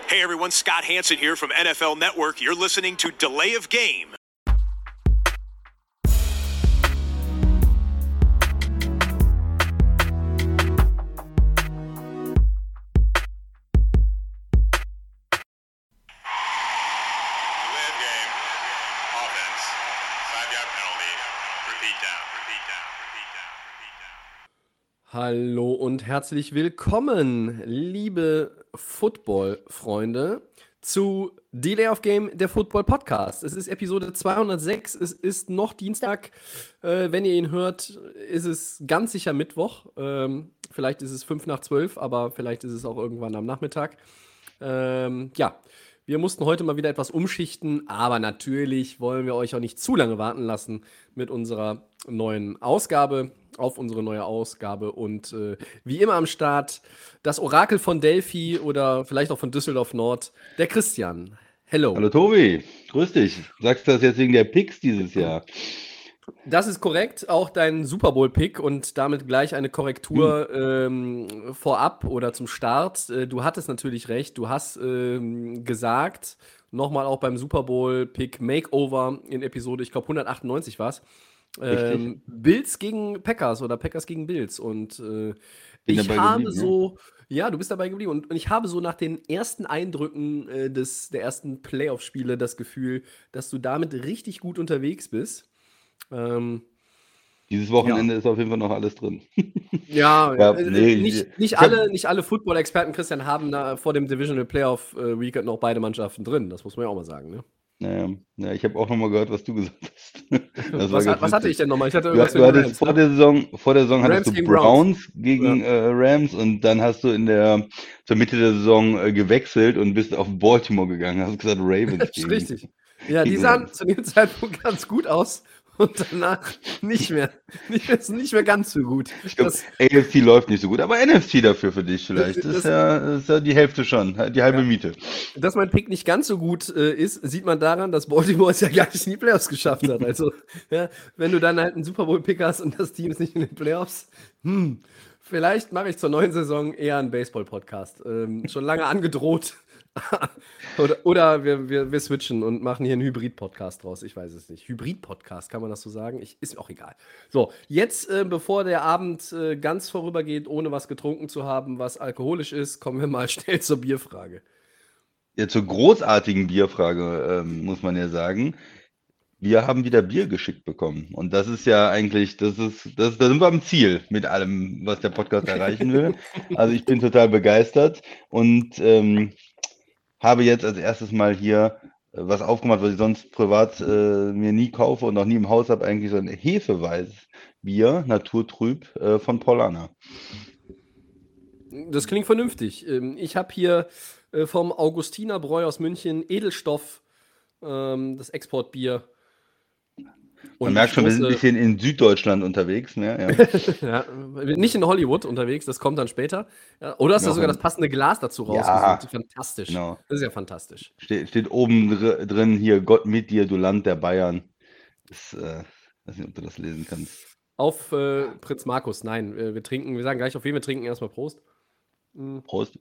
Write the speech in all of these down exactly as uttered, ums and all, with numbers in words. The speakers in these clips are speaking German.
Hey everyone, Scott Hansen here from N F L Network. You're listening to Delay of Game. Hallo und herzlich willkommen, liebe Football-Freunde, zu Delay of Game, der Football-Podcast. Es ist Episode zweihundertsechs, es ist noch Dienstag. Äh, wenn ihr ihn hört, ist es ganz sicher Mittwoch. Ähm, vielleicht ist es fünf nach zwölf, aber vielleicht ist es auch irgendwann am Nachmittag. Ähm, ja, wir mussten heute mal wieder etwas umschichten, aber natürlich wollen wir euch auch nicht zu lange warten lassen mit unserer neuen Ausgabe. auf unsere neue Ausgabe und äh, wie immer am Start das Orakel von Delphi oder vielleicht auch von Düsseldorf Nord, der Christian. Hello. Hallo Tobi, grüß dich. Sagst du das jetzt wegen der Picks dieses Jahr? Das ist korrekt, auch dein Super Bowl-Pick und damit gleich eine Korrektur hm. ähm, vorab oder zum Start. Äh, du hattest natürlich recht, du hast ähm, gesagt, nochmal auch beim Super Bowl-Pick Makeover in Episode, ich glaube hundertachtundneunzig war es, Ähm, Bills gegen Packers oder Packers gegen Bills und äh, ich habe so, ja. ja, du bist dabei geblieben und, und ich habe so nach den ersten Eindrücken äh, des, der ersten Playoff-Spiele das Gefühl, dass du damit richtig gut unterwegs bist. Ähm, Dieses Wochenende ja. ist auf jeden Fall noch alles drin. ja, ja äh, nee, nicht, nicht alle, nicht alle Football-Experten, Christian, haben da vor dem Divisional Playoff äh, Weekend noch beide Mannschaften drin, das muss man ja auch mal sagen, ne? Naja, ja, ich habe auch nochmal gehört, was du gesagt hast. was, was hatte ich denn nochmal? Ich hatte irgendwas du, du hattest Rams, vor, ne? der Saison, vor der Saison Rams hattest du gegen Browns gegen ja. äh, Rams und dann hast du in der zur Mitte der Saison äh, gewechselt und bist auf Baltimore gegangen. Hast gesagt Ravens. gegen, richtig. Ja, die sahen zu dem Zeitpunkt ganz gut aus und danach nicht mehr. Nicht mehr, nicht mehr ganz so gut. Ich glaube, A F C läuft nicht so gut, aber N F C dafür für dich vielleicht. Das, das, ist, ja, das ist ja die Hälfte schon, die halbe ja. Miete. Dass mein Pick nicht ganz so gut äh, ist, sieht man daran, dass Baltimore es ja gar nicht in die Playoffs geschafft hat. Also, ja, wenn du dann halt einen Super Bowl-Pick hast und das Team ist nicht in den Playoffs, hm, vielleicht mache ich zur neuen Saison eher einen Baseball-Podcast. Ähm, schon lange angedroht. oder oder wir, wir, wir switchen und machen hier einen Hybrid-Podcast draus. Ich weiß es nicht. Hybrid-Podcast, kann man das so sagen? Ich, ist mir auch egal. So, jetzt, äh, bevor der Abend äh, ganz vorübergeht, ohne was getrunken zu haben, was alkoholisch ist, kommen wir mal schnell zur Bierfrage. Ja, zur großartigen Bierfrage, ähm, muss man ja sagen. Wir haben wieder Bier geschickt bekommen. Und das ist ja eigentlich, das ist, das, da sind wir am Ziel mit allem, was der Podcast erreichen will. Also ich bin total begeistert und ähm, habe jetzt als erstes mal hier äh, was aufgemacht, was ich sonst privat äh, mir nie kaufe und auch nie im Haus habe, eigentlich so ein Hefeweißbier, naturtrüb, äh, von Paulaner. Das klingt vernünftig. Ich habe hier äh, vom Augustinerbräu aus München Edelstoff, ähm, das Exportbier. Man merkt schon, wir sind ein bisschen in Süddeutschland unterwegs, ne? Ja. ja, nicht in Hollywood unterwegs, das kommt dann später. Ja, oder hast du sogar das passende Glas dazu rausgesucht? Ja, fantastisch. Genau. Das ist ja fantastisch. Ste- steht oben dr- drin hier, Gott mit dir, du Land der Bayern. Ich äh, weiß nicht, ob du das lesen kannst. Auf äh, Prinz Markus, nein, wir, wir trinken, wir sagen gleich, auf wen wir trinken, erstmal Prost. Mhm. Prost.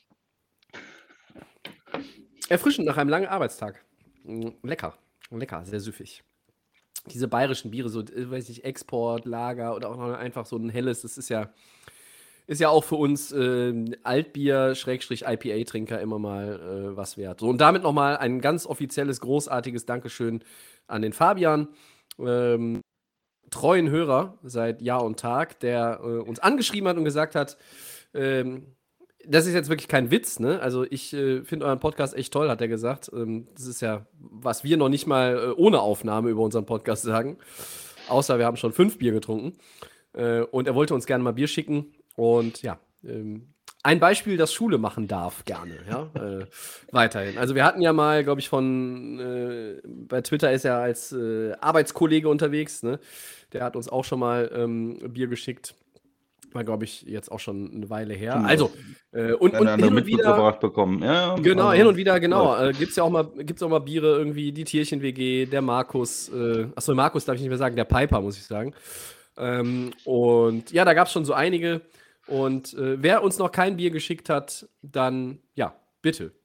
Erfrischend nach einem langen Arbeitstag. Lecker, lecker, sehr süffig. Diese bayerischen Biere, so, weiß ich, Export, Lager oder auch noch einfach so ein helles, das ist ja, ist ja auch für uns äh, Altbier-I P A-Trinker immer mal äh, was wert. So, und damit nochmal ein ganz offizielles, großartiges Dankeschön an den Fabian, ähm, treuen Hörer seit Jahr und Tag, der äh, uns angeschrieben hat und gesagt hat, ähm, das ist jetzt wirklich kein Witz, ne? Also ich äh, finde euren Podcast echt toll, hat er gesagt. Ähm, das ist ja, was wir noch nicht mal äh, ohne Aufnahme über unseren Podcast sagen. Außer wir haben schon fünf Bier getrunken. Äh, und er wollte uns gerne mal Bier schicken. Und ja, ähm, ein Beispiel, das Schule machen darf, gerne, ja, äh, weiterhin. Also wir hatten ja mal, glaube ich, von, äh, bei Twitter ist er als äh, Arbeitskollege unterwegs, ne? Der hat uns auch schon mal ähm, Bier geschickt. War, glaube ich, jetzt auch schon eine Weile her. Genau. Also, äh, und, und hin und wieder bekommen. Ja, genau, also, hin und wieder, genau. Äh, gibt's ja auch mal, gibt's auch mal Biere irgendwie, die Tierchen-W G, der Markus, äh, achso, Markus darf ich nicht mehr sagen, der Piper, muss ich sagen. Ähm, und ja, da gab es schon so einige. Und äh, wer uns noch kein Bier geschickt hat, dann, ja, bitte.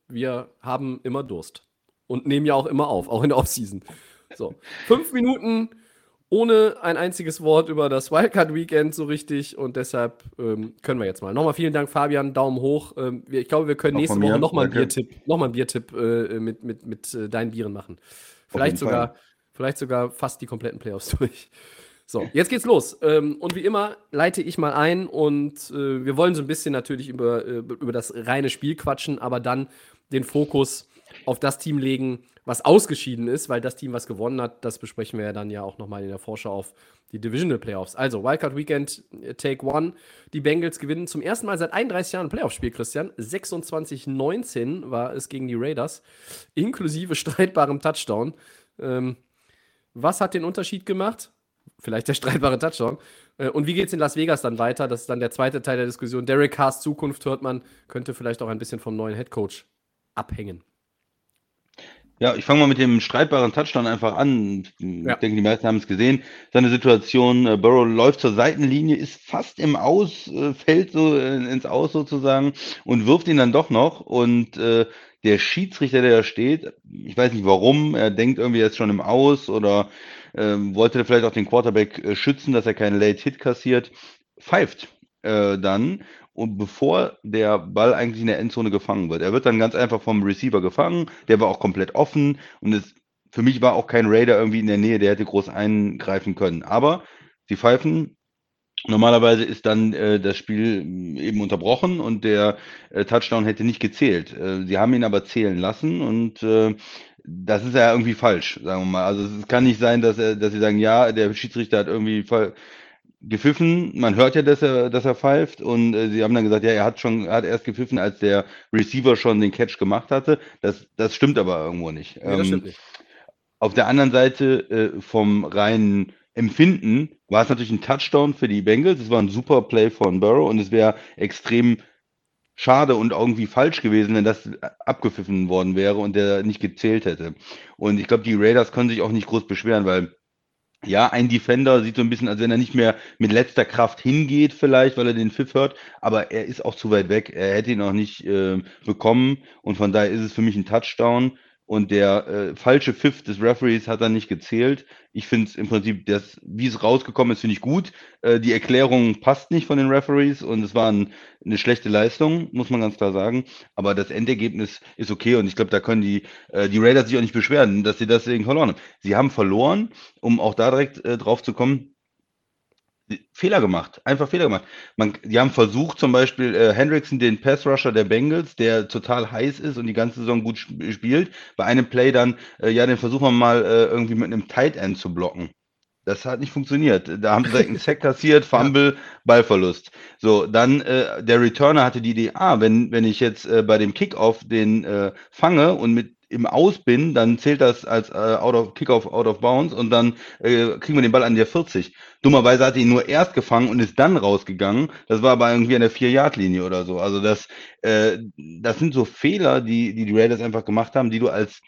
Wir haben immer Durst. Und nehmen ja auch immer auf, auch in der Offseason. So, fünf Minuten ohne ein einziges Wort über das Wildcard-Weekend so richtig. Und deshalb ähm, können wir jetzt mal. Nochmal vielen Dank, Fabian. Daumen hoch. Ähm, wir, ich glaube, wir können Auch nächste von mir, Woche nochmal einen danke. Biertipp, noch mal einen Biertipp äh, mit, mit, mit äh, deinen Bieren machen. Vielleicht jeden sogar, Fall. vielleicht sogar fast die kompletten Playoffs durch. So, jetzt geht's los. Ähm, und wie immer leite ich mal ein und äh, wir wollen so ein bisschen natürlich über, äh, über das reine Spiel quatschen, aber dann den Fokus auf das Team legen, was ausgeschieden ist, weil das Team, was gewonnen hat, das besprechen wir ja dann ja auch nochmal in der Vorschau auf die Divisional Playoffs. Also, Wildcard Weekend, äh, Take One. Die Bengals gewinnen zum ersten Mal seit einunddreißig Jahren ein Playoff-Spiel, Christian. sechsundzwanzig neunzehn war es gegen die Raiders, inklusive streitbarem Touchdown. Ähm, was hat den Unterschied gemacht? Vielleicht der streitbare Touchdown. Äh, Und wie geht es in Las Vegas dann weiter? Das ist dann der zweite Teil der Diskussion. Derek Carrs Zukunft, hört man, könnte vielleicht auch ein bisschen vom neuen Headcoach abhängen. Ja, ich fange mal mit dem streitbaren Touchdown einfach an. Ich Ja. denke, die meisten haben es gesehen. Seine Situation, äh, Burrow läuft zur Seitenlinie, ist fast im Aus, äh, fällt so äh, ins Aus sozusagen und wirft ihn dann doch noch. Und äh, der Schiedsrichter, der da steht, ich weiß nicht warum, er denkt irgendwie, er ist schon im Aus oder ähm, wollte vielleicht auch den Quarterback äh, schützen, dass er keinen Late Hit kassiert, pfeift äh, dann. Und bevor der Ball eigentlich in der Endzone gefangen wird. Er wird dann ganz einfach vom Receiver gefangen, der war auch komplett offen und es, für mich war auch kein Raider irgendwie in der Nähe, der hätte groß eingreifen können. Aber sie pfeifen, normalerweise ist dann äh, das Spiel mh, eben unterbrochen und der äh, Touchdown hätte nicht gezählt. Äh, sie haben ihn aber zählen lassen und äh, das ist ja irgendwie falsch, sagen wir mal. Also es kann nicht sein, dass, er, dass sie sagen, ja, der Schiedsrichter hat irgendwie fall- gepfiffen. Man hört ja, dass er, dass er pfeift und äh, sie haben dann gesagt, ja, er hat schon, er hat erst gepfiffen, als der Receiver schon den Catch gemacht hatte. Das, das stimmt aber irgendwo nicht. Nee, das Ähm, stimmt nicht. auf der anderen Seite äh, vom reinen Empfinden war es natürlich ein Touchdown für die Bengals. Es war ein super Play von Burrow und es wäre extrem schade und irgendwie falsch gewesen, wenn das abgepfiffen worden wäre und der nicht gezählt hätte. Und ich glaube, die Raiders können sich auch nicht groß beschweren, weil ja, ein Defender sieht so ein bisschen, als wenn er nicht mehr mit letzter Kraft hingeht, vielleicht, weil er den Pfiff hört, aber er ist auch zu weit weg. Er hätte ihn auch nicht äh, bekommen und von daher ist es für mich ein Touchdown. Und der äh, falsche Pfiff des Referees hat dann nicht gezählt. Ich finde es im Prinzip, das, wie es rausgekommen ist, finde ich gut. Äh, die Erklärung passt nicht von den Referees und es war ein, eine schlechte Leistung, muss man ganz klar sagen. Aber das Endergebnis ist okay und ich glaube, da können die, äh, die Raiders sich auch nicht beschweren, dass sie deswegen verloren haben. Sie haben verloren, um auch da direkt äh, drauf zu kommen. Fehler gemacht, einfach Fehler gemacht. Man, die haben versucht, zum Beispiel äh, Hendrickson, den Pass-Rusher der Bengals, der total heiß ist und die ganze Saison gut sp spielt, bei einem Play dann, äh, ja, den versuchen wir mal äh, irgendwie mit einem Tight End zu blocken. Das hat nicht funktioniert. Da haben sie direkt einen Sack kassiert, Fumble, Ballverlust. So, dann äh, der Returner hatte die Idee, ah, wenn, wenn ich jetzt äh, bei dem Kickoff den äh, fange und mit im Aus bin, dann zählt das als äh, out of Kickoff out of bounds und dann äh, kriegen wir den Ball an der vierzig. Dummerweise hat er ihn nur erst gefangen und ist dann rausgegangen. Das war aber irgendwie an der vier-Yard-Linie oder so. Also das, äh, das sind so Fehler, die, die die Raiders einfach gemacht haben, die du als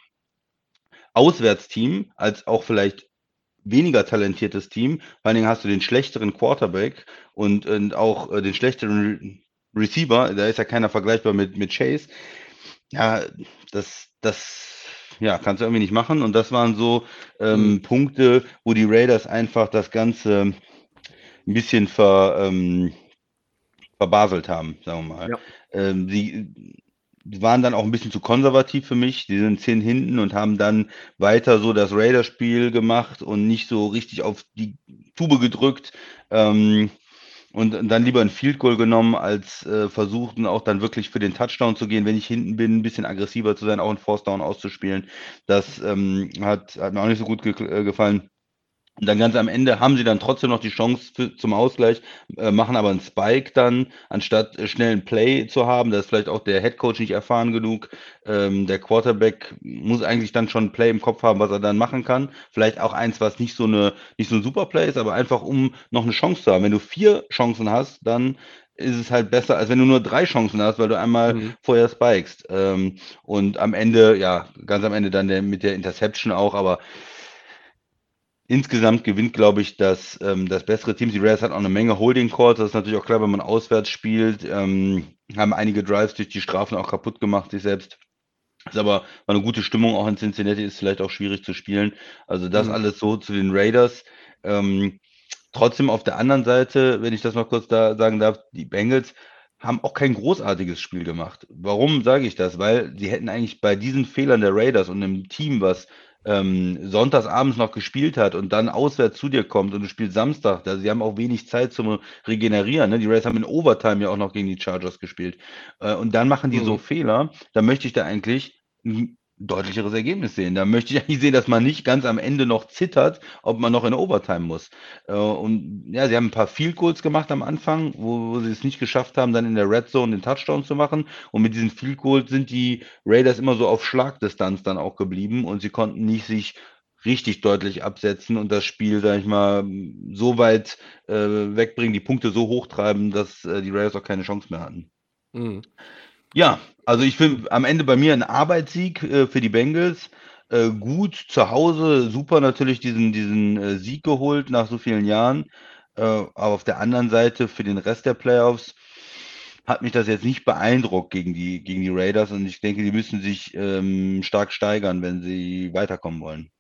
Auswärtsteam, als auch vielleicht weniger talentiertes Team, vor allen Dingen hast du den schlechteren Quarterback und, und auch äh, den schlechteren Re Receiver, da ist ja keiner vergleichbar mit, mit Chase. Ja, das, das ja, kannst du irgendwie nicht machen. Und das waren so ähm, Mhm. Punkte, wo die Raiders einfach das Ganze ein bisschen ver, ähm, verbaselt haben, sagen wir mal. Ja. Ähm, sie waren dann auch ein bisschen zu konservativ für mich. Die sind zehn hinten und haben dann weiter so das Raiders-Spiel gemacht und nicht so richtig auf die Tube gedrückt. Ähm, und dann lieber ein Field Goal genommen, als äh, versuchten auch dann wirklich für den Touchdown zu gehen, wenn ich hinten bin, ein bisschen aggressiver zu sein, auch einen Force Down auszuspielen. Das ähm, hat, hat mir auch nicht so gut ge äh, gefallen. Und dann ganz am Ende haben sie dann trotzdem noch die Chance für, zum Ausgleich, äh, machen aber einen Spike dann, anstatt äh, schnell einen Play zu haben. Da ist vielleicht auch der Headcoach nicht erfahren genug. Ähm, der Quarterback muss eigentlich dann schon ein Play im Kopf haben, was er dann machen kann. Vielleicht auch eins, was nicht so eine, nicht so ein super Play ist, aber einfach um noch eine Chance zu haben. Wenn du vier Chancen hast, dann ist es halt besser, als wenn du nur drei Chancen hast, weil du einmal Mhm. vorher spikest. Ähm, und am Ende, ja, ganz am Ende dann der, mit der Interception auch, aber insgesamt gewinnt, glaube ich, das, ähm, das bessere Team. Die Raiders hat auch eine Menge Holding Calls. Das ist natürlich auch klar, wenn man auswärts spielt. Ähm, haben einige Drives durch die Strafen auch kaputt gemacht, sich selbst. Ist aber war 'ne gute Stimmung auch in Cincinnati, ist vielleicht auch schwierig zu spielen. Also, das Mhm. alles so zu den Raiders. Ähm, trotzdem auf der anderen Seite, wenn ich das mal kurz da sagen darf, die Bengals haben auch kein großartiges Spiel gemacht. Warum sage ich das? Weil sie hätten eigentlich bei diesen Fehlern der Raiders und 'nem Team, was, ähm, sonntags abends noch gespielt hat und dann auswärts zu dir kommt und du spielst Samstag, also, sie haben auch wenig Zeit zum Regenerieren, ne? Die Raiders haben in Overtime ja auch noch gegen die Chargers gespielt. Äh, und dann machen die so Mhm. Fehler, da möchte ich da eigentlich 'n deutlicheres Ergebnis sehen. Da möchte ich eigentlich sehen, dass man nicht ganz am Ende noch zittert, ob man noch in Overtime muss. Äh, und ja, sie haben 'n paar Field Goals gemacht am Anfang, wo wo sie es nicht geschafft haben, dann in der Red Zone den Touchdown zu machen. Und mit diesen Field Goals sind die Raiders immer so auf Schlagdistanz dann auch geblieben und sie konnten nicht sich richtig deutlich absetzen und das Spiel, sage ich mal, so weit, äh, wegbringen, die Punkte so hochtreiben, dass, äh, die Raiders auch keine Chance mehr hatten. Mhm. Ja, also ich finde am Ende bei mir 'n Arbeitssieg, äh, für die Bengals. Äh, gut zu Hause, super natürlich diesen diesen, äh, Sieg geholt nach so vielen Jahren. Äh, aber auf der anderen Seite für den Rest der Playoffs hat mich das jetzt nicht beeindruckt gegen die gegen die Raiders und ich denke, die müssen sich, ähm, stark steigern, wenn sie weiterkommen wollen.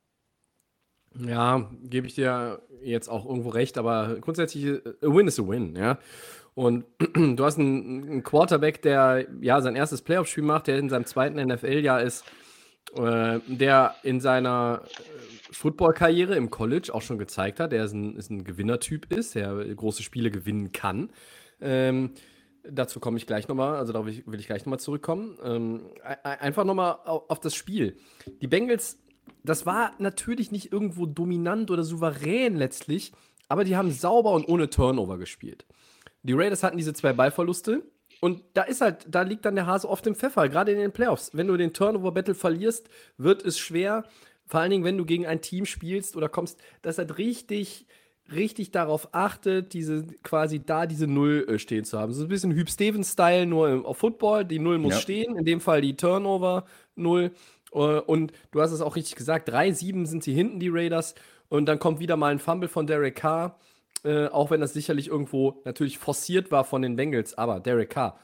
Ja, gebe ich dir jetzt auch irgendwo recht, aber grundsätzlich, äh, a win is a win, ja? Und du hast 'n 'n Quarterback, der, ja, sein erstes Playoff-Spiel macht, der in seinem zweiten N F L-Jahr ist, äh, der in seiner, äh, Football-Karriere im College auch schon gezeigt hat, der ist 'n ist 'n Gewinnertyp ist, der große Spiele gewinnen kann. Ähm, dazu komme ich gleich noch mal, also darauf will ich will ich gleich noch mal zurückkommen. Ähm, ei ei einfach noch mal au auf das Spiel. Die Bengals, das war natürlich nicht irgendwo dominant oder souverän letztlich, aber die haben sauber und ohne Turnover gespielt. Die Raiders hatten diese zwei Ballverluste und da ist halt da liegt dann der Hase oft im Pfeffer, grade in den Playoffs. Wenn du den Turnover-Battle verlierst, wird es schwer, vor allen Dingen, wenn du gegen ein Team spielst oder kommst, das halt richtig richtig darauf achtet, diese quasi da diese Null, äh, stehen zu haben. So 'n bisschen Hüb Stevens-Style, nur im auf Football. Die Null muss Ja. stehen, in dem Fall die Turnover-Null. Äh, und du hast es auch richtig gesagt, drei sieben sind sie hinten, die Raiders. Und dann kommt wieder mal 'n Fumble von Derek Carr, äh, auch wenn das sicherlich irgendwo natürlich forciert war von den Bengals. Aber Derek Carr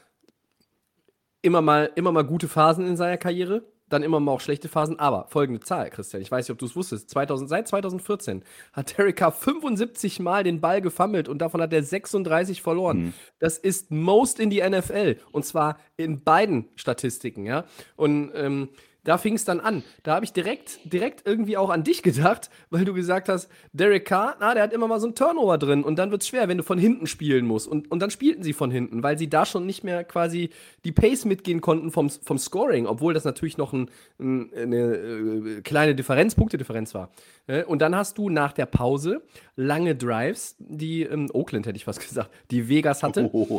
immer mal immer mal gute Phasen in seiner Karriere, dann immer mal auch schlechte Phasen. Aber folgende Zahl, Christian, ich weiß nicht, ob du's wusstest, zweitausend seit zweitausendvierzehn hat Derek Carr fünfundsiebzig Mal den Ball gefummelt und davon hat er sechsunddreißig verloren. Mhm. Das ist most in die N F L und zwar in beiden Statistiken, ja? Und, ähm, da fing's dann an. Da habe ich direkt direkt irgendwie auch an dich gedacht, weil du gesagt hast: „Derek Carr, na, der hat immer mal so 'n Turnover drin und dann wird's schwer, wenn du von hinten spielen musst.“ Und und dann spielten sie von hinten, weil sie da schon nicht mehr quasi die Pace mitgehen konnten vom S vom Scoring, obwohl das natürlich noch 'n 'n 'ne, äh, kleine Differenz Punktedifferenz war. Ne? Und dann hast du nach der Pause lange Drives, die, ähm Oakland hätte ich fast gesagt, die Vegas hatte. Oh.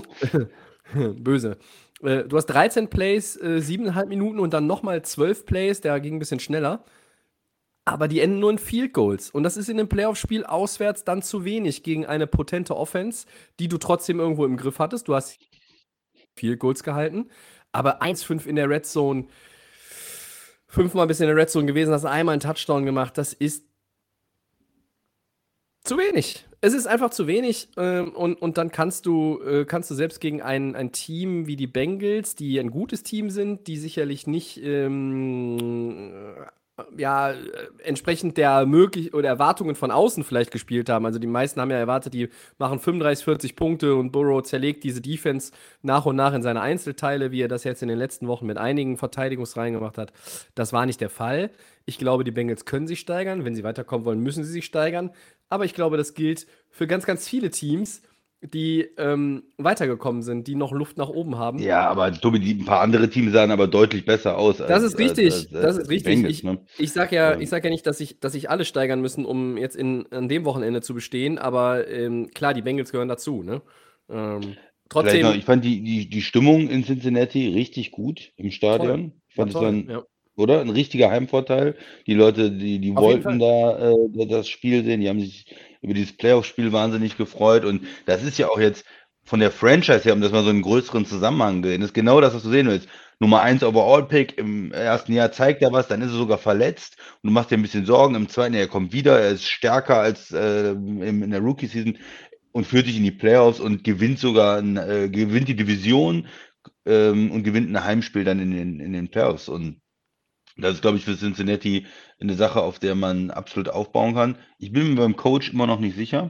Böse. Äh, du hast dreizehn Plays, äh, sieben Komma fünf Minuten und dann noch mal zwölf Plays, der ging 'n bisschen schneller. Aber die enden nur in Field Goals. Und das ist in 'nem Playoff-Spiel auswärts dann zu wenig gegen eine potente Offense, die du trotzdem irgendwo im Griff hattest. Du hast Field Goals gehalten, aber eins fünf in der Red Zone fünfmal bist du in der Red Zone gewesen, hast einmal 'n Touchdown gemacht. Das ist zu wenig. Es ist einfach zu wenig, ähm, und und dann kannst du äh, kannst du selbst gegen ein ein Team wie die Bengals, die ein gutes Team sind, die sicherlich nicht, ähm, äh, ja, äh, entsprechend der möglich oder Erwartungen von außen vielleicht gespielt haben. Also, die meisten haben ja erwartet, die machen fünfunddreißig, vierzig Punkte und Burrow zerlegt diese Defense nach und nach in seine Einzelteile, wie er das jetzt in den letzten Wochen mit einigen Verteidigungsreihen gemacht hat. Das war nicht der Fall. Ich glaube, die Bengals können sich steigern. Wenn sie weiterkommen wollen, müssen sie sich steigern. Aber ich glaube, das gilt für ganz, ganz viele Teams, die, ähm, weitergekommen sind, die noch Luft nach oben haben. Ja, aber Tobi, die 'n paar andere Teams sahen aber deutlich besser aus Das als ist als richtig, als das als ist die richtig. Bengals, Ich ne? ich sage ja ich Ähm. sage ja nicht, dass sich dass sich alle steigern müssen, um jetzt in an dem Wochenende zu bestehen, aber, ähm, klar, die Bengals gehören dazu, ne? Ähm, Vielleicht noch, trotzdem ich fand die die die Stimmung in Cincinnati richtig gut im Toll, Stadion. Ich war fand, es war toll, 'n ja. oder? 'N richtiger Heimvorteil. Die Leute, die die Auf jeden wollten Fall. da, äh, da das Spiel sehen. Die haben sich über dieses Playoff-Spiel wahnsinnig gefreut und das ist ja auch jetzt von der Franchise her, um das mal so in 'n größeren Zusammenhang gesehen, ist genau das, was du sehen willst. Nummer eins Overall-Pick im ersten Jahr zeigt er was, dann ist er sogar verletzt und du machst dir 'n bisschen Sorgen. Im zweiten Jahr, er kommt wieder, er ist stärker als, äh, im in der Rookie-Season und führt dich in die Playoffs und gewinnt sogar 'n äh, gewinnt die Division, ähm, und gewinnt ein Heimspiel dann in den, in den Playoffs. Und das ist, glaube ich, für Cincinnati eine Sache, auf der man absolut aufbauen kann. Ich bin mir beim Coach immer noch nicht sicher.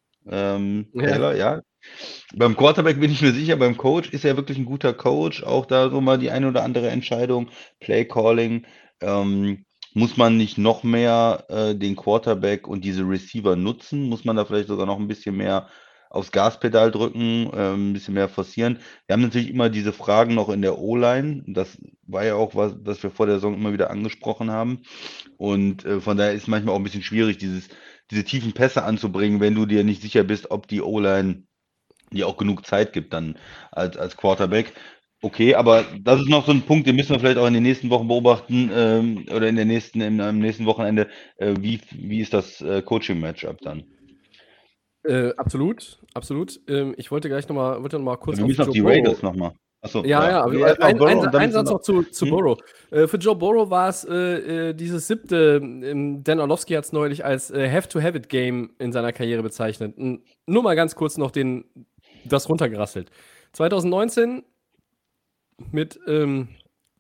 Ähm, Ja. Taylor, ja. Beim Quarterback bin ich mir sicher, beim Coach ist er wirklich ein guter Coach. Auch da so mal die eine oder andere Entscheidung, Play Calling. Ähm, muss man nicht noch mehr äh, den Quarterback und diese Receiver nutzen? Muss man da vielleicht sogar noch ein bisschen mehr aufs Gaspedal drücken, ähm, ein bisschen mehr forcieren? Wir haben natürlich immer diese Fragen noch in der O-Line. Das war ja auch was, was wir vor der Saison immer wieder angesprochen haben. Und äh, von daher ist es manchmal auch ein bisschen schwierig, dieses, diese tiefen Pässe anzubringen, wenn du dir nicht sicher bist, ob die O-Line die auch genug Zeit gibt dann als, als Quarterback. Okay, aber das ist noch so ein Punkt, den müssen wir vielleicht auch in den nächsten Wochen beobachten ähm, oder in der nächsten, im, am nächsten Wochenende. Äh, wie, wie ist das äh, Coaching-Matchup dann? Äh, absolut, absolut. Ähm, ich wollte gleich nochmal noch mal kurz Wir auf müssen auf Joe die Burrow. Raiders nochmal. Achso, Ja, ja, ja. aber Erst noch ein, Burrow ein, und dann ein ist es Satz noch zu, zu Hm? Burrow. Äh, für Joe Burrow war es äh, äh, dieses siebte, ähm, Dan Orlovsky hat es neulich als äh, Have-to-Have-it-Game in seiner Karriere bezeichnet. N nur mal ganz kurz noch den, das runtergerasselt. zwanzig neunzehn mit, ähm,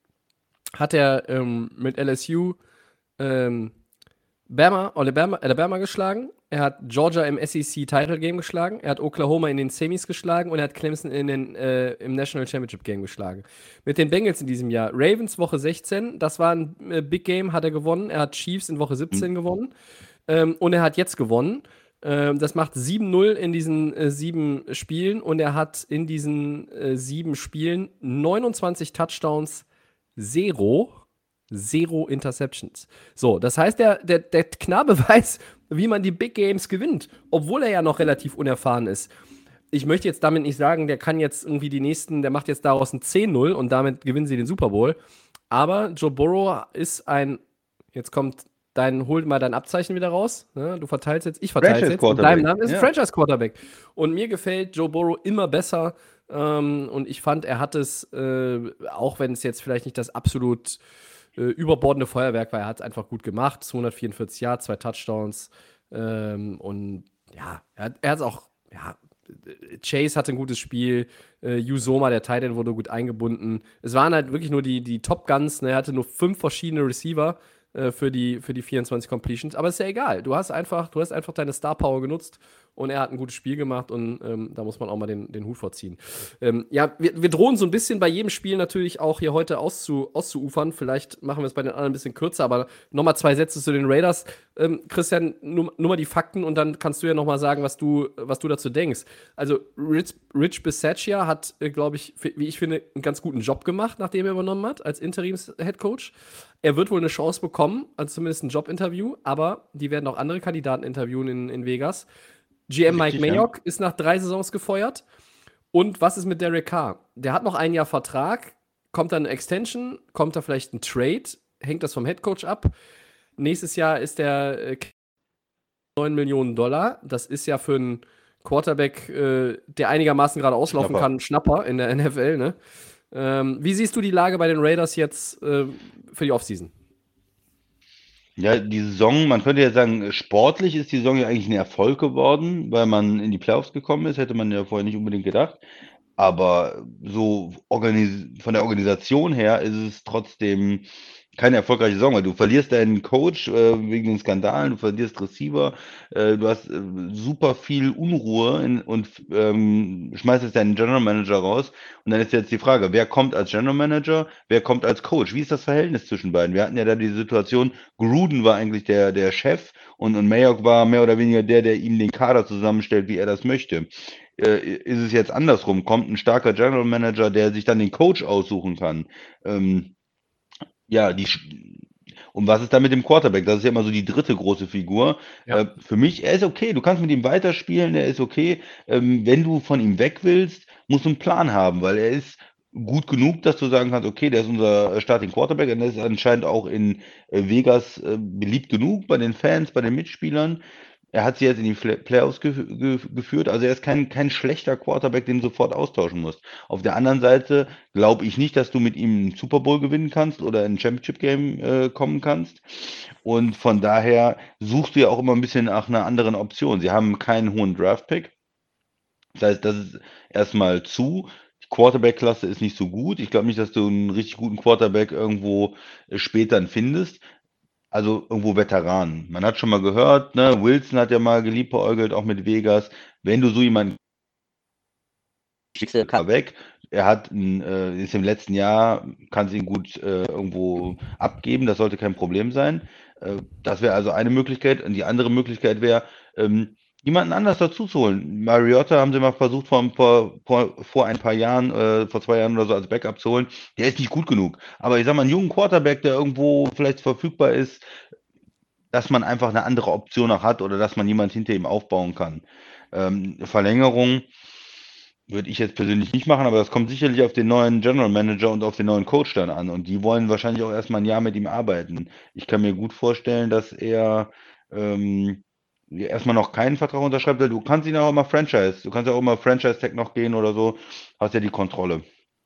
hat er ähm, mit L S U ähm, Bama, Alabama, Alabama geschlagen. Er hat Georgia im S E C-Title-Game geschlagen. Er hat Oklahoma in den Semis geschlagen und er hat Clemson in den, äh, im National Championship-Game geschlagen. Mit den Bengals in diesem Jahr. Ravens Woche sechzehn, das war ein äh, Big Game, hat er gewonnen. Er hat Chiefs in Woche siebzehn Hm. gewonnen. Ähm, und er hat jetzt gewonnen. Ähm, das macht sieben null in diesen äh, sieben Spielen und er hat in diesen äh, sieben Spielen neunundzwanzig Touchdowns, zero Zero Interceptions. So, das heißt, der, der, der Knabe weiß, wie man die Big Games gewinnt, obwohl er ja noch relativ unerfahren ist. Ich möchte jetzt damit nicht sagen, der kann jetzt irgendwie die nächsten, der macht jetzt daraus ein zehn null und damit gewinnen sie den Super Bowl. Aber Joe Burrow ist ein, jetzt kommt dein, hol mal dein Abzeichen wieder raus. Ne? Du verteilst jetzt, ich verteile jetzt. In deinem Namen ist ein Ja. Franchise-Quarterback. Und mir gefällt Joe Burrow immer besser. Ähm, und ich fand, er hat es, äh, auch wenn es jetzt vielleicht nicht das absolut äh, überbordende Feuerwerk war, er hat es einfach gut gemacht. zweihundertvierundvierzig Yards, zwei Touchdowns. Ähm, und ja, er hat es auch, ja, Chase hatte ein gutes Spiel, äh, Uzoma, der Tight End, wurde gut eingebunden. Es waren halt wirklich nur die, die Top Guns, ne? Er hatte nur fünf verschiedene Receiver äh, für, die, für die vierundzwanzig Completions, aber ist ja egal. Du hast einfach, du hast einfach deine Star Power genutzt und er hat ein gutes Spiel gemacht und ähm, da muss man auch mal den, den Hut vorziehen. Ähm, ja, wir, wir drohen so ein bisschen bei jedem Spiel natürlich auch hier heute auszu, auszuufern. Vielleicht machen wir es bei den anderen ein bisschen kürzer, aber nochmal zwei Sätze zu den Raiders. Ähm, Christian, nur, nur mal die Fakten und dann kannst du ja nochmal sagen, was du, was du dazu denkst. Also Rich, Rich Bisaccia hat, äh, glaube ich, wie ich finde, einen ganz guten Job gemacht, nachdem er übernommen hat als Interims-Headcoach. Er wird wohl eine Chance bekommen, also zumindest ein Jobinterview, aber die werden auch andere Kandidaten interviewen in, in Vegas. G M Mike Richtig, ja. Mayock ist nach drei Saisons gefeuert. Und was ist mit Derek Carr? Der hat noch ein Jahr Vertrag. Kommt da eine Extension? Kommt da vielleicht ein Trade? Hängt das vom Headcoach ab? Nächstes Jahr ist der äh, neun Millionen Dollar. Das ist ja für einen Quarterback, äh, der einigermaßen gerade auslaufen Schnapper. kann, ein Schnapper in der N F L. Ne? Ähm, wie siehst du die Lage bei den Raiders jetzt äh, für die Offseason? Ja, die Saison, man könnte ja sagen, sportlich ist die Saison ja eigentlich ein Erfolg geworden, weil man in die Playoffs gekommen ist, hätte man ja vorher nicht unbedingt gedacht. Aber so organis von der Organisation her ist es trotzdem keine erfolgreiche Saison, weil du verlierst deinen Coach äh, wegen den Skandalen, du verlierst Receiver, äh, du hast äh, super viel Unruhe in, und ähm, schmeißt jetzt deinen General Manager raus. Und dann ist jetzt die Frage, wer kommt als General Manager, wer kommt als Coach? Wie ist das Verhältnis zwischen beiden? Wir hatten ja da die Situation, Gruden war eigentlich der, der Chef und, und Mayock war mehr oder weniger der, der ihm den Kader zusammenstellt, wie er das möchte. Äh, ist es jetzt andersrum? Kommt ein starker General Manager, der sich dann den Coach aussuchen kann? Ähm, ja, die, und was ist da mit dem Quarterback? Das ist ja immer so die dritte große Figur. Ja. Äh, für mich, er ist okay. Du kannst mit ihm weiterspielen, er ist okay. Ähm, wenn du von ihm weg willst, musst du einen Plan haben, weil er ist gut genug, dass du sagen kannst, okay, der ist unser Starting Quarterback und der ist anscheinend auch in äh, Vegas äh, beliebt genug bei den Fans, bei den Mitspielern. Er hat sie jetzt in die Fla- Playoffs ge ge geführt. Also er ist kein, kein schlechter Quarterback, den du sofort austauschen musst. Auf der anderen Seite glaube ich nicht, dass du mit ihm einen Super Bowl gewinnen kannst oder in ein Championship Game äh, kommen kannst. Und von daher suchst du ja auch immer ein bisschen nach einer anderen Option. Sie haben keinen hohen Draft-Pick. Das heißt, das ist erstmal zu. Ich Quarterback-Klasse ist nicht so gut. Ich glaube nicht, dass du einen richtig guten Quarterback irgendwo äh, später findest. Also irgendwo Veteranen. Man hat schon mal gehört, ne? Wilson hat ja mal geliebäugelt, auch mit Vegas. Wenn du so jemanden schickst du K weg. Er hat ein, äh, ist im letzten Jahr, kann sie ihn gut äh, irgendwo abgeben, das sollte kein Problem sein. Äh, das wäre also eine Möglichkeit. Und die andere Möglichkeit wäre, ähm, jemanden anders dazu zu holen. Mariota haben sie mal versucht, vor, ein paar- vor, vor ein paar Jahren, äh, vor zwei Jahren oder so als Backup zu holen. Der ist nicht gut genug. Aber ich sag mal, einen jungen Quarterback, der irgendwo vielleicht verfügbar ist, dass man einfach eine andere Option noch hat oder dass man jemand hinter ihm aufbauen kann. Ähm, Verlängerung würde ich jetzt persönlich nicht machen, aber das kommt sicherlich auf den neuen General Manager und auf den neuen Coach dann an. Und die wollen wahrscheinlich auch erstmal ein Jahr mit ihm arbeiten. Ich kann mir gut vorstellen, dass er ähm, ja, erstmal noch keinen Vertrag unterschreibt. weil Du kannst ihn auch immer Franchise, du kannst ja auch immer Franchise-Tag noch gehen oder so, hast ja die Kontrolle.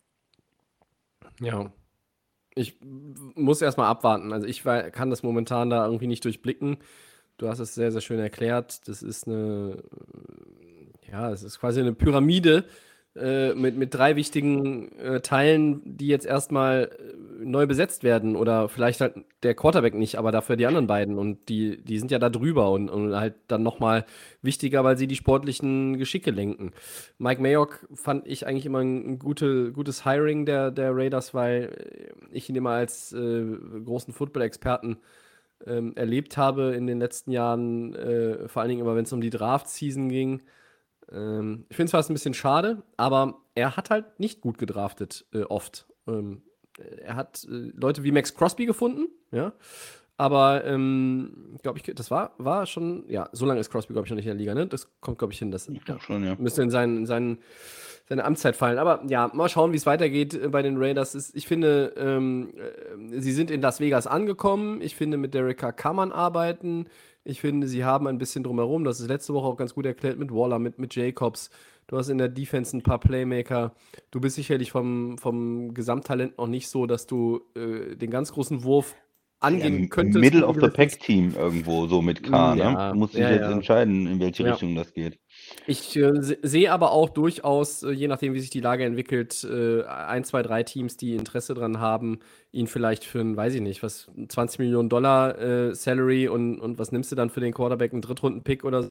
Ja. Ich muss erstmal abwarten. Also ich wei- kann das momentan da irgendwie nicht durchblicken. Du hast es sehr, sehr schön erklärt. Das ist eine, ja, es ist quasi eine Pyramide äh, mit, mit drei wichtigen äh, Teilen, die jetzt erstmal äh, neu besetzt werden. Oder vielleicht halt der Quarterback nicht, aber dafür die anderen beiden. Und die, die sind ja da drüber und, und halt dann nochmal wichtiger, weil sie die sportlichen Geschicke lenken. Mike Mayock fand ich eigentlich immer ein, ein gute, gutes Hiring der, der Raiders, weil ich ihn immer als äh, großen Football-Experten ähm, erlebt habe in den letzten Jahren, äh, vor allen Dingen immer, wenn es um die Draft-Season ging. Ähm, ich finde es fast ein bisschen schade, aber er hat halt nicht gut gedraftet, äh, oft. Ähm, er hat äh, Leute wie Max Crosby gefunden, ja. Aber, ähm, glaube ich, das war, war schon, ja, so lange ist Crosby, glaube ich, noch nicht in der Liga, ne? Das kommt, glaube ich, hin. Das Ich ja, glaube schon, ja. müsste in, seinen, in seinen, seine Amtszeit fallen. Aber ja, mal schauen, wie es weitergeht äh, bei den Raiders. Es- Ich finde, ähm, äh, sie sind in Las Vegas angekommen. Ich finde, mit Derek Carr kann man arbeiten. Ich finde, sie haben ein bisschen drumherum. Das ist letzte Woche auch ganz gut erklärt mit Waller, mit, mit Jacobs. Du hast in der Defense ein paar Playmaker. Du bist sicherlich vom, vom Gesamttalent noch nicht so, dass du äh, den ganz großen Wurf Ja, angehen m- könntest. Middle guten of the Gewissens. Pack Team irgendwo, so mit K, Mm, ne? Du Ja, musst dich ja, jetzt ja. entscheiden, in welche Ja. Richtung das geht. Ich äh, se- sehe aber auch durchaus, äh, je nachdem, wie sich die Lage entwickelt, äh, ein, zwei, drei Teams, die Interesse dran haben, ihn vielleicht für ein, weiß ich nicht, was, zwanzig Millionen Dollar äh, Salary und, und was nimmst du dann für den Quarterback, einen Drittrunden-Pick oder so?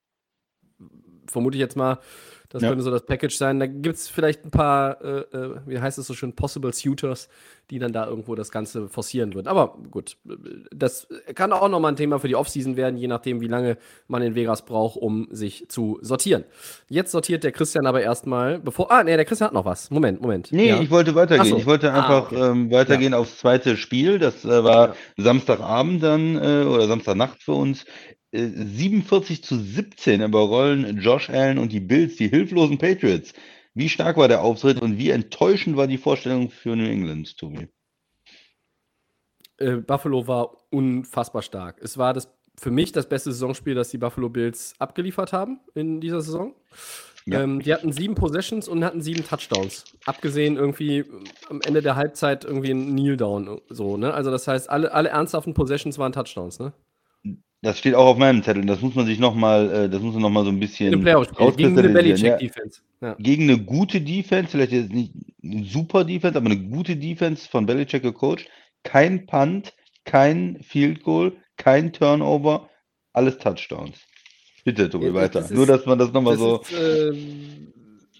Vermute ich jetzt mal, das Ja. könnte so das Package sein. Da gibt es vielleicht ein paar, äh, äh, wie heißt es so schön, Possible Suitors, die dann da irgendwo das Ganze forcieren würden. Aber gut, äh, das kann auch nochmal ein Thema für die Offseason werden, je nachdem, wie lange man in Vegas braucht, um sich zu sortieren. Jetzt sortiert der Christian aber erstmal, bevor. Ah, nee, der Christian hat noch was. Moment, Moment. Nee, Ja. ich wollte Ach weitergehen. so. Ich wollte Ah, einfach okay. ähm, Ja, weitergehen aufs zweite Spiel. Das äh, war ja. Samstagabend dann äh, oder Samstagnacht für uns. Äh, siebenundvierzig zu siebzehn überrollen Josh Allen und die Bills, die hilflosen Patriots. Wie stark war der Auftritt und wie enttäuschend war die Vorstellung für New England, Tobi? Äh, Buffalo war unfassbar stark. Es war das, für mich das beste Saisonspiel, das die Buffalo Bills abgeliefert haben in dieser Saison. Ja. Ähm, die hatten sieben Possessions und hatten sieben Touchdowns. Abgesehen irgendwie ähm, am Ende der Halbzeit irgendwie ein Kneel-Down. So, ne? Also das heißt, alle, alle ernsthaften Possessions waren Touchdowns, ne? Das steht auch auf meinem Zettel. Das muss man sich nochmal, äh, das muss man noch mal so ein In einem bisschen Playoff-Spiel. Gegen eine rauskristallisieren. Ja, Belichick-Defense. Ja. gegen eine gute Defense, vielleicht jetzt nicht eine super Defense, aber eine gute Defense von Belichick gecoacht. Kein Punt, kein Field Goal, kein Turnover, alles Touchdowns. Bitte, Tobi, Ja, weiter. das Nur, ist, dass man das nochmal das so. ist, ähm,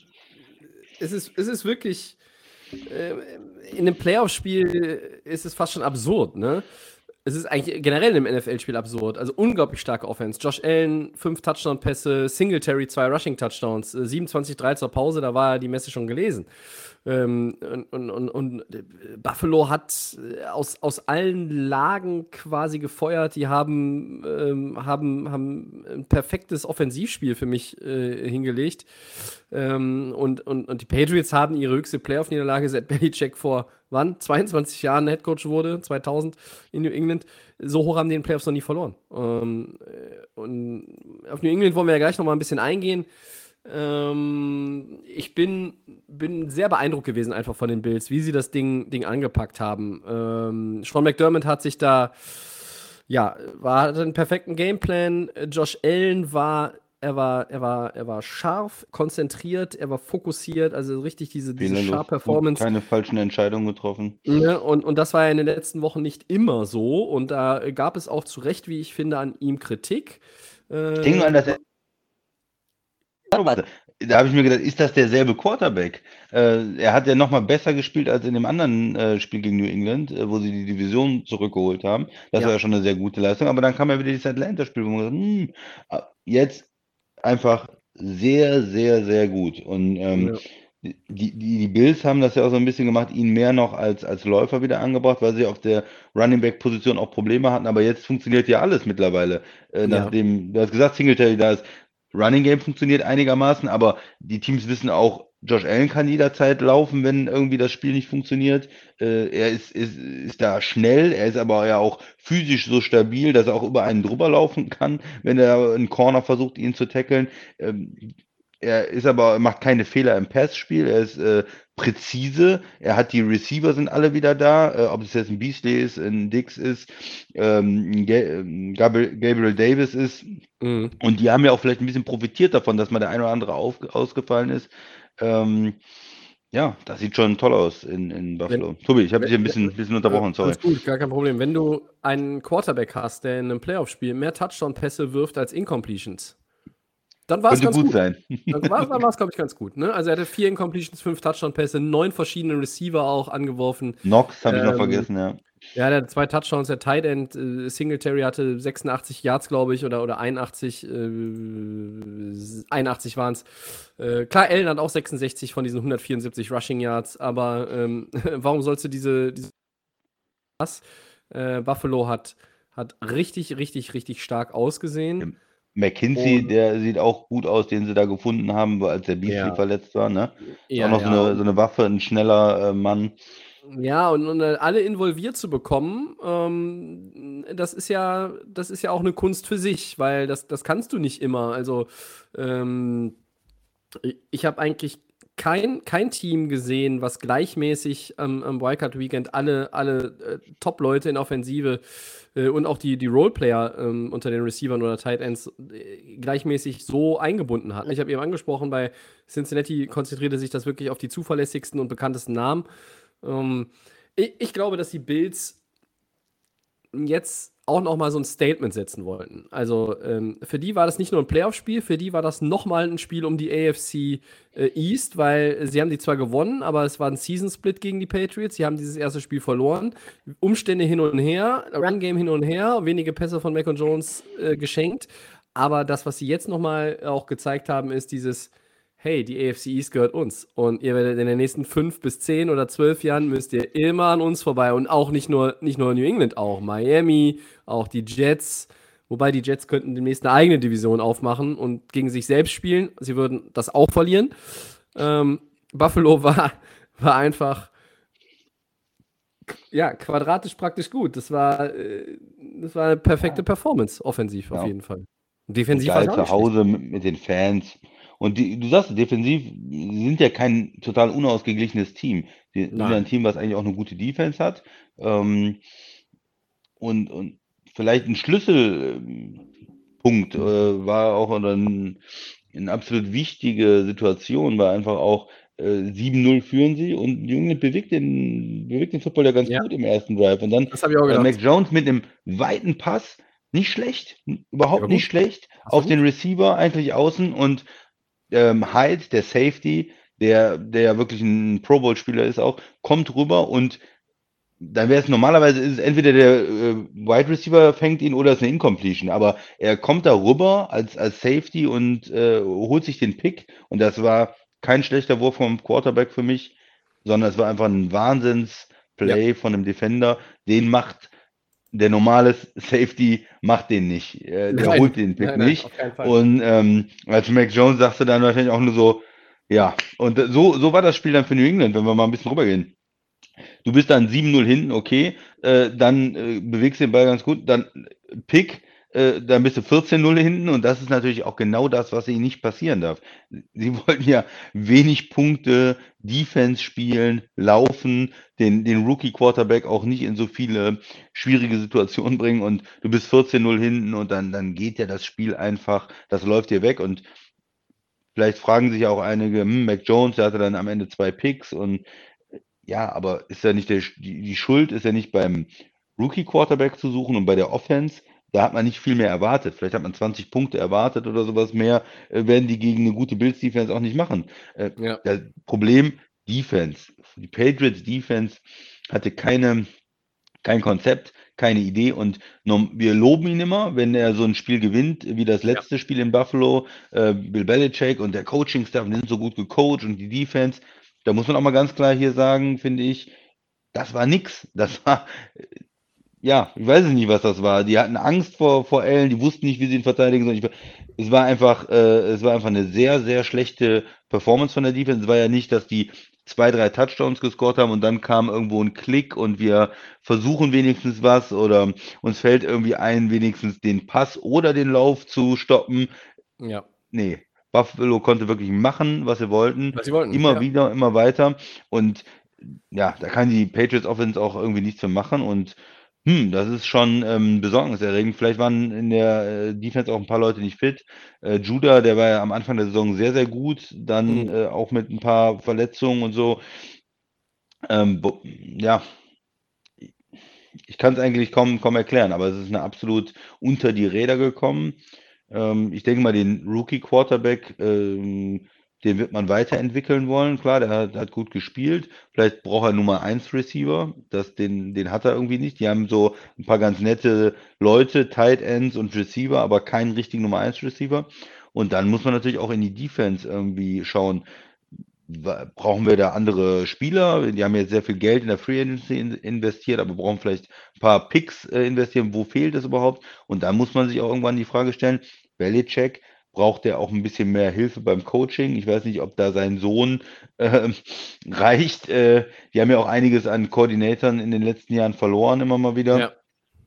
es ist, es ist wirklich, äh, in einem Playoff-Spiel ist es fast schon absurd, ne? Es ist eigentlich generell im N F L-Spiel absurd. Also unglaublich starke Offense. Josh Allen, fünf Touchdown-Pässe, Singletary, zwei Rushing-Touchdowns, äh, siebenundzwanzig drei zur Pause, da war die Messe schon gelesen. Ähm, und, und, und, und Buffalo hat äh, aus, aus allen Lagen quasi gefeuert. Die haben, ähm, haben, haben ein perfektes Offensivspiel für mich äh, hingelegt. Ähm, und, und, und die Patriots haben ihre höchste Playoff-Niederlage seit Belichick vor wann? zweiundzwanzig Jahren Headcoach wurde, zweitausend in New England. So hoch haben die in den Playoffs noch nie verloren. Ähm, und auf New England wollen wir ja gleich noch mal ein bisschen eingehen. Ähm, ich bin, bin sehr beeindruckt gewesen einfach von den Bills, wie sie das Ding, Ding angepackt haben. Ähm, Sean McDermott hat sich da, ja, war, hatte einen perfekten Gameplan. Josh Allen war er war, er war, er war scharf, konzentriert, er war fokussiert, also richtig diese, diese Fehlerlos, Sharp gut, Performance. keine falschen Entscheidungen getroffen. Ne? Und, und das war ja in den letzten Wochen nicht immer so. Und da gab es auch zu Recht, wie ich finde, an ihm Kritik. Ich denke nur an Äh, das. Da habe ich mir gedacht, ist das derselbe Quarterback? Äh, er hat ja noch mal besser gespielt als in dem anderen äh, Spiel gegen New England, äh, wo sie die Division zurückgeholt haben. Das Ja. war ja schon eine sehr gute Leistung. Aber dann kam ja wieder dieses Atlanta-Spiel, wo man gesagt, hm, ah, jetzt einfach sehr, sehr, sehr gut. Und ähm, Ja. die, die, die Bills haben das ja auch so ein bisschen gemacht, ihn mehr noch als, als Läufer wieder angebracht, weil sie auf der Running Back-Position auch Probleme hatten. Aber jetzt funktioniert ja alles mittlerweile. Äh, Ja. nachdem, du hast gesagt, Singletary da ist. Running Game funktioniert einigermaßen, aber die Teams wissen auch, Josh Allen kann jederzeit laufen, wenn irgendwie das Spiel nicht funktioniert. Äh, er ist, ist, ist da schnell, er ist aber ja auch physisch so stabil, dass er auch über einen drüber laufen kann, wenn er einen Corner versucht, ihn zu tackeln. Ähm, er ist aber, macht keine Fehler im Passspiel, er ist äh, präzise, er hat die Receiver sind alle wieder da, äh, ob es jetzt ein Beasley ist, ein Dix ist, ähm, ein Ga- ähm, Gabriel, Gabriel Davis ist. Mhm. Und die haben ja auch vielleicht ein bisschen profitiert davon, dass mal der ein oder andere auf, ausgefallen ist. Ähm, ja, das sieht schon toll aus in, in Buffalo. Wenn, Tobi, ich habe dich wenn, ein bisschen, bisschen unterbrochen, sorry. Alles gut, gar kein Problem. Wenn du einen Quarterback hast, der in einem Playoff-Spiel mehr Touchdown-Pässe wirft als Incompletions, dann war es Könnte ganz gut gut. sein. Dann war, dann war es, glaube ich, ganz gut. Ne? Also er hatte vier Incompletions, fünf Touchdown-Pässe, neun verschiedene Receiver auch angeworfen. Knox habe ich noch Ähm, vergessen, ja. Ja, der hat zwei Touchdowns, der Tight End, äh, Singletary hatte sechsundachtzig Yards, glaube ich, oder, oder einundachtzig, äh, einundachtzig waren es. Äh, klar, Allen hat auch sechsundsechzig von diesen hundertvierundsiebzig Rushing Yards, aber ähm, warum sollst du diese, diese was? Äh, Buffalo hat, hat richtig, richtig, richtig stark ausgesehen. McKinsey, Und- der sieht auch gut aus, den sie da gefunden haben, als der Beasley Ja. verletzt war, ne? Ist Ja, auch noch ja, so, eine, und- so eine Waffe, ein schneller äh, Mann. Ja, und, und äh, alle involviert zu bekommen, ähm, das ist ja, das ist ja auch eine Kunst für sich, weil das, das kannst du nicht immer. Also, ähm, ich- ich habe eigentlich kein, kein Team gesehen, was gleichmäßig ähm, am Wildcard Weekend alle, alle äh, Top-Leute in Offensive äh, und auch die, die Roleplayer ähm, unter den Receivern oder Tight Ends äh, gleichmäßig so eingebunden hat. Ich habe eben angesprochen, bei Cincinnati konzentrierte sich das wirklich auf die zuverlässigsten und bekanntesten Namen. Ähm, ich, ich glaube, dass die Bills jetzt auch noch mal so ein Statement setzen wollten. Also ähm, für die war das nicht nur ein Playoff-Spiel, für die war das noch mal ein Spiel um die A F C äh, East, weil sie haben die zwar gewonnen, aber es war ein Season-Split gegen die Patriots. Sie haben dieses erste Spiel verloren. Umstände hin und her, Run-Game hin und her, wenige Pässe von Mac und Jones äh, geschenkt. Aber das, was sie jetzt noch mal auch gezeigt haben, ist dieses hey, die A F C East gehört uns. Und ihr werdet in den nächsten fünf bis zehn oder zwölf Jahren müsst ihr immer an uns vorbei. Und auch nicht nur, nicht nur New England, auch Miami, auch die Jets. Wobei die Jets könnten demnächst eine eigene Division aufmachen und gegen sich selbst spielen. Sie würden das auch verlieren. Ähm, Buffalo war, war einfach ja, quadratisch praktisch gut. Das war, äh, das war eine perfekte Performance, offensiv auf Ja. jeden Fall. Defensiv war Geil es auch zu nicht schlecht. Hause mit, mit den Fans. Und die, du sagst, defensiv sie sind ja kein total unausgeglichenes Team. Die sind ja Nein. ein Team, was eigentlich auch eine gute Defense hat. Ähm, und, und vielleicht ein Schlüsselpunkt äh, war auch oder ein, eine absolut wichtige Situation, war einfach auch äh, sieben null führen sie und New England bewegt den, bewegt den Football ja ganz Ja. gut im ersten Drive. Und dann Das habe ich auch äh, gedacht. Mac Jones mit einem weiten Pass, nicht schlecht, n- überhaupt war nicht gut. schlecht, Das war auf den Receiver eigentlich außen und ähm, Hyde, der Safety, der, der ja wirklich ein Pro Bowl-Spieler ist auch, kommt rüber und dann wäre es normalerweise ist es entweder der äh, Wide Receiver fängt ihn oder es ist eine Incompletion, aber er kommt da rüber als, als Safety und äh, holt sich den Pick und das war kein schlechter Wurf vom Quarterback für mich, sondern es war einfach ein Wahnsinns-Play von einem Defender, den macht der normale Safety macht den nicht, äh, der Nein, holt den Pick nein, nein, nicht auf keinen Fall. und ähm, als Mac Jones sagte dann wahrscheinlich auch nur so, ja, und so, so war das Spiel dann für New England, wenn wir mal ein bisschen rübergehen. Du bist dann sieben null hinten, okay, äh, dann äh, bewegst du den Ball ganz gut, dann Pick, äh, dann bist du vierzehn null hinten und das ist natürlich auch genau das, was ihnen nicht passieren darf. Sie wollten ja wenig Punkte Defense spielen, laufen, den, den Rookie-Quarterback auch nicht in so viele schwierige Situationen bringen und du bist vierzehn null hinten und dann, dann geht ja das Spiel einfach, das läuft dir weg und vielleicht fragen sich auch einige, hm, Mac Jones, der hatte dann am Ende zwei Picks und ja, aber ist ja nicht der, die, die Schuld ist ja nicht beim Rookie-Quarterback zu suchen und bei der Offense. Da hat man nicht viel mehr erwartet. Vielleicht hat man zwanzig Punkte erwartet oder sowas mehr, äh, werden die gegen eine gute Bills-Defense auch nicht machen. Äh, Ja. das Problem, Defense. Die Patriots Defense hatte keine, kein Konzept, keine Idee und nom- wir loben ihn immer, wenn er so ein Spiel gewinnt, wie das Ja. letzte Spiel in Buffalo, äh, Bill Belichick und der Coaching-Staff, die sind so gut gecoacht und die Defense. Da muss man auch mal ganz klar hier sagen, finde ich, das war nix. Das war, ja, ich weiß es nicht, was das war. Die hatten Angst vor, vor Allen, die wussten nicht, wie sie ihn verteidigen sollen. Ich, es war einfach, äh, es war einfach eine sehr, sehr schlechte Performance von der Defense. Es war ja nicht, dass die zwei, drei Touchdowns gescored haben und dann kam irgendwo ein Klick und wir versuchen wenigstens was oder uns fällt irgendwie ein, wenigstens den Pass oder den Lauf zu stoppen. Ja. Nee, Buffalo konnte wirklich machen, was sie wollten. Was sie wollten. Immer Ja. wieder, immer weiter. Und ja, da kann die Patriots Offense auch irgendwie nichts für machen. Und hm, das ist schon ähm, besorgniserregend. Vielleicht waren in der äh, Defense auch ein paar Leute nicht fit. Äh, Judah, der war ja am Anfang der Saison sehr, sehr gut. Dann Mhm. äh, auch mit ein paar Verletzungen und so. Ähm, bo- ja, ich kann es eigentlich kaum, kaum erklären, aber es ist eine absolut unter die Räder gekommen. Ähm, ich denke mal, den Rookie-Quarterback, ähm, den wird man weiterentwickeln wollen. Klar, der hat, hat gut gespielt. Vielleicht braucht er Nummer eins Receiver. Das, den, den hat er irgendwie nicht. Die haben so ein paar ganz nette Leute, Tight Ends und Receiver, aber keinen richtigen Nummer eins Receiver. Und dann muss man natürlich auch in die Defense irgendwie schauen. Wa- Brauchen wir da andere Spieler? Die haben jetzt sehr viel Geld in der Free Agency in, investiert, aber brauchen vielleicht ein paar Picks äh, investieren. Wo fehlt es überhaupt? Und dann muss man sich auch irgendwann die Frage stellen, Belichick, braucht der auch ein bisschen mehr Hilfe beim Coaching? Ich weiß nicht, ob da sein Sohn ähm, reicht. Äh, die haben ja auch einiges an Koordinatoren in den letzten Jahren verloren, immer mal wieder. Ja.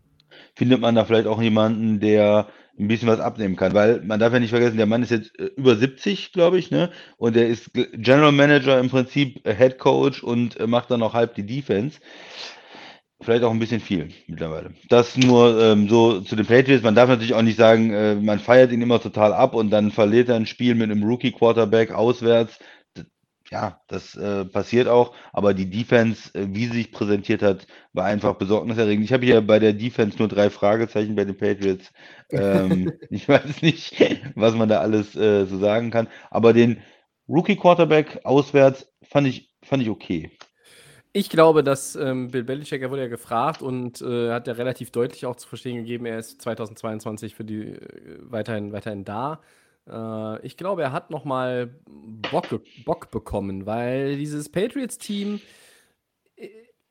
Findet man da vielleicht auch jemanden, der ein bisschen was abnehmen kann, weil man darf ja nicht vergessen, der Mann ist jetzt äh, über siebzig, glaube ich, ne? Und der ist G- General Manager im Prinzip, äh, Head Coach und äh, macht dann auch halb die Defense. Vielleicht auch ein bisschen viel mittlerweile. Das nur ähm, so zu den Patriots. Man darf natürlich auch nicht sagen, äh, man feiert ihn immer total ab und dann verliert er ein Spiel mit einem Rookie-Quarterback auswärts. D- Ja, das äh, passiert auch, aber die Defense, äh, wie sie sich präsentiert hat, war einfach besorgniserregend. Ich habe hier bei der Defense nur drei Fragezeichen bei den Patriots. Ähm, ich weiß nicht, was man da alles äh, so sagen kann, aber den Rookie-Quarterback auswärts fand ich, fand ich okay. Ich glaube, dass ähm, Bill Belichick, er wurde ja gefragt und äh, hat ja relativ deutlich auch zu verstehen gegeben, er ist zweitausendzweiundzwanzig für die äh, weiterhin, weiterhin da. Äh, ich glaube, er hat noch mal Bock, ge- Bock bekommen, weil dieses Patriots-Team, äh,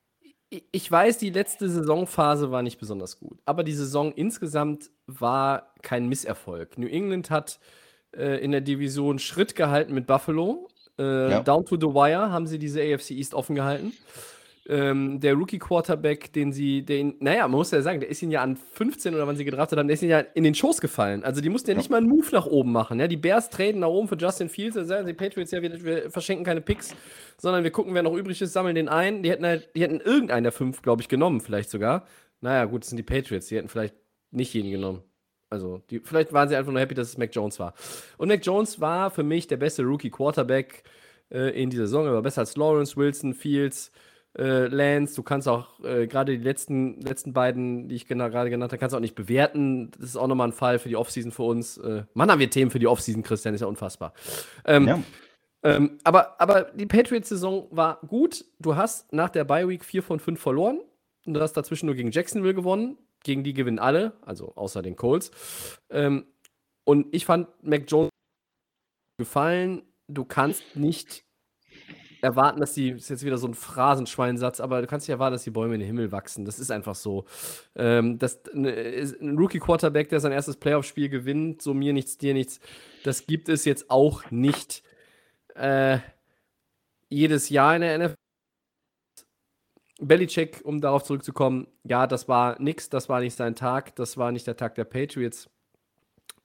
ich ich weiß, die letzte Saisonphase war nicht besonders gut, aber die Saison insgesamt war kein Misserfolg. New England hat äh, in der Division Schritt gehalten mit Buffalo. Äh, Ja. down to the wire haben sie diese A F C East offen gehalten. Ähm, der Rookie-Quarterback, den sie, den, naja, man muss ja sagen, der ist ihnen ja an fünfzehn oder wann sie gedraftet haben, der ist ihnen ja in den Schoß gefallen. Also die mussten ja Ja. nicht mal einen Move nach oben machen. Ja? Die Bears traden nach oben für Justin Fields, dann sagen die Patriots ja, wir, wir verschenken keine Picks, sondern wir gucken, wer noch übrig ist, sammeln den ein. Die hätten halt, die hätten irgendeinen der fünf, glaube ich, genommen, vielleicht sogar. Naja, gut, das sind die Patriots, die hätten vielleicht nicht jeden genommen. Also, die, vielleicht waren sie einfach nur happy, dass es Mac Jones war. Und Mac Jones war für mich der beste Rookie-Quarterback äh, in dieser Saison. Er war besser als Lawrence, Wilson, Fields, äh, Lance. Du kannst auch äh, gerade die letzten, letzten beiden, die ich gena- gerade genannt habe, kannst du auch nicht bewerten. Das ist auch nochmal ein Fall für die Offseason für uns. Äh, Mann, haben wir Themen für die Offseason, Christian, ist ja unfassbar. Ähm, Ja. ähm, aber, aber die Patriots-Saison war gut. Du hast nach der Bye-Week vier von fünf verloren. Und du hast dazwischen nur gegen Jacksonville gewonnen. Gegen die gewinnen alle, also außer den Colts. Ähm, und ich fand Mac Jones gefallen. Du kannst nicht erwarten, dass die, das ist jetzt wieder so ein Phrasenschweinsatz, aber du kannst nicht erwarten, dass die Bäume in den Himmel wachsen. Das ist einfach so. Ähm, das, ne, ist ein Rookie-Quarterback, der sein erstes Playoff-Spiel gewinnt, so mir nichts, dir nichts, das gibt es jetzt auch nicht äh, jedes Jahr in der N F L. Belichick, um darauf zurückzukommen, ja, das war nix, das war nicht sein Tag, das war nicht der Tag der Patriots.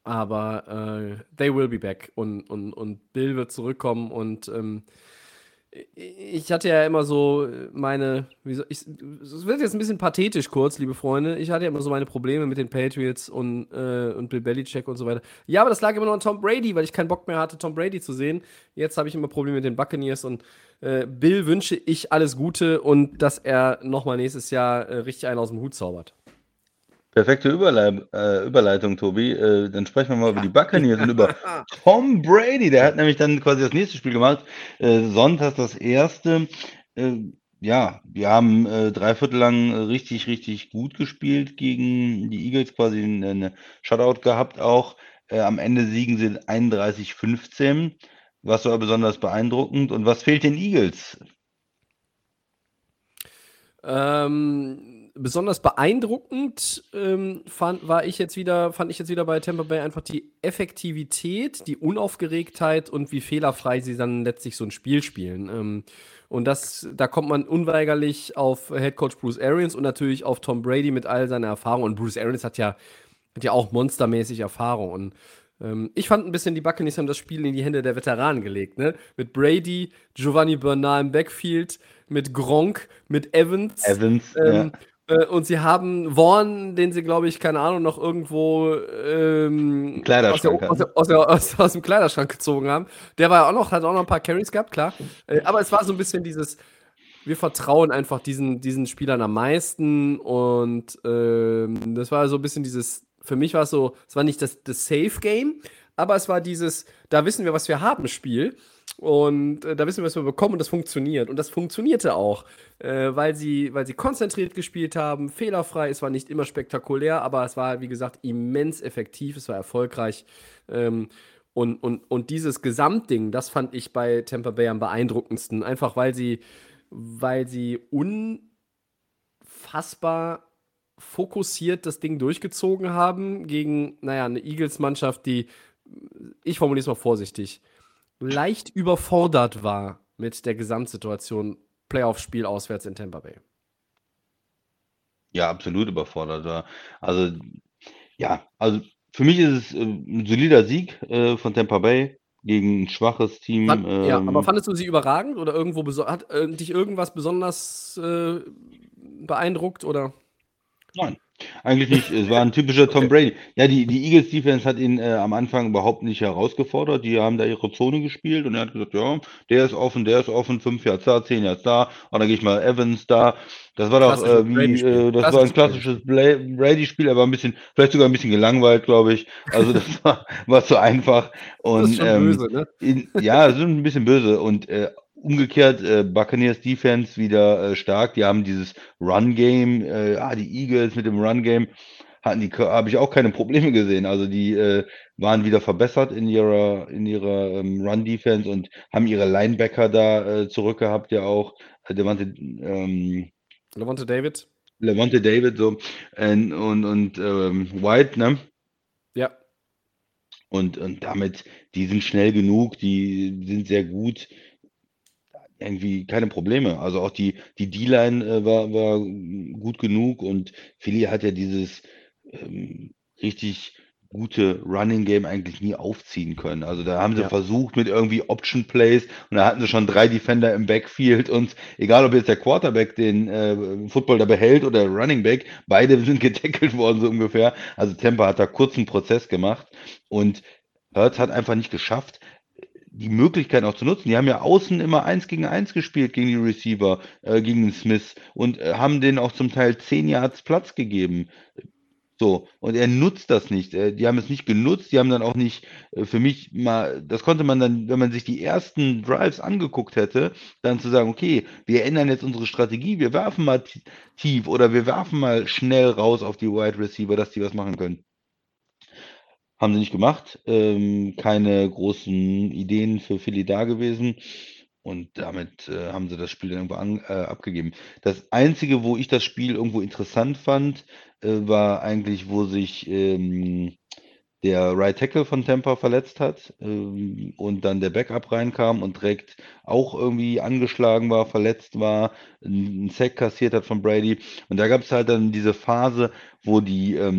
Aber äh, they will be back und, und, und Bill wird zurückkommen und ähm, Ich hatte ja immer so meine, wie soll ich, es wird jetzt ein bisschen pathetisch kurz, liebe Freunde. Ich hatte ja immer so meine Probleme mit den Patriots und, äh, und Bill Belichick und so weiter. Ja, aber das lag immer noch an Tom Brady, weil ich keinen Bock mehr hatte, Tom Brady zu sehen. Jetzt habe ich immer Probleme mit den Buccaneers und äh, Bill wünsche ich alles Gute und dass er nochmal nächstes Jahr äh, richtig einen aus dem Hut zaubert. Perfekte Überlei äh, Überleitung, Tobi. Äh, dann sprechen wir mal über die Buccaneers und über Ja. Tom Brady. Der hat nämlich dann quasi das nächste Spiel gemacht. Äh, Sonntag das erste. Äh, ja, wir haben äh, drei Viertel lang äh, richtig, richtig gut gespielt gegen die Eagles, quasi eine, eine Shutout gehabt auch. Äh, am Ende siegen sie einunddreißig fünfzehn. Was war besonders beeindruckend und was fehlt den Eagles? Ähm, besonders beeindruckend ähm, fand, war ich jetzt wieder, fand ich jetzt wieder bei Tampa Bay einfach die Effektivität, die Unaufgeregtheit und wie fehlerfrei sie dann letztlich so ein Spiel spielen. Ähm, und das, da kommt man unweigerlich auf Head Coach Bruce Arians und natürlich auf Tom Brady mit all seiner Erfahrung. Und Bruce Arians hat ja, hat ja auch monstermäßig Erfahrung. Und ähm, ich fand ein bisschen, die Buccaneers haben das Spiel in die Hände der Veteranen gelegt, ne? Mit Brady, Giovanni Bernal im Backfield, mit Gronk, mit Evans. Evans, ja. Ähm, äh, und sie haben Vaughn, den sie, glaube ich, keine Ahnung, noch irgendwo ähm, aus, der, Kleiderschrank aus, der, hatten. aus, der, aus, aus dem Kleiderschrank gezogen haben. Der war ja auch noch, hat auch noch ein paar Carries gehabt, klar. Äh, aber es war so ein bisschen dieses, wir vertrauen einfach diesen, diesen Spielern am meisten. Und ähm, das war so ein bisschen dieses, für mich war es so, es war nicht das, das Safe-Game, aber es war dieses, da wissen wir, was wir haben, Spiel. Und äh, da wissen wir, was wir bekommen und das funktioniert. Und das funktionierte auch, äh, weil, sie, weil sie konzentriert gespielt haben, fehlerfrei. Es war nicht immer spektakulär, aber es war, wie gesagt, immens effektiv, es war erfolgreich. Ähm, und, und, und dieses Gesamtding, das fand ich bei Tampa Bay am beeindruckendsten. Einfach weil sie, weil sie unfassbar fokussiert das Ding durchgezogen haben gegen, naja, eine Eagles-Mannschaft, die, ich formuliere es mal vorsichtig, leicht überfordert war mit der Gesamtsituation Playoff-Spiel auswärts in Tampa Bay. Ja, absolut überfordert war. Also, ja, also für mich ist es äh, ein solider Sieg äh, von Tampa Bay gegen ein schwaches Team. Fand, ja, aber Ähm, fandest du sie überragend oder irgendwo beso- hat äh, dich irgendwas besonders äh, beeindruckt oder? nein, eigentlich nicht. Es war ein typischer Tom Okay. Brady. Ja, die, die Eagles Defense hat ihn äh, am Anfang überhaupt nicht herausgefordert. Die haben da ihre Zone gespielt und er hat gesagt, ja, der ist offen, der ist offen, fünf Yards da, zehn Yards da, und dann gehe ich mal Evans da. Das war doch Klassisches äh, wie, Brady-Spiel. äh, das war ein Klassisches klassisches Brady-Spiel. Bla- Brady-Spiel. Er war ein bisschen, vielleicht sogar ein bisschen gelangweilt, glaube ich. Also das war, war zu einfach. Das ist Und schon ähm, böse, ne? in, ja, sind ein bisschen böse. Und äh, umgekehrt, äh, Buccaneers Defense wieder äh, stark. Die haben dieses Run-Game, äh, ah, die Eagles mit dem Run-Game hatten die, habe ich auch keine Probleme gesehen. Also die äh, waren wieder verbessert in ihrer, in ihrer ähm, Run-Defense und haben ihre Linebacker da äh, zurückgehabt, ja auch. Äh, Devontae, ähm, Lavonte David? Lavonte David so und, und, und ähm, White, ne? Ja. Und, und damit, die sind schnell genug, die sind sehr gut. Irgendwie keine Probleme. Also auch die, die D-Line äh, war, war gut genug und Philly hat ja dieses ähm, richtig gute Running Game eigentlich nie aufziehen können. Also da haben sie Ja. versucht mit irgendwie Option Plays und da hatten sie schon drei Defender im Backfield und egal ob jetzt der Quarterback den äh, Football da behält oder der Running Back, beide sind getackelt worden so ungefähr. Also Tampa hat da kurzen Prozess gemacht und Hurts hat einfach nicht geschafft, die Möglichkeit auch zu nutzen. Die haben ja außen immer eins gegen eins gespielt gegen die Receiver, äh, gegen den Smith und äh, haben denen auch zum Teil zehn Yards Platz gegeben. So, und er nutzt das nicht. Äh, die haben es nicht genutzt, die haben dann auch nicht, äh, für mich mal, das konnte man dann, wenn man sich die ersten Drives angeguckt hätte, dann zu sagen, okay, wir ändern jetzt unsere Strategie, wir werfen mal t- tief oder wir werfen mal schnell raus auf die Wide Receiver, dass die was machen können. Haben sie nicht gemacht. Ähm, keine großen Ideen für Philly da gewesen. Und damit äh, haben sie das Spiel dann irgendwo an, äh, abgegeben. Das Einzige, wo ich das Spiel irgendwo interessant fand, äh, war eigentlich, wo sich ähm, der Right Tackle von Tampa verletzt hat ähm, und dann der Backup reinkam und direkt auch irgendwie angeschlagen war, verletzt war, einen Sack kassiert hat von Brady. Und da gab es halt dann diese Phase, wo die ähm,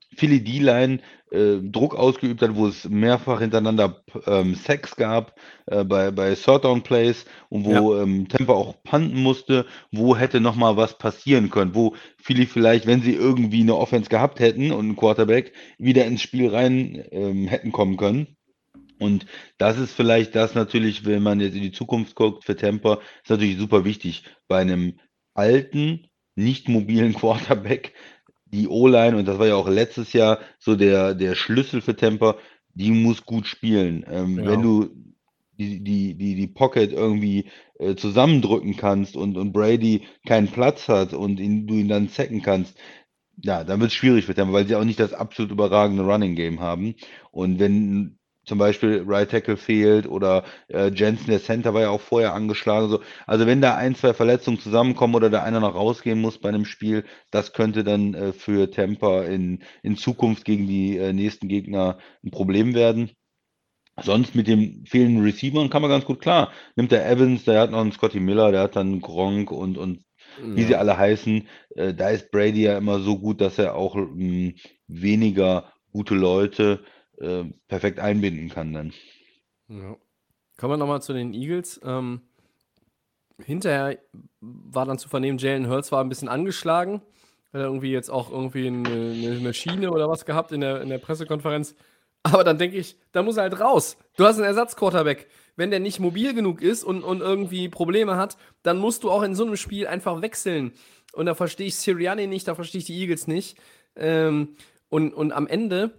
Philly D-Line äh, Druck ausgeübt hat, wo es mehrfach hintereinander ähm, Sacks gab äh, bei, bei Third-Down-Plays und Ja. wo ähm, Tampa auch punten musste, wo hätte nochmal was passieren können, wo Philly vielleicht, wenn sie irgendwie eine Offense gehabt hätten und einen Quarterback, wieder ins Spiel rein ähm, hätten kommen können. Und das ist vielleicht das natürlich, wenn man jetzt in die Zukunft guckt, für Tampa, ist natürlich super wichtig, bei einem alten, nicht mobilen Quarterback die O-Line, und das war ja auch letztes Jahr so der, der Schlüssel für Tampa, die muss gut spielen. Ähm, wenn Ja. du die, die, die, die Pocket irgendwie äh, zusammendrücken kannst und, und Brady keinen Platz hat und ihn, du ihn dann sacken kannst, ja, dann wird es schwierig für Tampa, weil sie auch nicht das absolut überragende Running Game haben. Und wenn zum Beispiel Right Tackle fehlt oder äh, Jensen, der Center, war ja auch vorher angeschlagen. So. Also wenn da ein, zwei Verletzungen zusammenkommen oder da einer noch rausgehen muss bei einem Spiel, das könnte dann äh, für Tampa in, in Zukunft gegen die äh, nächsten Gegner ein Problem werden. Sonst mit den fehlenden Receivern kann man ganz gut klar. Nimmt der Evans, der hat noch einen Scotty Miller, der hat dann Gronk und, und wie sie Ja. alle heißen. Äh, da ist Brady ja immer so gut, dass er auch ähm, weniger gute Leute äh, perfekt einbinden kann dann. Ja. Kommen wir nochmal zu den Eagles. Ähm, hinterher war dann zu vernehmen, Jalen Hurts war ein bisschen angeschlagen. Hat er irgendwie jetzt auch irgendwie eine, eine, eine Schiene oder was gehabt in der, in der Pressekonferenz. Aber dann denke ich, da muss er halt raus. Du hast einen Ersatzquarterback. Wenn der nicht mobil genug ist und, und irgendwie Probleme hat, dann musst du auch in so einem Spiel einfach wechseln. Und da verstehe ich Sirianni nicht, da verstehe ich die Eagles nicht. Ähm, und, und am Ende,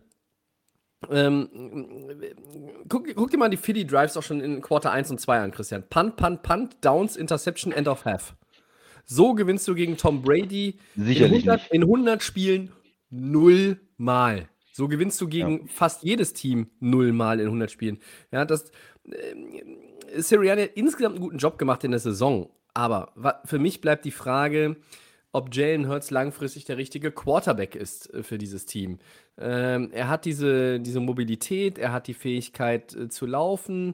ähm, guck, guck dir mal die Philly Drives auch schon in Quarter eins und zwei an, Christian. Punt, Punt, Punt, Downs, Interception, End of Half. So gewinnst du gegen Tom Brady in Sicherlich hundert, nicht. in hundert Spielen null Mal. So gewinnst du Ja. gegen fast jedes Team null Mal in hundert Spielen. Ja, das äh, Sirianni hat insgesamt einen guten Job gemacht in der Saison. Aber wa- für mich bleibt die Frage, ob Jalen Hurts langfristig der richtige Quarterback ist äh, für dieses Team. Ähm, er hat diese, diese Mobilität, er hat die Fähigkeit äh, zu laufen.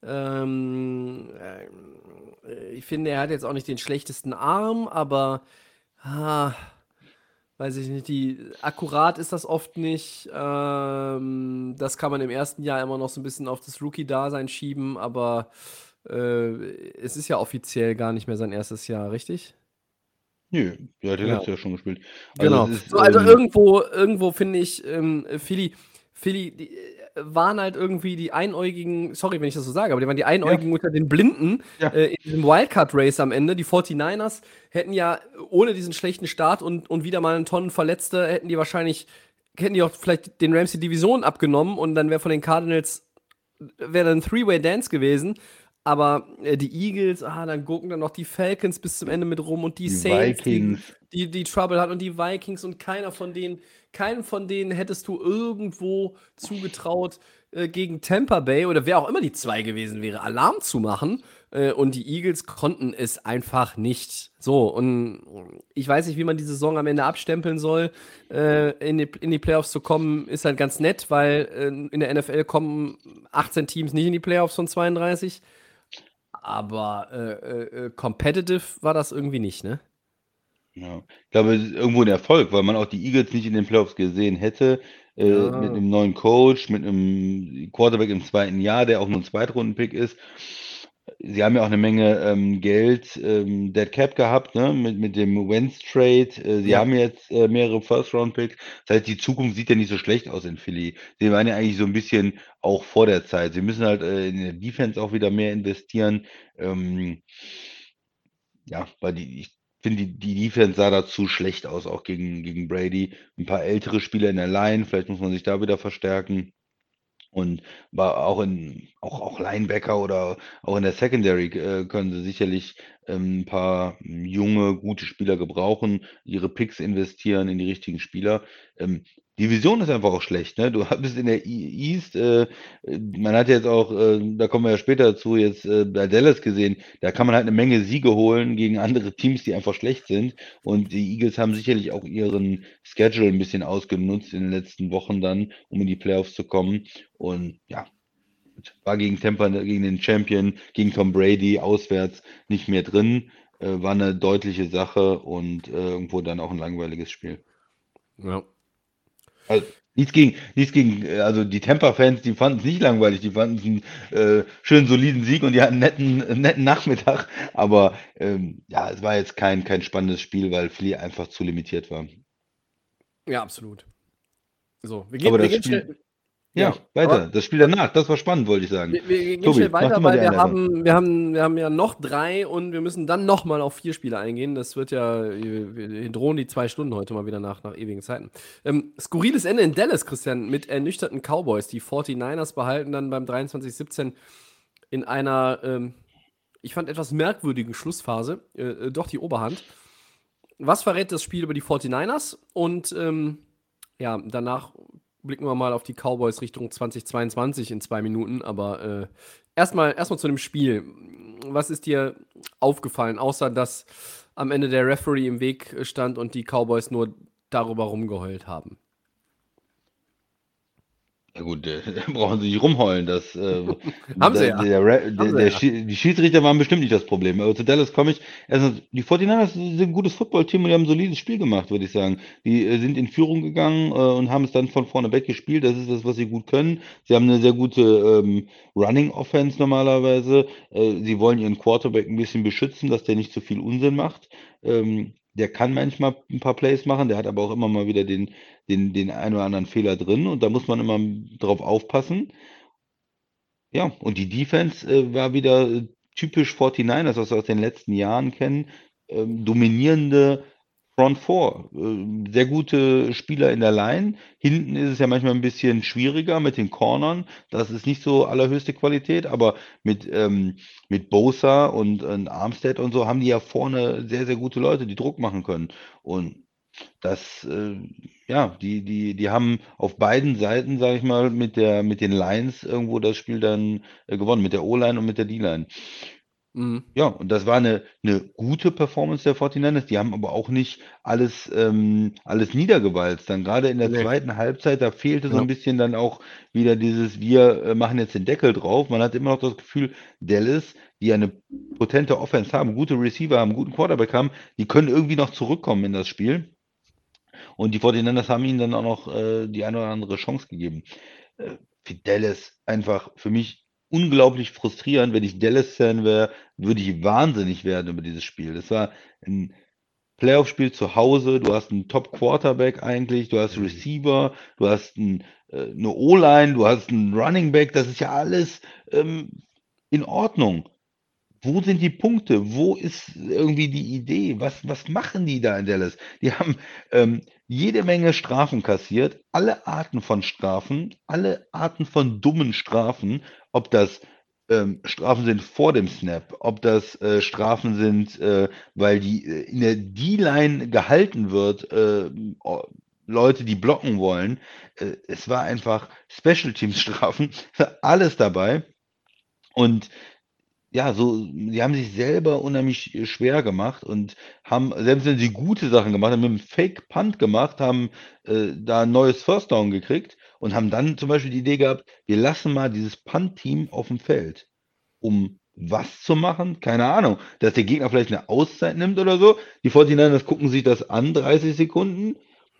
Ähm, äh, ich finde, er hat jetzt auch nicht den schlechtesten Arm, aber ah, weiß ich nicht, die, akkurat ist das oft nicht. Ähm, das kann man im ersten Jahr immer noch so ein bisschen auf das Rookie-Dasein schieben, aber äh, es ist ja offiziell gar nicht mehr sein erstes Jahr, richtig? Nö, der hat ja Ja. letztes Jahr schon gespielt. Also Genau. es ist, So, also ähm, irgendwo, irgendwo finde ich, ähm, Philly, Philly, die äh, waren halt irgendwie die Einäugigen, sorry, wenn ich das so sage, aber die waren die ja, Einäugigen unter den Blinden ja, äh, in diesem Wildcard-Race am Ende. Die forty-niners hätten ja ohne diesen schlechten Start und, und wieder mal einen Tonnen Verletzte, hätten die wahrscheinlich, hätten die auch vielleicht den Rams die Division abgenommen und dann wäre von den Cardinals, wäre ein Three-Way-Dance gewesen. Aber äh, die Eagles, ah, dann gucken dann noch die Falcons bis zum Ende mit rum und die, die Saints, die, Vikings. die, die Trouble hat und die Vikings und keiner von denen, keinen von denen hättest du irgendwo zugetraut, äh, gegen Tampa Bay oder wer auch immer die zwei gewesen wäre, Alarm zu machen. Äh, und die Eagles konnten es einfach nicht. So, und ich weiß nicht, wie man die Saison am Ende abstempeln soll. Äh, in, die, in die Playoffs zu kommen, ist halt ganz nett, weil äh, in der N F L kommen achtzehn Teams nicht in die Playoffs von zweiunddreißig. Aber äh, äh, competitive war das irgendwie nicht, ne? Ja. Ich glaube, es ist irgendwo ein Erfolg, weil man auch die Eagles nicht in den Playoffs gesehen hätte. Äh, mit Ja. einem neuen Coach, mit einem Quarterback im zweiten Jahr, der auch nur ein Zweitrunden-Pick ist. Sie haben ja auch eine Menge ähm, Geld, ähm, Dead Cap gehabt, ne? Mit, mit dem Wentz-Trade. Äh, sie Ja. haben jetzt äh, mehrere First-Round-Picks. Das heißt, die Zukunft sieht ja nicht so schlecht aus in Philly. Sie waren ja eigentlich so ein bisschen auch vor der Zeit. Sie müssen halt äh, in der Defense auch wieder mehr investieren. Ähm, ja, weil die, ich finde, die, die Defense sah da zu schlecht aus, auch gegen, gegen Brady. Ein paar ältere Spieler in der Line, vielleicht muss man sich da wieder verstärken. Und war auch in auch, auch Linebacker oder auch in der Secondary äh, können sie sicherlich ähm, ein paar ähm, junge, gute Spieler gebrauchen, ihre Picks investieren in die richtigen Spieler. Ähm, die Vision ist einfach auch schlecht, ne? Du bist in der E- East, äh, äh, man hat jetzt auch, äh, da kommen wir ja später dazu, jetzt äh, bei Dallas gesehen, da kann man halt eine Menge Siege holen gegen andere Teams, die einfach schlecht sind. Und die Eagles haben sicherlich auch ihren Schedule ein bisschen ausgenutzt in den letzten Wochen dann, um in die Playoffs zu kommen. Und ja, war gegen Tampa, gegen den Champion, gegen Tom Brady auswärts nicht mehr drin. Äh, war eine deutliche Sache und äh, irgendwo dann auch ein langweiliges Spiel. Ja. Also, nichts gegen, nichts gegen, äh, also die Tampa-Fans, die fanden es nicht langweilig, die fanden es einen äh, schönen, soliden Sieg und die hatten einen netten, einen netten Nachmittag. Aber ähm, ja, es war jetzt kein, kein spannendes Spiel, weil Philly einfach zu limitiert war. Ja, absolut. So, wir gehen, Aber wir das gehen Spiel, schnell. ja, Ja, weiter. aber Das Spiel danach, das war spannend, wollte ich sagen. wir, wir gehen Tobi, schnell mach weiter, du mal die weil wir Einleitung. haben, wir haben, wir haben ja noch drei und wir müssen dann nochmal auf vier Spiele eingehen. Das wird ja, wir, wir drohen die zwei Stunden heute mal wieder nach, nach ewigen Zeiten. Ähm, skurriles Ende in Dallas, Christian, mit ernüchterten Cowboys. Die forty-niners behalten dann beim dreiundzwanzig siebzehn in einer, ähm, ich fand, etwas merkwürdigen Schlussphase äh, doch die Oberhand. Was verrät das Spiel über die forty-niners? Und ähm, ja, danach blicken wir mal auf die Cowboys Richtung zwanzig zweiundzwanzig in zwei Minuten. Aber äh, erstmal erstmal zu dem Spiel. Was ist dir aufgefallen, außer dass am Ende der Referee im Weg stand und die Cowboys nur darüber rumgeheult haben? Ja gut, äh, brauchen sie nicht rumheulen. Das, äh, Haben sie der, ja. der, Re- der, Haben sie der, ja. Schi- die Schiedsrichter waren bestimmt nicht das Problem. Aber zu Dallas komme ich. Also die forty-niners sind ein gutes Footballteam und die haben ein solides Spiel gemacht, würde ich sagen. Die äh, sind in Führung gegangen äh, und haben es dann von vorne weg gespielt. Das ist das, was sie gut können. Sie haben eine sehr gute ähm, Running Offense normalerweise. Äh, sie wollen ihren Quarterback ein bisschen beschützen, dass der nicht zu viel Unsinn macht. Ähm, der kann manchmal ein paar Plays machen, der hat aber auch immer mal wieder den den, den einen oder anderen Fehler drin und da muss man immer drauf aufpassen. Ja, und die Defense äh, war wieder äh, typisch forty-niners, was wir aus den letzten Jahren kennen. Ähm, dominierende Front Four. Äh, sehr gute Spieler in der Line. Hinten ist es ja manchmal ein bisschen schwieriger mit den Cornern. Das ist nicht so allerhöchste Qualität, aber mit, ähm, mit Bosa und, und Armstead und so haben die ja vorne sehr, sehr gute Leute, die Druck machen können. Und das, äh, ja, die, die, die haben auf beiden Seiten, sage ich mal, mit der, mit den Lines irgendwo das Spiel dann äh, gewonnen, mit der O-Line und mit der D-Line. Mhm. Ja, und das war eine, eine gute Performance der forty-niners. Die haben aber auch nicht alles, ähm, alles niedergewalzt. Dann gerade in der Nee, zweiten Halbzeit, da fehlte so genau. ein bisschen dann auch wieder dieses, wir äh, machen jetzt den Deckel drauf. Man hat immer noch das Gefühl, Dallas, die eine potente Offense haben, gute Receiver haben, guten Quarterback haben, die können irgendwie noch zurückkommen in das Spiel. Und die forty-niners haben ihnen dann auch noch äh, die eine oder andere Chance gegeben. Äh, für Dallas einfach für mich unglaublich frustrierend. Wenn ich Dallas-Fan wäre, würde ich wahnsinnig werden über dieses Spiel. Das war ein Playoff-Spiel zu Hause. Du hast einen Top-Quarterback eigentlich, du hast Receiver, du hast ein, äh, eine O-Line, du hast einen Running Back. Das ist ja alles ähm, in Ordnung. Wo sind die Punkte? Wo ist irgendwie die Idee? Was, was machen die da in Dallas? Die haben ähm, jede Menge Strafen kassiert, alle Arten von Strafen, alle Arten von dummen Strafen, ob das ähm, Strafen sind vor dem Snap, ob das äh, Strafen sind, äh, weil die äh, in der D-Line gehalten wird, äh, o- Leute, die blocken wollen. Äh, es war einfach Special Teams Strafen, alles dabei. Und ja, so, die haben sich selber unheimlich äh, schwer gemacht und haben, selbst wenn sie gute Sachen gemacht haben, mit einem Fake Punt gemacht, haben äh, da ein neues First Down gekriegt und haben dann zum Beispiel die Idee gehabt, wir lassen mal dieses Punt-Team auf dem Feld, um was zu machen? Keine Ahnung, dass der Gegner vielleicht eine Auszeit nimmt oder so. Die forty-niners gucken sich das an, dreißig Sekunden,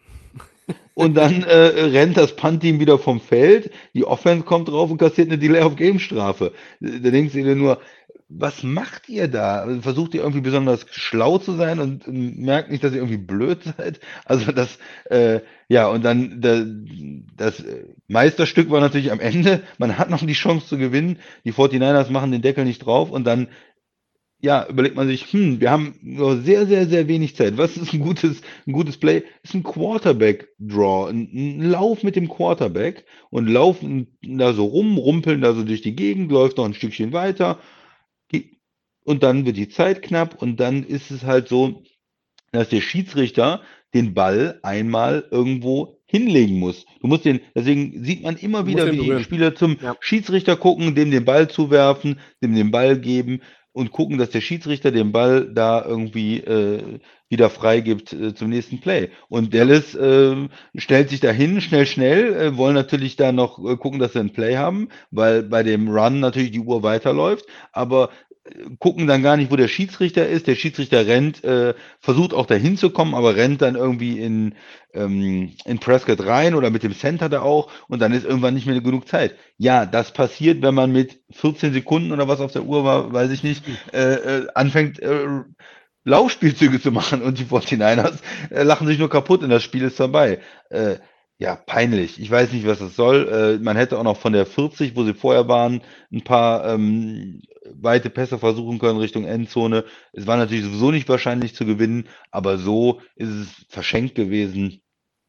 und dann äh, rennt das Punt-Team wieder vom Feld, die Offense kommt drauf und kassiert eine Delay-of-Game-Strafe. Da denkst du dir nur, was macht ihr da? Versucht ihr irgendwie besonders schlau zu sein und ähm, merkt nicht, dass ihr irgendwie blöd seid? Also das, äh, ja, und dann da, das äh, Meisterstück war natürlich am Ende. Man hat noch die Chance zu gewinnen. Die forty-niners machen den Deckel nicht drauf und dann ja, überlegt man sich, hm, wir haben nur sehr, sehr, sehr wenig Zeit. Was ist ein gutes, ein gutes Play? Ist ein Quarterback-Draw, ein, ein Lauf mit dem Quarterback und laufen da so rum, rumpeln da so durch die Gegend, läuft noch ein Stückchen weiter ge- und dann wird die Zeit knapp und dann ist es halt so, dass der Schiedsrichter den Ball einmal irgendwo hinlegen muss. Du musst den, deswegen sieht man immer Du musst wieder, den wie die berühren. Spieler zum Ja. Schiedsrichter gucken, dem den Ball zuwerfen, dem den Ball geben und gucken, dass der Schiedsrichter den Ball da irgendwie äh, wieder freigibt äh, zum nächsten Play. Und Ja. Dallas äh, stellt sich dahin, schnell, schnell, äh, wollen natürlich da noch äh, gucken, dass sie ein Play haben, weil bei dem Run natürlich die Uhr weiterläuft, aber gucken dann gar nicht, wo der Schiedsrichter ist. Der Schiedsrichter rennt, äh, versucht auch dahin zu kommen, aber rennt dann irgendwie in, ähm, in Prescott rein oder mit dem Center da auch und dann ist irgendwann nicht mehr genug Zeit. Ja, das passiert, wenn man mit vierzehn Sekunden oder was auf der Uhr war, weiß ich nicht, äh, äh, anfängt, äh, Laufspielzüge zu machen und die forty-niners äh, lachen sich nur kaputt und das Spiel ist vorbei. Äh, ja, peinlich. Ich weiß nicht, was das soll. Äh, man hätte auch noch von der vierzig, wo sie vorher waren, ein paar ähm, weite Pässe versuchen können Richtung Endzone. Es war natürlich sowieso nicht wahrscheinlich zu gewinnen, aber so ist es verschenkt gewesen.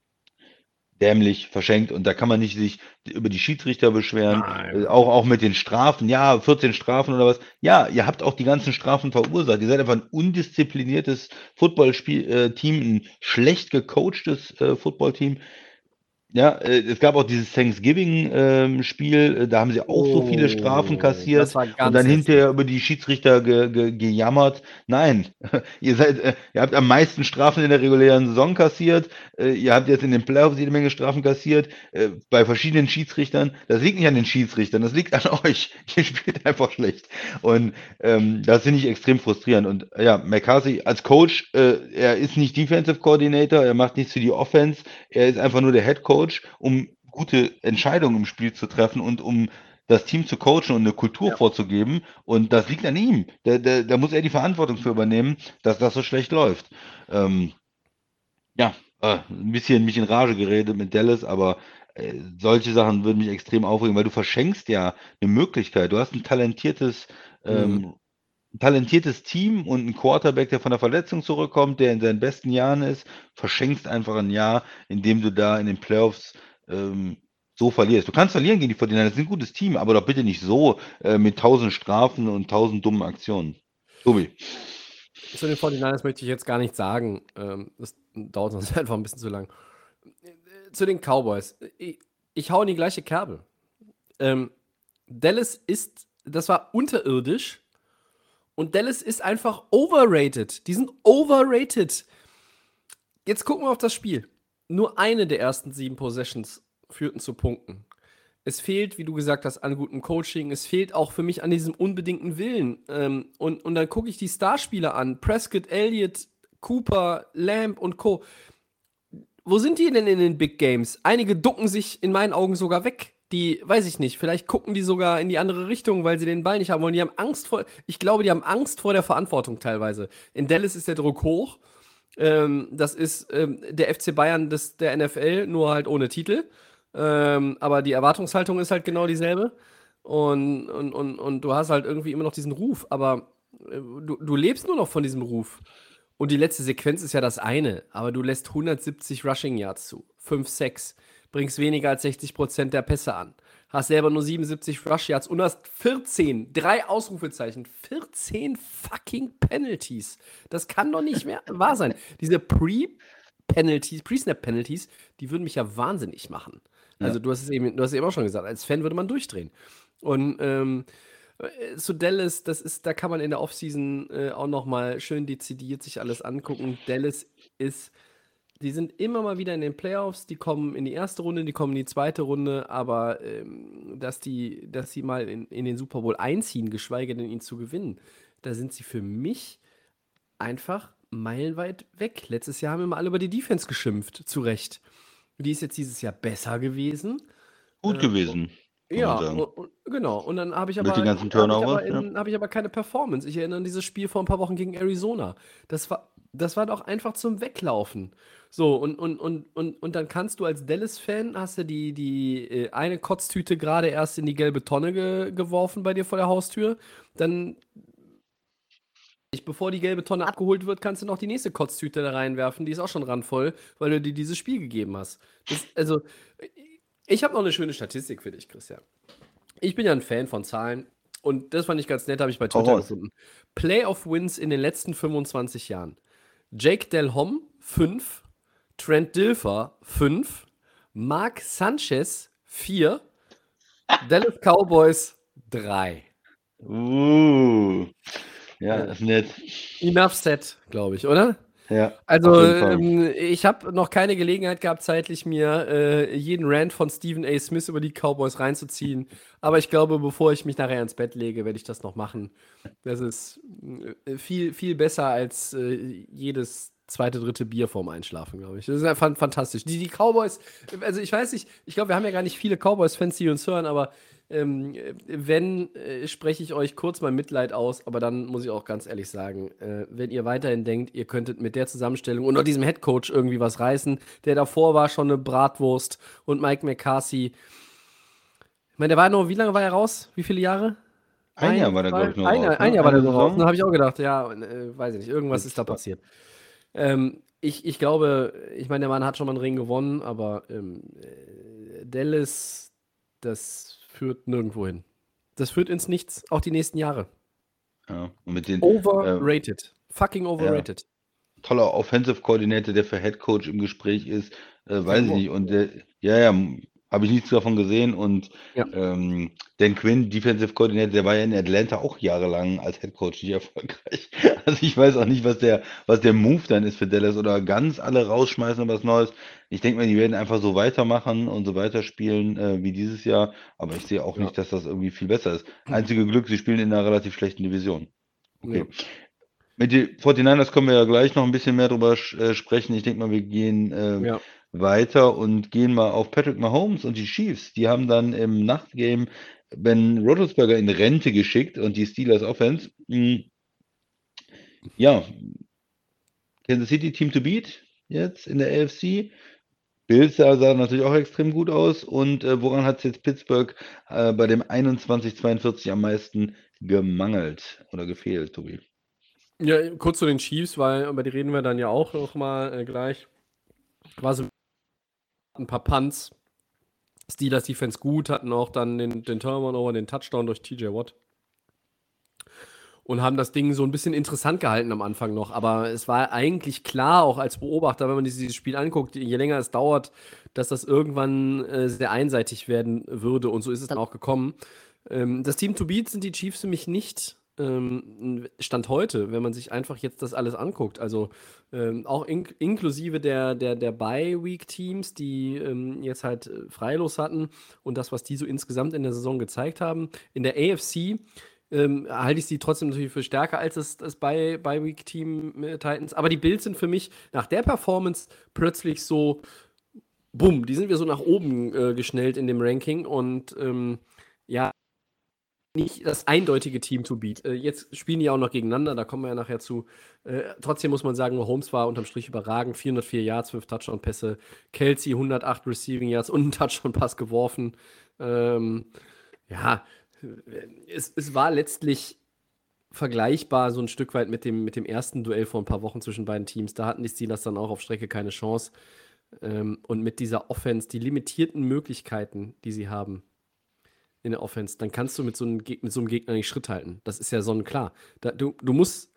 Dämlich, verschenkt und da kann man nicht sich über die Schiedsrichter beschweren, Nein. äh, auch, auch mit den Strafen, ja, vierzehn Strafen oder was, ja, ihr habt auch die ganzen Strafen verursacht, ihr seid einfach ein undiszipliniertes Footballteam, äh, Team, ein schlecht gecoachtes äh, Footballteam. Ja, äh, es gab auch dieses Thanksgiving-Spiel, äh, da haben sie auch so viele Strafen Oh, das kassiert war und ganz dann hässlich. hinterher über die Schiedsrichter ge, ge, gejammert. Nein, ihr seid, äh, ihr habt am meisten Strafen in der regulären Saison kassiert. Äh, ihr habt jetzt in den Playoffs jede Menge Strafen kassiert äh, bei verschiedenen Schiedsrichtern. Das liegt nicht an den Schiedsrichtern, das liegt an euch. Ihr spielt einfach schlecht. Und ähm, das finde ich extrem frustrierend. Und äh, ja, McCarthy als Coach, äh, er ist nicht Defensive Coordinator, er macht nichts für die Offense, er ist einfach nur der Head Coach, um gute Entscheidungen im Spiel zu treffen und um das Team zu coachen und eine Kultur Ja. vorzugeben. Und das liegt an ihm. Da, da, da muss er die Verantwortung für übernehmen, dass das so schlecht läuft. Ähm, ja, äh, ein bisschen mich in Rage geredet mit Dallas, aber äh, solche Sachen würden mich extrem aufregen, weil du verschenkst ja eine Möglichkeit. Du hast ein talentiertes, Mhm. ähm, ein talentiertes Team und einen Quarterback, der von der Verletzung zurückkommt, der in seinen besten Jahren ist, verschenkst einfach ein Jahr, indem du da in den Playoffs ähm, so verlierst. Du kannst verlieren gegen die forty-niners, das ist ein gutes Team, aber doch bitte nicht so äh, mit tausend Strafen und tausend dummen Aktionen. Tobi. Zu den forty-niners möchte ich jetzt gar nichts sagen. Ähm, das dauert sonst einfach ein bisschen zu lang. Äh, Zu den Cowboys. Ich, ich hau in die gleiche Kerbe. Ähm, Dallas ist, das war unterirdisch. Und Dallas ist einfach overrated. Die sind overrated. Jetzt gucken wir auf das Spiel. Nur eine der ersten sieben Possessions führten zu Punkten. Es fehlt, wie du gesagt hast, an gutem Coaching. Es fehlt auch für mich an diesem unbedingten Willen. Ähm, und, und dann gucke ich die Starspieler an. Prescott, Elliott, Cooper, Lamb und Co. Wo sind die denn in den Big Games? Einige ducken sich in meinen Augen sogar weg. Die, weiß ich nicht, vielleicht gucken die sogar in die andere Richtung, weil sie den Ball nicht haben wollen. Die haben Angst vor, ich glaube, die haben Angst vor der Verantwortung teilweise. In Dallas ist der Druck hoch. Ähm, das ist ähm, der F C Bayern des, der N F L, nur halt ohne Titel. Ähm, aber die Erwartungshaltung ist halt genau dieselbe. Und, und, und, und du hast halt irgendwie immer noch diesen Ruf. Aber äh, du, du lebst nur noch von diesem Ruf. Und die letzte Sequenz ist ja das eine. Aber du lässt hundertsiebzig Rushing Yards zu. fünf sechs. Bringst weniger als sechzig Prozent der Pässe an. Hast selber nur siebenundsiebzig Rush Yards und hast vierzehn, drei Ausrufezeichen, vierzehn fucking Penalties. Das kann doch nicht mehr wahr sein. Diese Pre-Penalties, Pre-Snap-Penalties, die würden mich ja wahnsinnig machen. Also Ja. du hast es eben, du hast es eben auch schon gesagt, als Fan würde man durchdrehen. Und ähm, äh, zu Dallas, das ist, da kann man in der Offseason äh, auch noch mal schön dezidiert sich alles angucken. Dallas ist die sind immer mal wieder in den Playoffs, die kommen in die erste Runde, die kommen in die zweite Runde, aber ähm, dass, die, dass sie mal in, in den Super Bowl einziehen, geschweige denn ihn zu gewinnen, da sind sie für mich einfach meilenweit weg. Letztes Jahr haben immer alle über die Defense geschimpft, zu Recht. Die ist jetzt dieses Jahr besser gewesen. Gut Äh, gewesen, kann ja, man sagen. und, und, genau. Und dann habe ich Mit aber, den ganzen hab ich Turnovers, aber, ja. in- hab ich aber keine Performance. Ich erinnere an dieses Spiel vor ein paar Wochen gegen Arizona. Das war, das war doch einfach zum Weglaufen. So, und, und, und, und, und dann kannst du als Dallas-Fan, hast du die, die äh, eine Kotztüte gerade erst in die gelbe Tonne ge geworfen bei dir vor der Haustür. Dann, ich, bevor die gelbe Tonne abgeholt wird, kannst du noch die nächste Kotztüte da reinwerfen. Die ist auch schon randvoll, weil du dir dieses Spiel gegeben hast. Das, also, ich habe noch eine schöne Statistik für dich, Christian. Ich bin ja ein Fan von Zahlen und das fand ich ganz nett, habe ich bei Hau Twitter raus. gefunden. Playoff-Wins in den letzten fünfundzwanzig Jahren. Jake Delhomme, fünf. Trent Dilfer, fünf. Mark Sanchez, vier. Dallas Cowboys, drei. Uh, ja, Ja. ist nett. Enough said, glaube ich, oder? Ja, Also, auf jeden Fall. ähm, ich habe noch keine Gelegenheit gehabt, zeitlich mir äh, jeden Rant von Stephen A. Smith über die Cowboys reinzuziehen. Aber ich glaube, bevor ich mich nachher ins Bett lege, werde ich das noch machen. Das ist äh, viel, viel besser als äh, jedes zweite, dritte Bier vorm Einschlafen, glaube ich. Das ist einfach fantastisch. Die, die Cowboys, also ich weiß nicht, ich glaube, wir haben ja gar nicht viele Cowboys-Fans, die uns hören, aber ähm, wenn, äh, spreche ich euch kurz mein Mitleid aus, aber dann muss ich auch ganz ehrlich sagen, äh, wenn ihr weiterhin denkt, ihr könntet mit der Zusammenstellung und auch diesem Headcoach irgendwie was reißen, der davor war schon eine Bratwurst und Mike McCarthy. Ich meine, der war noch, wie lange war er raus? Wie viele Jahre? Ein Jahr war der, zwei? glaube ich, nur Ein, raus, ein ne? Jahr war der Eine nur raus. Da Saison. habe ich auch gedacht, ja, äh, weiß ich nicht, irgendwas Jetzt ist da zwei. passiert. Ähm, ich, ich glaube, ich meine, der Mann hat schon mal einen Ring gewonnen, aber ähm, äh, Dallas, das führt nirgendwo hin. Das führt ins Nichts, auch die nächsten Jahre. Ja, und mit den, äh, Overrated. Fucking ja, overrated. toller Offensive Coordinator, der für Head Coach im Gespräch ist, äh, weiß ich Ja, nicht. Und der, ja, ja, habe ich nichts davon gesehen. Und Ja. ähm, Dan Quinn, Defensive Coordinator, der war ja in Atlanta auch jahrelang als Head Coach nicht erfolgreich. Also ich weiß auch nicht, was der, was der Move dann ist für Dallas oder ganz alle rausschmeißen und was Neues. Ich denke mal, die werden einfach so weitermachen und so weiterspielen äh, wie dieses Jahr. Aber ich sehe auch Ja. nicht, dass das irgendwie viel besser ist. Einzige Glück, sie spielen in einer relativ schlechten Division. Okay. Ja. Mit den forty-niners können wir ja gleich noch ein bisschen mehr drüber äh, sprechen. Ich denke mal, wir gehen äh, Ja. weiter und gehen mal auf Patrick Mahomes und die Chiefs. Die haben dann im Nachtgame Ben Roethlisberger in Rente geschickt und die Steelers Offense. Mh, ja, Kansas City Team to beat jetzt in der A F C. Bills sah, sah natürlich auch extrem gut aus. Und äh, woran hat es jetzt Pittsburgh äh, bei dem einundzwanzig zweiundvierzig am meisten gemangelt oder gefehlt, Tobi? Ja, kurz zu den Chiefs, weil über die reden wir dann ja auch noch mal äh, gleich. War so ein paar Punts. Steelers Defense gut, hatten auch dann den, den Turnover, den Touchdown durch T J Watt. Und haben das Ding so ein bisschen interessant gehalten am Anfang noch. Aber es war eigentlich klar, auch als Beobachter, wenn man dieses Spiel anguckt, je länger es dauert, dass das irgendwann äh, sehr einseitig werden würde. Und so ist es dann auch gekommen. Ähm, das Team to beat sind die Chiefs für mich nicht. Ähm, Stand heute, wenn man sich einfach jetzt das alles anguckt. Also ähm, auch in inklusive der, der, der Bye-Week-Teams, die ähm, jetzt halt äh, Freilos hatten und das, was die so insgesamt in der Saison gezeigt haben. In der A F C ähm, halte ich sie trotzdem natürlich für stärker als das, das Bye-Week-Team äh, Titans. Aber die Bills sind für mich nach der Performance plötzlich so, bumm, die sind wir so nach oben äh, geschnellt in dem Ranking und ähm, ja, nicht das eindeutige Team to beat. Äh, jetzt spielen die auch noch gegeneinander, da kommen wir ja nachher zu. Äh, trotzdem muss man sagen, Mahomes war unterm Strich überragend. vierhundertvier Yards, fünf Touchdown-Pässe. Kelsey hundertacht Receiving Yards und einen Touchdown-Pass geworfen. Ähm, ja, es, es war letztlich vergleichbar so ein Stück weit mit dem, mit dem ersten Duell vor ein paar Wochen zwischen beiden Teams. Da hatten die Steelers dann auch auf Strecke keine Chance. Ähm, und mit dieser Offense, die limitierten Möglichkeiten, die sie haben in der Offense, dann kannst du mit so einem, Geg mit so einem Gegner nicht Schritt halten. Das ist ja sonnenklar. Da, du, du musst,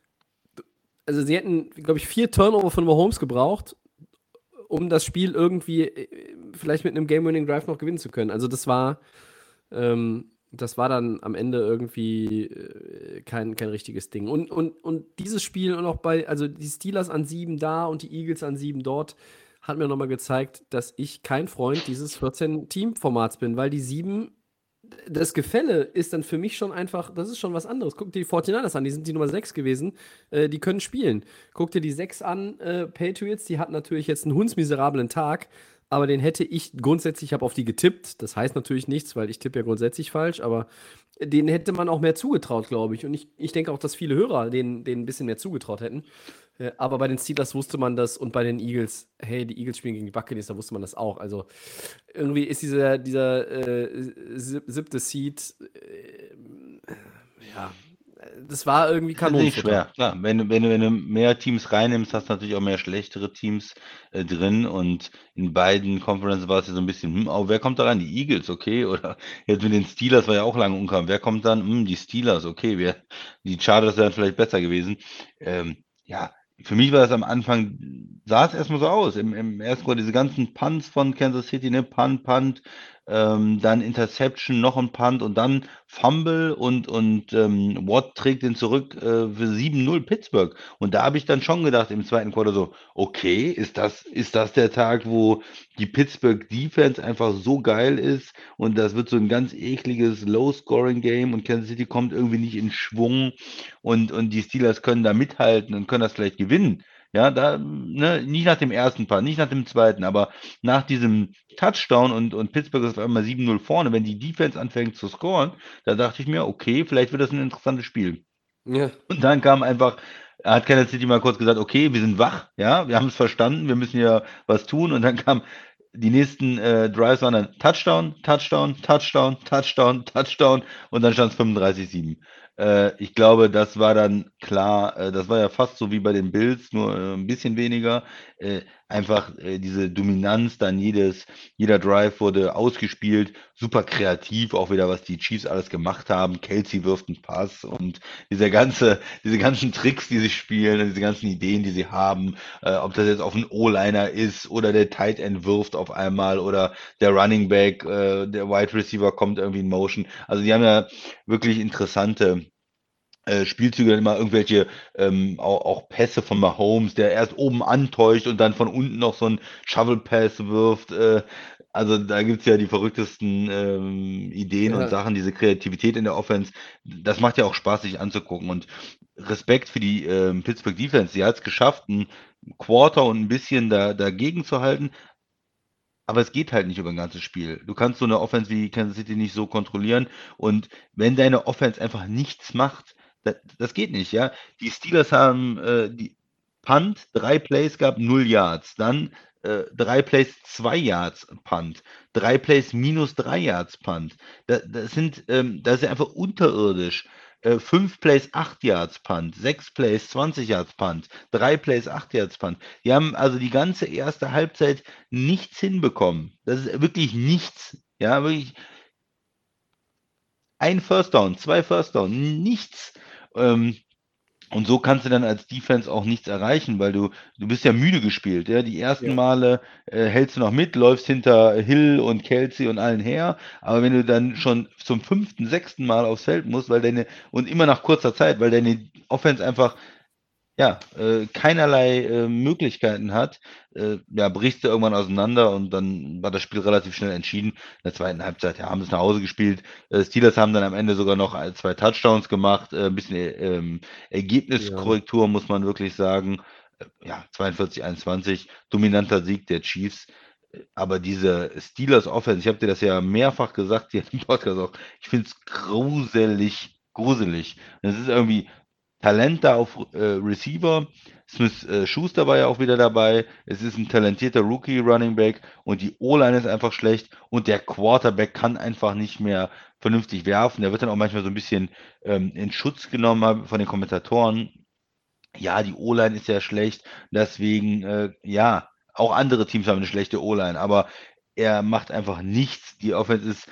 also sie hätten, glaube ich, vier Turnover von Mahomes gebraucht, um das Spiel irgendwie äh, vielleicht mit einem Game-Winning-Drive noch gewinnen zu können. Also das war, ähm, das war dann am Ende irgendwie äh, kein, kein richtiges Ding. Und, und, und dieses Spiel und auch bei, also die Steelers an sieben da und die Eagles an sieben dort, hat mir nochmal gezeigt, dass ich kein Freund dieses vierzehn-Team-Formats bin, weil die sieben, das Gefälle ist dann für mich schon einfach, das ist schon was anderes. Guck dir die forty-niners an, die sind die Nummer sechs gewesen, äh, die können spielen. Guck dir die sechs an, äh, Patriots, die hatten natürlich jetzt einen hundsmiserablen Tag, aber den hätte ich grundsätzlich, ich habe auf die getippt, das heißt natürlich nichts, weil ich tippe ja grundsätzlich falsch, aber denen hätte man auch mehr zugetraut, glaube ich. Und ich, ich denke auch, dass viele Hörer denen, denen ein bisschen mehr zugetraut hätten. Äh, aber bei den Steelers wusste man das und bei den Eagles, hey, die Eagles spielen gegen die Buccaneers, da wusste man das auch. Also irgendwie ist dieser, dieser äh, sieb siebte Seed, äh, ja, das war irgendwie Das ist nicht Kanonenfutter. schwer, klar. Wenn du, wenn du, wenn du mehr Teams reinnimmst, hast du natürlich auch mehr schlechtere Teams äh, drin. Und in beiden Conferences war es ja so ein bisschen, hm, oh, wer kommt da rein? Die Eagles, okay. Oder jetzt mit den Steelers war ja auch lange unklar. Wer kommt dann? Hm, die Steelers, okay. Wer, die Chargers wären vielleicht besser gewesen. Ähm, ja, für mich war das am Anfang, sah es erstmal so aus. Im, im ersten Quartal diese ganzen Punts von Kansas City, ne? Punt, Punt, ähm, dann Interception, noch ein Punt und dann Fumble und, und ähm, Watt trägt den zurück äh, für sieben null Pittsburgh. Und da habe ich dann schon gedacht im zweiten Quarter so, okay, ist das, ist das der Tag, wo die Pittsburgh Defense einfach so geil ist und das wird so ein ganz ekliges Low-Scoring-Game und Kansas City kommt irgendwie nicht in Schwung und, und die Steelers können da mithalten und können das vielleicht gewinnen. Ja, da, ne, nicht nach dem ersten Part, nicht nach dem zweiten, aber nach diesem Touchdown und, und Pittsburgh ist auf einmal sieben null vorne, wenn die Defense anfängt zu scoren, da dachte ich mir, okay, vielleicht wird das ein interessantes Spiel. Ja. Und dann kam einfach, hat Kansas City mal kurz gesagt, okay, wir sind wach, ja, wir haben es verstanden, wir müssen ja was tun. Und dann kam die nächsten äh, Drives waren dann Touchdown, Touchdown, Touchdown, Touchdown, Touchdown und dann stand es fünfunddreißig sieben. Äh, ich glaube, das war dann klar, äh, das war ja fast so wie bei den Bills, nur äh, ein bisschen weniger. Äh, einfach äh, diese Dominanz, dann jedes, jeder Drive wurde ausgespielt, super kreativ, auch wieder, was die Chiefs alles gemacht haben. Kelsey wirft einen Pass und dieser ganze, diese ganzen Tricks, die sie spielen, und diese ganzen Ideen, die sie haben, äh, ob das jetzt auf einen O-Liner ist oder der Tight End wirft auf einmal oder der Running Back, äh, der Wide Receiver kommt irgendwie in Motion. Also die haben ja wirklich interessante äh, Spielzüge, dann immer irgendwelche ähm, auch, auch Pässe von Mahomes, der erst oben antäuscht und dann von unten noch so einen Shovel Pass wirft. Äh, also da gibt's ja die verrücktesten ähm, Ideen und Ja. Sachen, diese Kreativität in der Offense. Das macht ja auch Spaß, sich anzugucken. Und Respekt für die ähm, Pittsburgh Defense. Sie hat es geschafft, ein Quarter und ein bisschen da, dagegen zu halten. Aber es geht halt nicht über ein ganzes Spiel. Du kannst so eine Offense wie Kansas City nicht so kontrollieren. Und wenn deine Offense einfach nichts macht, das, das geht nicht, ja. Die Steelers haben äh, die Punt, drei Plays gab null Yards. Dann äh, drei Plays, zwei Yards Punt. Drei Plays minus drei Yards Punt. Da, das sind, ähm, das ist ja einfach unterirdisch. Äh, fünf Plays, acht Yards Punt. Sechs Plays, zwanzig Yards Punt. Drei Plays, acht Yards Punt. Die haben also die ganze erste Halbzeit nichts hinbekommen. Das ist wirklich nichts. Ja, wirklich ein First Down, zwei First Down, nichts. Ähm, und so kannst du dann als Defense auch nichts erreichen, weil du, du bist ja müde gespielt. Ja? Die ersten Ja. Male äh, hältst du noch mit, läufst hinter Hill und Kelsey und allen her, aber wenn du dann schon zum fünften, sechsten Mal aufs Feld musst, weil deine, und immer nach kurzer Zeit, weil deine Offense einfach ja, äh, keinerlei äh, Möglichkeiten hat, äh, ja, brichst du irgendwann auseinander und dann war das Spiel relativ schnell entschieden. In der zweiten Halbzeit, ja, haben sie es nach Hause gespielt. Äh, Steelers haben dann am Ende sogar noch ein, zwei Touchdowns gemacht, äh, ein bisschen äh, ähm, Ergebniskorrektur, muss man wirklich sagen. Äh, ja, zweiundvierzig einundzwanzig, dominanter Sieg der Chiefs. Äh, Aber diese Steelers Offense, ich habe dir das ja mehrfach gesagt hier im Podcast auch, ich finde es gruselig, gruselig. Es ist irgendwie Talent da auf äh, Receiver. Smith äh, Schuster war ja auch wieder dabei. Es ist ein talentierter Rookie Running Back und die O-Line ist einfach schlecht und der Quarterback kann einfach nicht mehr vernünftig werfen. Der wird dann auch manchmal so ein bisschen ähm, in Schutz genommen von den Kommentatoren. Ja, die O-Line ist ja schlecht, deswegen, äh, ja, auch andere Teams haben eine schlechte O-Line, aber er macht einfach nichts. Die Offense ist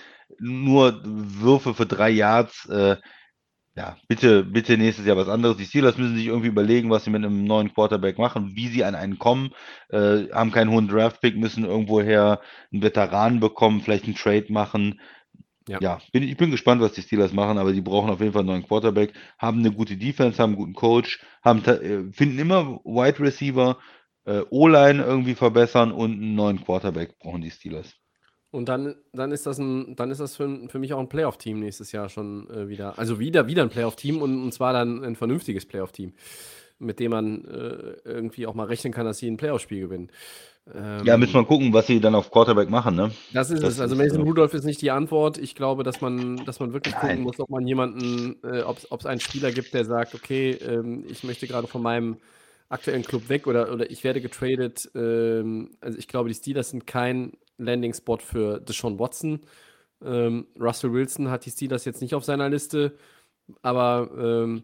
nur Würfe für drei Yards. Äh, ja, bitte, bitte nächstes Jahr was anderes. Die Steelers müssen sich irgendwie überlegen, was sie mit einem neuen Quarterback machen, wie sie an einen kommen. Äh, haben keinen hohen Draftpick, müssen irgendwoher einen Veteranen bekommen, vielleicht einen Trade machen. Ja. Ja, bin, ich bin gespannt, was die Steelers machen, aber die brauchen auf jeden Fall einen neuen Quarterback, haben eine gute Defense, haben einen guten Coach, haben, ta- äh, finden immer Wide Receiver, äh, O-Line irgendwie verbessern und einen neuen Quarterback brauchen die Steelers. Und dann, dann ist das ein, dann ist das für, für mich auch ein Playoff-Team nächstes Jahr schon äh, wieder. Also wieder, wieder ein Playoff-Team und, und zwar dann ein vernünftiges Playoff-Team, mit dem man äh, irgendwie auch mal rechnen kann, dass sie ein Playoff-Spiel gewinnen. Ähm, Ja, müssen wir gucken, was sie dann auf Quarterback machen, ne? Das ist Das es. Also ist, Mason äh, Rudolph ist nicht die Antwort. Ich glaube, dass man, dass man wirklich gucken Nein. muss, ob man jemanden, äh, ob es einen Spieler gibt, der sagt, okay, ähm, ich möchte gerade von meinem aktuellen Club weg oder, oder ich werde getradet. Ähm, also ich glaube, die Steelers sind kein Landing-Spot für Deshaun Watson. Ähm, Russell Wilson hat die Steelers jetzt nicht auf seiner Liste, aber ähm,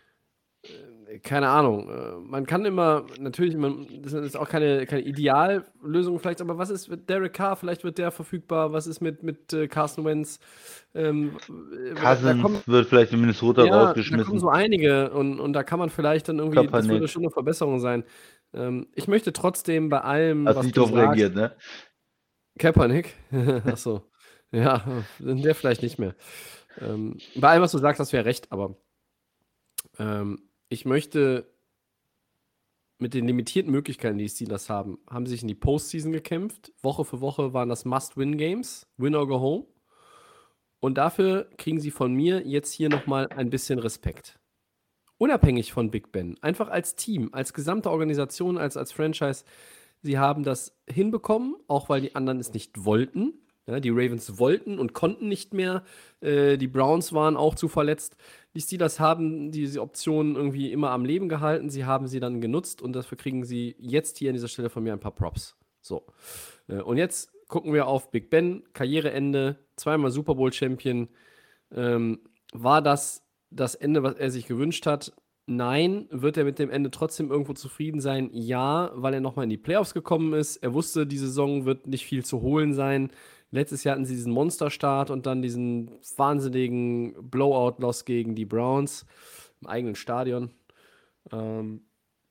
äh, keine Ahnung. Äh, man kann immer, natürlich, man, das ist auch keine, keine Ideallösung vielleicht, aber was ist mit Derek Carr? Vielleicht wird der verfügbar. Was ist mit, mit äh, Carson Wentz? Ähm, äh, da, da Cousins kommen, wird vielleicht in Minnesota ja, da kommen rausgeschmissen. so einige und, und da kann man vielleicht dann irgendwie, das würde Kaepernick. schon eine Verbesserung sein. Ähm, ich möchte trotzdem bei allem, Hast was nicht du drauf sagst, reagiert, ne? Kaepernick, achso, Ja, der vielleicht nicht mehr. Ähm, bei allem, was du sagst, hast du ja recht, aber ähm, ich möchte mit den limitierten Möglichkeiten, die die Steelers haben, haben sie sich in die Postseason gekämpft. Woche für Woche waren das Must-Win-Games, Win or go home. Und dafür kriegen sie von mir jetzt hier nochmal ein bisschen Respekt. Unabhängig von Big Ben, einfach als Team, als gesamte Organisation, als, als Franchise, sie haben das hinbekommen, auch weil die anderen es nicht wollten. Ja, die Ravens wollten und konnten nicht mehr. Äh, die Browns waren auch zu verletzt. Die Steelers haben diese Optionen irgendwie immer am Leben gehalten. Sie haben sie dann genutzt und dafür kriegen sie jetzt hier an dieser Stelle von mir ein paar Props. So. Äh, und jetzt gucken wir auf Big Ben, Karriereende, zweimal Super Bowl Champion. Ähm, war das das Ende, was er sich gewünscht hat? Nein. Wird er mit dem Ende trotzdem irgendwo zufrieden sein? Ja, weil er nochmal in die Playoffs gekommen ist. Er wusste, die Saison wird nicht viel zu holen sein. Letztes Jahr hatten sie diesen Monsterstart und dann diesen wahnsinnigen Blowout-Loss gegen die Browns im eigenen Stadion. Ähm,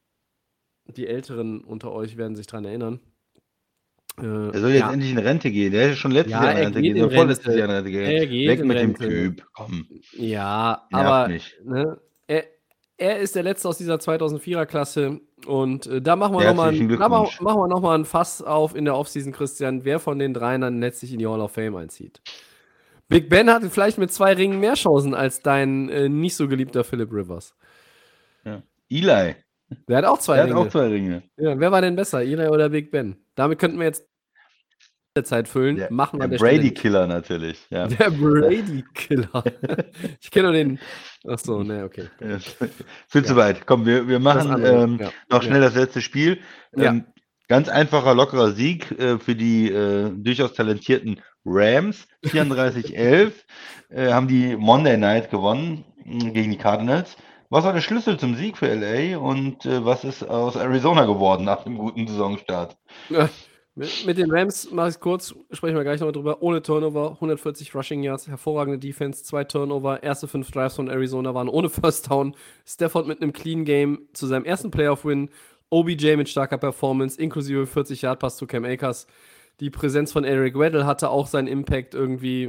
die Älteren unter euch werden sich daran erinnern. Äh, Er soll jetzt ja. endlich in Rente gehen. Der ist schon letztes Ja, Jahr in er Rente geht gehen. in Der vorletztes Rente. Jahr in Rente Er gehen. geht Weg in mit dem Rente. Typ. Komm. Ja, Nervt aber mich. ne, er, er ist der Letzte aus dieser zweitausendvierer-Klasse und äh, da machen wir nochmal Herzlichen ein, da machen, Glückwunsch. machen wir noch mal ein Fass auf in der Offseason, Christian, wer von den dreien dann letztlich in die Hall of Fame einzieht. Big Ben hatte vielleicht mit zwei Ringen mehr Chancen als dein äh, nicht so geliebter Philip Rivers. Ja. Eli. Der hat auch zwei Der Ringe. hat auch zwei Ringe. Ja, wer war denn besser, Eli oder Big Ben? Damit könnten wir jetzt Zeit füllen. Der, Machen wir der an der Stelle nicht. Brady-Killer natürlich. Ja. Der Brady-Killer. Ich kenne nur den. Achso, ne, okay. Ja, Viel Ja. zu weit. Komm, wir, wir Das machen andere, ähm, ja. noch schnell Ja. das letzte Spiel. Ja. Ähm, ganz einfacher, lockerer Sieg äh, für die äh, durchaus talentierten Rams. vierunddreißig elf äh, haben die Monday Night gewonnen mh, gegen die Cardinals. Was war der Schlüssel zum Sieg für L A und äh, was ist aus Arizona geworden nach dem guten Saisonstart? Ja. Mit, mit den Rams mache ich es kurz, sprechen wir gleich noch drüber. Ohne Turnover, hundertvierzig Rushing Yards, hervorragende Defense, zwei Turnover, erste fünf Drives von Arizona waren ohne First Down. Stafford mit einem Clean Game zu seinem ersten Playoff-Win. O B J mit starker Performance, inklusive vierzig Yard Pass zu Cam Akers. Die Präsenz von Eric Weddle hatte auch seinen Impact irgendwie.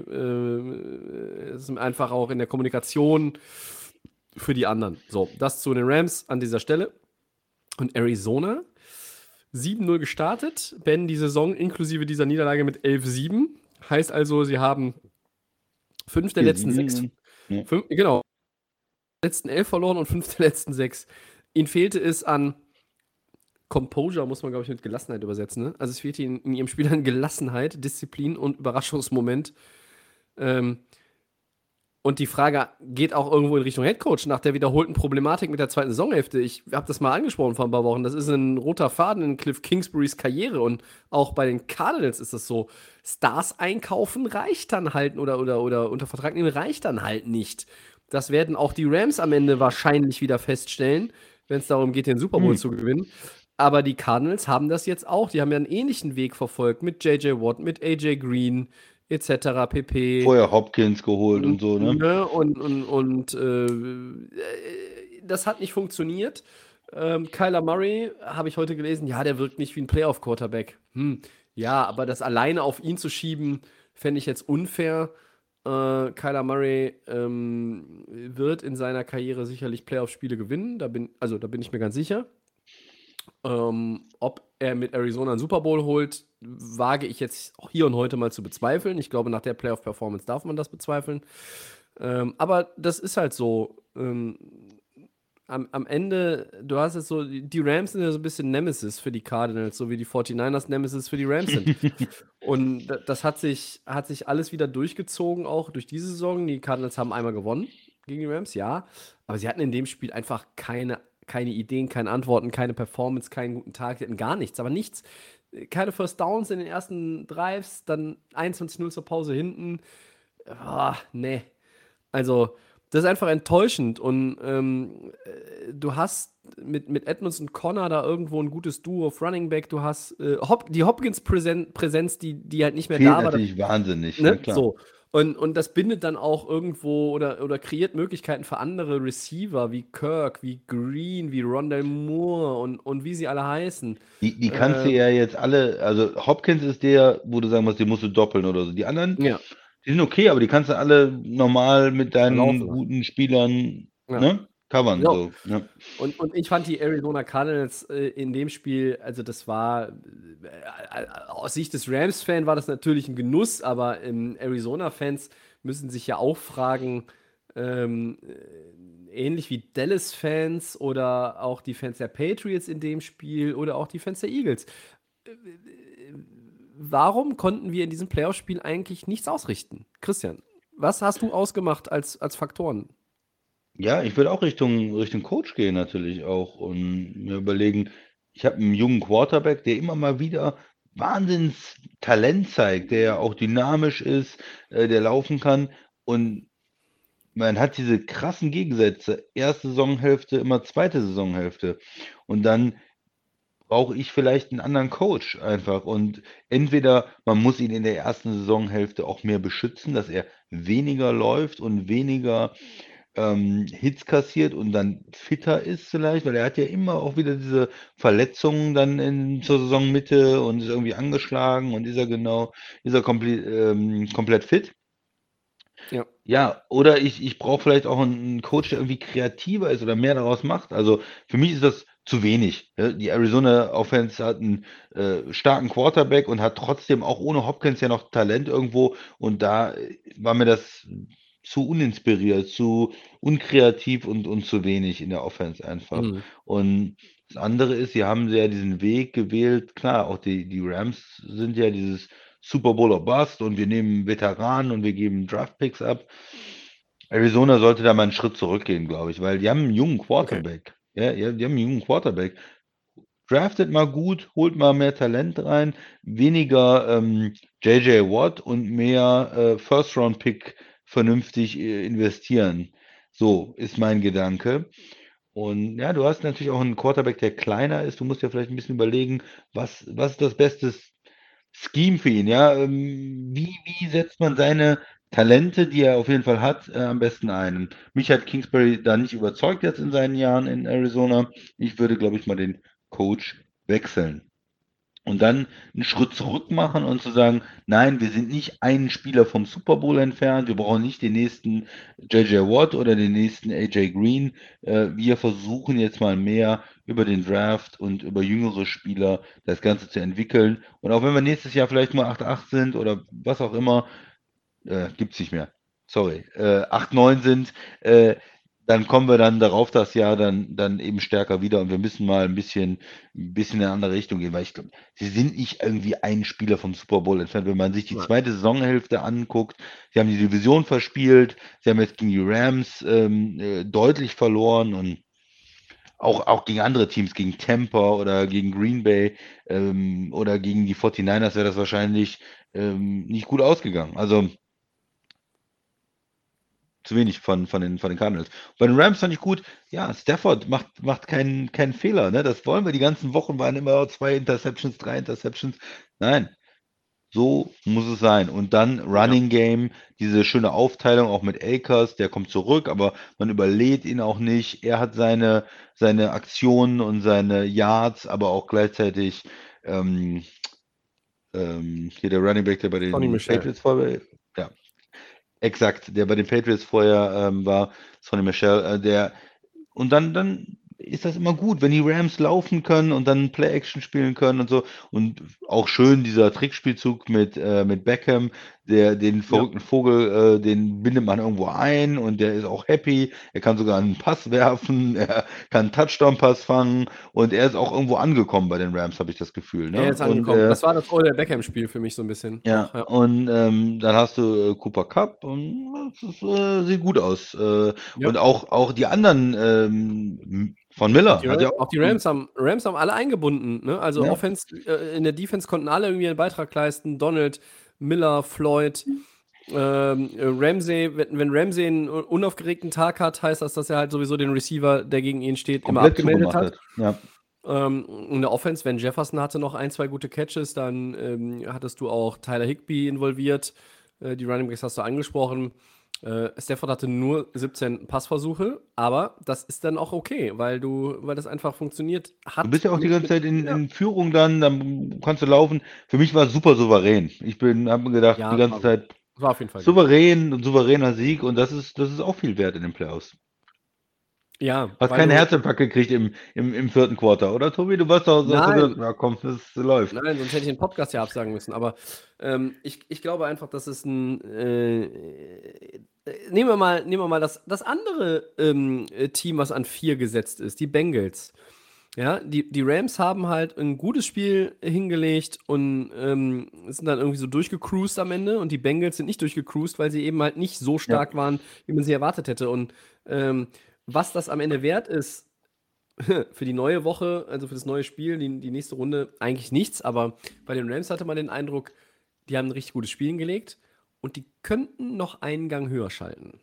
Äh, ist einfach auch in der Kommunikation für die anderen. So, das zu den Rams an dieser Stelle. Und Arizona sieben null gestartet. Ben die Saison inklusive dieser Niederlage mit elf sieben. Heißt also, sie haben fünf der letzten sechs. Ja. Fünf, genau. Letzten elf verloren und fünf der letzten sechs. Ihnen fehlte es an Composure, muss man, glaube ich, mit Gelassenheit übersetzen. Ne? Also es fehlte ihnen in ihrem Spiel an Gelassenheit, Disziplin und Überraschungsmoment. Ähm, Und die Frage geht auch irgendwo in Richtung Headcoach nach der wiederholten Problematik mit der zweiten Saisonhälfte. Ich habe das mal angesprochen vor ein paar Wochen. Das ist ein roter Faden in Cliff Kingsburys Karriere. Und auch bei den Cardinals ist es so, Stars einkaufen reicht dann halt oder, oder, oder unter Vertrag nehmen reicht dann halt nicht. Das werden auch die Rams am Ende wahrscheinlich wieder feststellen, wenn es darum geht, den Super Bowl hm. zu gewinnen. Aber die Cardinals haben das jetzt auch. Die haben ja einen ähnlichen Weg verfolgt mit J J Watt, mit A J Green, et cetera pp. Vorher Hopkins geholt und, und so, ne? ne? Und, und, und äh, das hat nicht funktioniert. Ähm, Kyler Murray, habe ich heute gelesen, ja, der wirkt nicht wie ein Playoff-Quarterback. Hm, ja, aber das alleine auf ihn zu schieben, fände ich jetzt unfair. Äh, Kyler Murray ähm, wird in seiner Karriere sicherlich Playoff-Spiele gewinnen. Da bin, also da bin ich mir ganz sicher. Ähm, ob er mit Arizona einen Super Bowl holt, wage ich jetzt hier und heute mal zu bezweifeln. Ich glaube, nach der Playoff-Performance darf man das bezweifeln. Ähm, aber das ist halt so. Ähm, am, am Ende, du hast jetzt so, die Rams sind ja so ein bisschen Nemesis für die Cardinals, so wie die forty-niners Nemesis für die Rams sind. Und das hat sich, hat sich alles wieder durchgezogen, auch durch diese Saison. Die Cardinals haben einmal gewonnen gegen die Rams, ja. Aber sie hatten in dem Spiel einfach keine keine Ideen, keine Antworten, keine Performance, keinen guten Tag, die hatten gar nichts, aber nichts. Keine First Downs in den ersten Drives, dann einundzwanzig null zur Pause hinten. Oh, nee. Also, das ist einfach enttäuschend und ähm, du hast mit, mit Edmonds und Connor da irgendwo ein gutes Duo auf Running Back, du hast äh, Hop- die Hopkins-Präsenz, die, die halt nicht mehr Fehlt da war. natürlich das, wahnsinnig, ne? ne? Klar. So. Und, und das bindet dann auch irgendwo oder, oder kreiert Möglichkeiten für andere Receiver wie Kirk, wie Green, wie Rondale Moore und, und wie sie alle heißen. Die, die kannst äh, du ja jetzt alle, also Hopkins ist der, wo du sagen musst, den musst du doppeln oder so. Die anderen, ja. Die sind okay, aber die kannst du alle normal mit deinen Laufen lassen. guten Spielern, Ja. ne, covern, Ja. so, ne? Und, und ich fand die Arizona Cardinals äh, in dem Spiel, also das war, äh, äh, aus Sicht des Rams-Fan war das natürlich ein Genuss, aber ähm, Arizona-Fans müssen sich ja auch fragen, ähm, äh, ähnlich wie Dallas-Fans oder auch die Fans der Patriots in dem Spiel oder auch die Fans der Eagles. Äh, äh, Warum konnten wir in diesem Playoff-Spiel eigentlich nichts ausrichten? Christian, was hast du ausgemacht als, als Faktoren? Ja, ich würde auch Richtung Richtung Coach gehen natürlich auch und mir überlegen, ich habe einen jungen Quarterback, der immer mal wieder Wahnsinns-Talent zeigt, der ja auch dynamisch ist, äh, der laufen kann und man hat diese krassen Gegensätze. Erste Saisonhälfte, immer zweite Saisonhälfte und dann brauche ich vielleicht einen anderen Coach einfach und entweder man muss ihn in der ersten Saisonhälfte auch mehr beschützen, dass er weniger läuft und weniger ähm, Hits kassiert und dann fitter ist vielleicht, weil er hat ja immer auch wieder diese Verletzungen dann in, zur Saisonmitte und ist irgendwie angeschlagen und ist er genau, ist er komplett, ähm, komplett fit. Ja. Ja, oder ich, ich brauche vielleicht auch einen Coach, der irgendwie kreativer ist oder mehr daraus macht. Also für mich ist das zu wenig. Ja? Die Arizona Offense hat einen äh, starken Quarterback und hat trotzdem auch ohne Hopkins ja noch Talent irgendwo. Und da äh, war mir das zu uninspiriert, zu unkreativ und, und zu wenig in der Offense einfach. Mhm. Und das andere ist, sie haben ja diesen Weg gewählt. Klar, auch die, die Rams sind ja dieses Super Bowl or Bust und wir nehmen Veteranen und wir geben Draftpicks ab. Arizona sollte da mal einen Schritt zurückgehen, glaube ich, weil die haben einen jungen Okay. Quarterback. Ja, ja, die haben einen jungen Quarterback. Draftet mal gut, holt mal mehr Talent rein, weniger ähm, J J Watt und mehr äh, First-Round-Pick vernünftig äh, investieren. So ist mein Gedanke. Und ja, du hast natürlich auch einen Quarterback, der kleiner ist. Du musst ja vielleicht ein bisschen überlegen, was, was ist das beste Scheme für ihn, ja? Ähm, wie, wie setzt man seine Talente, die er auf jeden Fall hat, äh, am besten ein? Und mich hat Kingsbury da nicht überzeugt jetzt in seinen Jahren in Arizona. Ich würde, glaube ich, mal den Coach wechseln. Und dann einen Schritt zurück machen und zu sagen, nein, wir sind nicht einen Spieler vom Super Bowl entfernt, wir brauchen nicht den nächsten J J Watt oder den nächsten A J Green. Äh, wir versuchen jetzt mal mehr über den Draft und über jüngere Spieler das Ganze zu entwickeln. Und auch wenn wir nächstes Jahr vielleicht mal acht acht sind oder was auch immer, äh, gibt es nicht mehr. Sorry, äh, acht neun sind, äh, dann kommen wir dann darauf das Jahr dann, dann eben stärker wieder und wir müssen mal ein bisschen, ein bisschen in eine andere Richtung gehen, weil ich glaube, sie sind nicht irgendwie ein Spieler vom Super Bowl entfernt. Wenn man sich die Nein. zweite Saisonhälfte anguckt, sie haben die Division verspielt, sie haben jetzt gegen die Rams ähm, äh, deutlich verloren und auch, auch gegen andere Teams, gegen Tampa oder gegen Green Bay ähm, oder gegen die forty-niners wäre das wahrscheinlich ähm, nicht gut ausgegangen. Also zu wenig von, von, den, von den Cardinals. Bei den Rams fand ich gut, ja, Stafford macht, macht keinen, keinen Fehler, ne? Das wollen wir. Die ganzen Wochen waren immer zwei Interceptions, drei Interceptions. Nein, so muss es sein. Und dann Ja. Running Game, diese schöne Aufteilung auch mit Akers, der kommt zurück, aber man überlädt ihn auch nicht. Er hat seine, seine Aktionen und seine Yards, aber auch gleichzeitig ähm, ähm, hier der Running Back, der bei Sonny den Michel. Patriots vorher, ja, exakt, der bei den Patriots vorher ähm, war, Sonny Michel, äh, der und dann, dann ist das immer gut, wenn die Rams laufen können und dann Play-Action spielen können und so. Und auch schön dieser Trickspielzug mit, äh, mit Beckham, der den Ja. verrückten Vogel, äh, den bindet man irgendwo ein und der ist auch happy. Er kann sogar einen Pass werfen, er kann einen Touchdown-Pass fangen und er ist auch irgendwo angekommen bei den Rams, habe ich das Gefühl. Ne? Er ist Und angekommen. äh, Das war das Odell Beckham-Spiel für mich so ein bisschen. ja, Auch, ja. und ähm, dann hast du äh, Cooper Kupp und das ist, äh, sieht gut aus. Äh, Ja. und auch, auch die anderen ähm, von Auch Miller die, hat Ram, ja auch auch die Rams haben, Rams haben alle eingebunden. Ne? Also ja, Offense, äh, in der Defense konnten alle irgendwie einen Beitrag leisten. Donald, Miller, Floyd, ähm, äh, Ramsey. Wenn, wenn Ramsey einen unaufgeregten Tag hat, heißt das, dass er halt sowieso den Receiver, der gegen ihn steht, immer komplett abgemeldet zugemacht hat. hat. Ja. Ähm, in der Offense, wenn Jefferson hatte noch ein, zwei gute Catches, dann ähm, hattest du auch Tyler Higbee involviert. Äh, die Running Backs hast du angesprochen. Äh, Stafford hatte nur siebzehn Passversuche, aber das ist dann auch okay, weil du, weil das einfach funktioniert hat. Du bist ja auch die mit- ganze mit- Zeit in, ja. in Führung dann, dann kannst du laufen. Für mich war es super souverän. Ich bin, habe mir gedacht, Ja, die ganze war- Zeit War auf jeden Fall gut. Souverän und souveräner Sieg und das ist, das ist auch viel wert in den Playoffs. Ja, Hast weil keinen du. Herzinfarkt gekriegt im, im, im vierten Quarter, oder Tobi? Du warst doch so, hast doch Nein, gesagt, ja komm, das läuft. nein, sonst hätte ich den Podcast ja absagen müssen. Aber ähm, ich, ich glaube einfach, dass es ein. Äh, äh, nehmen wir mal, nehmen wir mal das, das andere ähm, äh, Team, was an vier gesetzt ist, die Bengals. Ja, die, die Rams haben halt ein gutes Spiel hingelegt und ähm, sind dann irgendwie so durchgecruised am Ende. Und die Bengals sind nicht durchgecruised, weil sie eben halt nicht so stark waren, wie man sie erwartet hätte. Und ähm, was das am Ende wert ist, für die neue Woche, also für das neue Spiel, die, die nächste Runde, eigentlich nichts. Aber bei den Rams hatte man den Eindruck, die haben ein richtig gutes Spiel hingelegt und die könnten noch einen Gang höher schalten.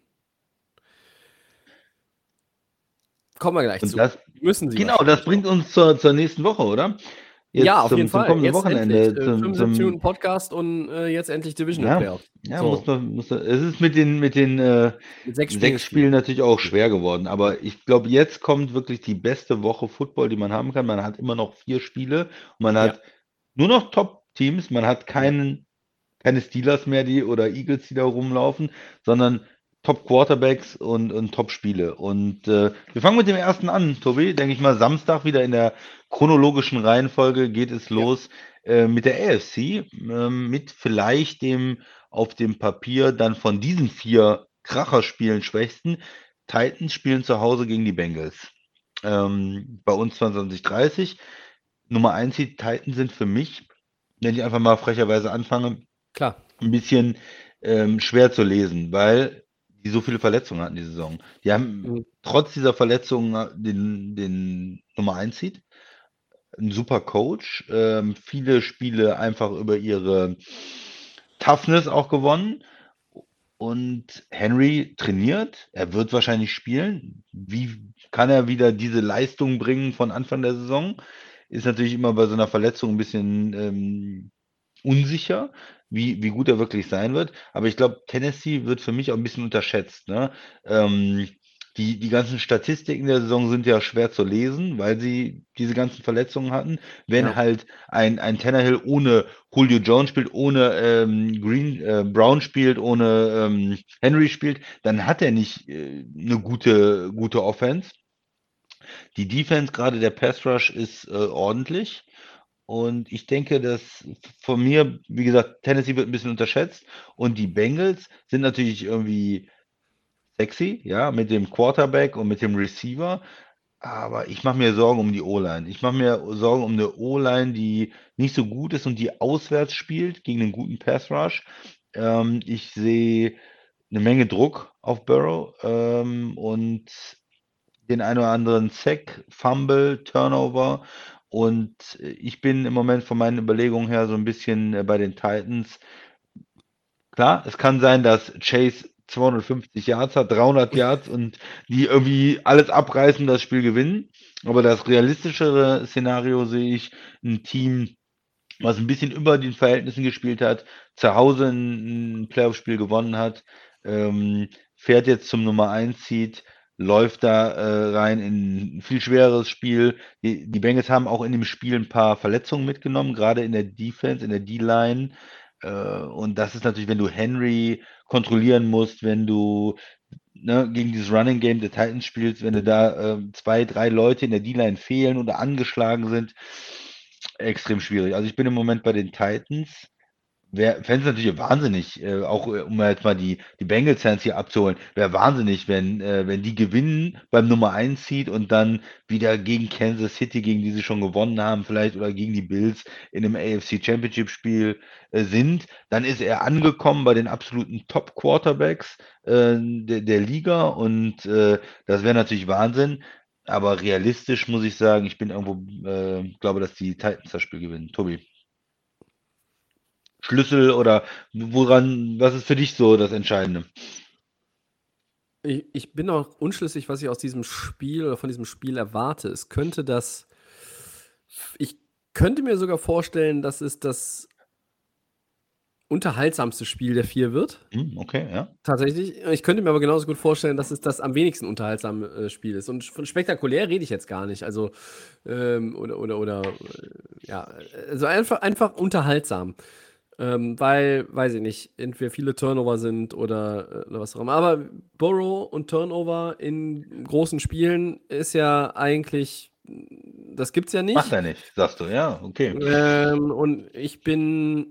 Kommen wir gleich Und zu. das, Müssen sie genau, das wahrscheinlich bringt auch. uns zur, zur nächsten Woche, oder? Jetzt Ja, auf zum, jeden zum Fall. kommenden Jetzt endlich. Wochenende. Äh, Zum, fünfundsiebzig Minuten zum, Podcast und äh, jetzt endlich Divisional ja, Playoffs. ja, So, muss man, muss man, es ist mit den, mit den äh, mit sechs Spielen sechs ist Spielen schwierig. natürlich auch schwer geworden. Aber ich glaube, jetzt kommt wirklich die beste Woche Football, die man haben kann. Man hat immer noch vier Spiele und man Ja, hat nur noch Top-Teams. Man hat ja, keinen, keine Steelers mehr, die oder Eagles, die da rumlaufen, sondern Top-Quarterbacks und, und Top-Spiele. Und äh, wir fangen mit dem ersten an, Tobi. Denke ich mal, Samstag wieder in der chronologischen Reihenfolge geht es ja, los äh, mit der A F C, ähm, mit vielleicht dem auf dem Papier dann von diesen vier Kracherspielen schwächsten. Titans spielen zu Hause gegen die Bengals. Ähm, bei uns zwanzig dreißig. Nummer eins, die Titans sind für mich, wenn ich einfach mal frecherweise anfange, klar. ein bisschen ähm, schwer zu lesen, weil die so viele Verletzungen hatten die Saison. Die haben Mhm. trotz dieser Verletzungen den, den Nummer eins Seed, ein super Coach, ähm, viele Spiele einfach über ihre Toughness auch gewonnen. Und Henry trainiert, er wird wahrscheinlich spielen. Wie kann er wieder diese Leistung bringen von Anfang der Saison? Ist natürlich immer bei so einer Verletzung ein bisschen ähm, unsicher, wie, wie gut er wirklich sein wird. Aber ich glaube, Tennessee wird für mich auch ein bisschen unterschätzt. Ne? Ähm, die, die ganzen Statistiken der Saison sind ja schwer zu lesen, weil sie diese ganzen Verletzungen hatten. Wenn Ja, halt ein, ein Tannehill ohne Julio Jones spielt, ohne ähm, Green, äh, Brown spielt, ohne ähm, Henry spielt, dann hat er nicht äh, eine gute, gute Offense. Die Defense, gerade der Pass Rush, ist äh, ordentlich. Und ich denke, dass von mir, wie gesagt, Tennessee wird ein bisschen unterschätzt. Und die Bengals sind natürlich irgendwie sexy, ja, mit dem Quarterback und mit dem Receiver. Aber ich mache mir Sorgen um die O-Line. Ich mache mir Sorgen um eine O-Line, die nicht so gut ist und die auswärts spielt gegen einen guten Pass Rush. Ähm, ich sehe eine Menge Druck auf Burrow ähm, und den einen oder anderen Sack, Fumble, Turnover. Und äh, ich bin im Moment von meinen Überlegungen her so ein bisschen äh, bei den Titans. Klar, es kann sein, dass Chase zweihundertfünfzig Yards hat, dreihundert Yards und die irgendwie alles abreißen, das Spiel gewinnen. Aber das realistischere Szenario sehe ich ein Team, was ein bisschen über den Verhältnissen gespielt hat, zu Hause ein, ein Playoff-Spiel gewonnen hat, ähm, fährt jetzt zum Nummer eins Seed, läuft da äh, rein in ein viel schwereres Spiel. Die, die Bengals haben auch in dem Spiel ein paar Verletzungen mitgenommen, gerade in der Defense, in der D-Line. Äh, und das ist natürlich, wenn du Henry kontrollieren musst, wenn du ne, gegen dieses Running Game der Titans spielst, wenn du da äh, zwei, drei Leute in der D-Line fehlen oder angeschlagen sind, extrem schwierig. Also ich bin im Moment bei den Titans. Fände es natürlich wahnsinnig, äh, auch äh, um jetzt mal die, die Bengals-Fans hier abzuholen, wäre wahnsinnig, wenn, äh, wenn die gewinnen beim Nummer eins Seed und dann wieder gegen Kansas City, gegen die sie schon gewonnen haben, vielleicht oder gegen die Bills in einem A F C Championship-Spiel äh, sind. Dann ist er angekommen bei den absoluten Top-Quarterbacks äh, der, der Liga und äh, das wäre natürlich Wahnsinn. Aber realistisch muss ich sagen, ich bin irgendwo, äh, glaube, dass die Titans das Spiel gewinnen. Tobi. Schlüssel oder woran, was ist für dich so das Entscheidende? Ich, ich bin auch unschlüssig, was ich aus diesem Spiel oder von diesem Spiel erwarte. Es könnte das. Ich könnte mir sogar vorstellen, dass es das unterhaltsamste Spiel der vier wird. Hm, okay, ja. Tatsächlich. Ich könnte mir aber genauso gut vorstellen, dass es das am wenigsten unterhaltsame äh, Spiel ist. Und von spektakulär rede ich jetzt gar nicht. Also, ähm, oder, oder, oder, äh, ja, also einfach, einfach unterhaltsam. Ähm, weil, weiß ich nicht, entweder viele Turnover sind oder, äh, oder was auch immer. Aber Burrow und Turnover in großen Spielen ist ja eigentlich, das gibt's ja Macht nicht. er nicht, sagst du, ja, okay. Ähm, und ich bin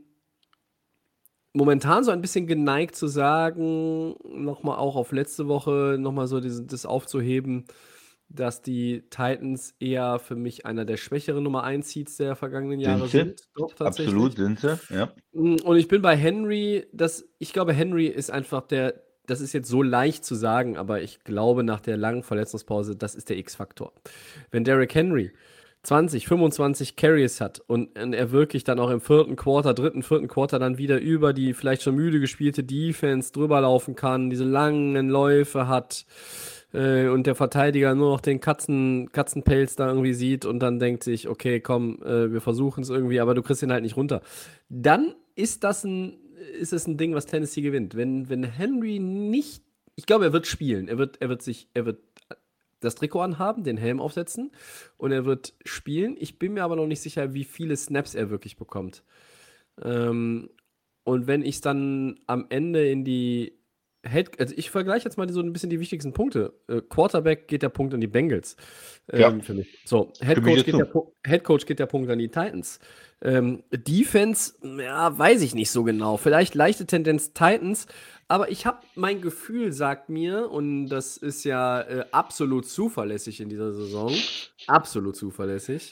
momentan so ein bisschen geneigt zu sagen, nochmal auch auf letzte Woche, nochmal so dieses, das aufzuheben, dass die Titans eher für mich einer der schwächeren Nummer eins Seeds der vergangenen Jahre Sind sie? sind. Doch, Absolut tatsächlich. sind sie, ja. Mm, Und ich bin bei Henry, das, ich glaube, Henry ist einfach der, das ist jetzt so leicht zu sagen, aber ich glaube, nach der langen Verletzungspause, das ist der X-Faktor. Wenn Derrick Henry zwanzig, fünfundzwanzig Carries hat und, und er wirklich dann auch im vierten Quarter, dritten, vierten Quarter dann wieder über die vielleicht schon müde gespielte Defense drüber laufen kann, diese langen Läufe hat äh, und der Verteidiger nur noch den Katzen, Katzenpelz da irgendwie sieht und dann denkt sich, okay, komm, äh, wir versuchen es irgendwie, aber du kriegst ihn halt nicht runter. Dann ist das ein, ist es ein Ding, was Tennessee gewinnt. Wenn, wenn Henry nicht, ich glaube, er wird spielen, er wird, er wird sich, er wird das Trikot anhaben, den Helm aufsetzen und er wird spielen. Ich bin mir aber noch nicht sicher, wie viele Snaps er wirklich bekommt. Ähm, und wenn ich es dann am Ende in die Head, also ich vergleiche jetzt mal so ein bisschen die wichtigsten Punkte. Äh, Quarterback geht der Punkt an die Bengals. Ähm, Ja. für mich. So, Stimme ich Headcoach dir geht, zu. der Pu- Headcoach geht der Punkt an die Titans. Ähm, Defense, ja, weiß ich nicht so genau. Vielleicht leichte Tendenz Titans, aber ich habe mein Gefühl, sagt mir, und das ist ja äh, absolut zuverlässig in dieser Saison, absolut zuverlässig,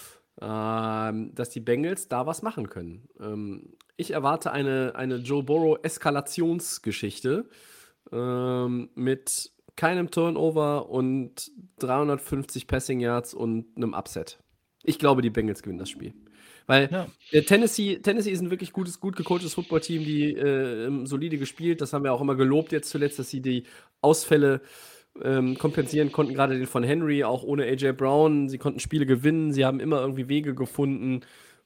ähm, dass die Bengals da was machen können. Ähm, ich erwarte eine, eine Joe Burrow-Eskalationsgeschichte ähm, mit keinem Turnover und dreihundertfünfzig Passing Yards und einem Upset. Ich glaube, die Bengals gewinnen das Spiel. Weil Ja. äh, Tennessee, Tennessee ist ein wirklich gutes, gut gecoachtes Footballteam, die äh, solide gespielt. Das haben wir auch immer gelobt jetzt zuletzt, dass sie die Ausfälle ähm, kompensieren konnten, gerade den von Henry, auch ohne A J Brown. Sie konnten Spiele gewinnen, sie haben immer irgendwie Wege gefunden.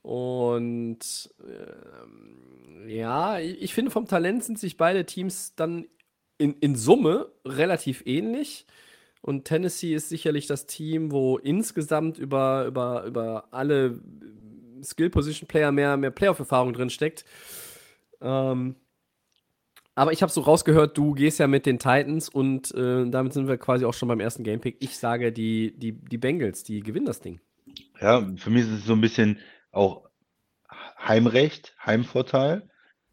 Und ähm, ja, ich, ich finde, vom Talent sind sich beide Teams dann in, in Summe relativ ähnlich. Und Tennessee ist sicherlich das Team, wo insgesamt über, über, über alle Skill-Position-Player mehr, mehr Playoff-Erfahrung drin steckt. Ähm, aber ich habe so rausgehört, du gehst ja mit den Titans und äh, damit sind wir quasi auch schon beim ersten Gamepick. Ich sage, die, die, die Bengals, die gewinnen das Ding. Ja, für mich ist es so ein bisschen auch Heimrecht, Heimvorteil,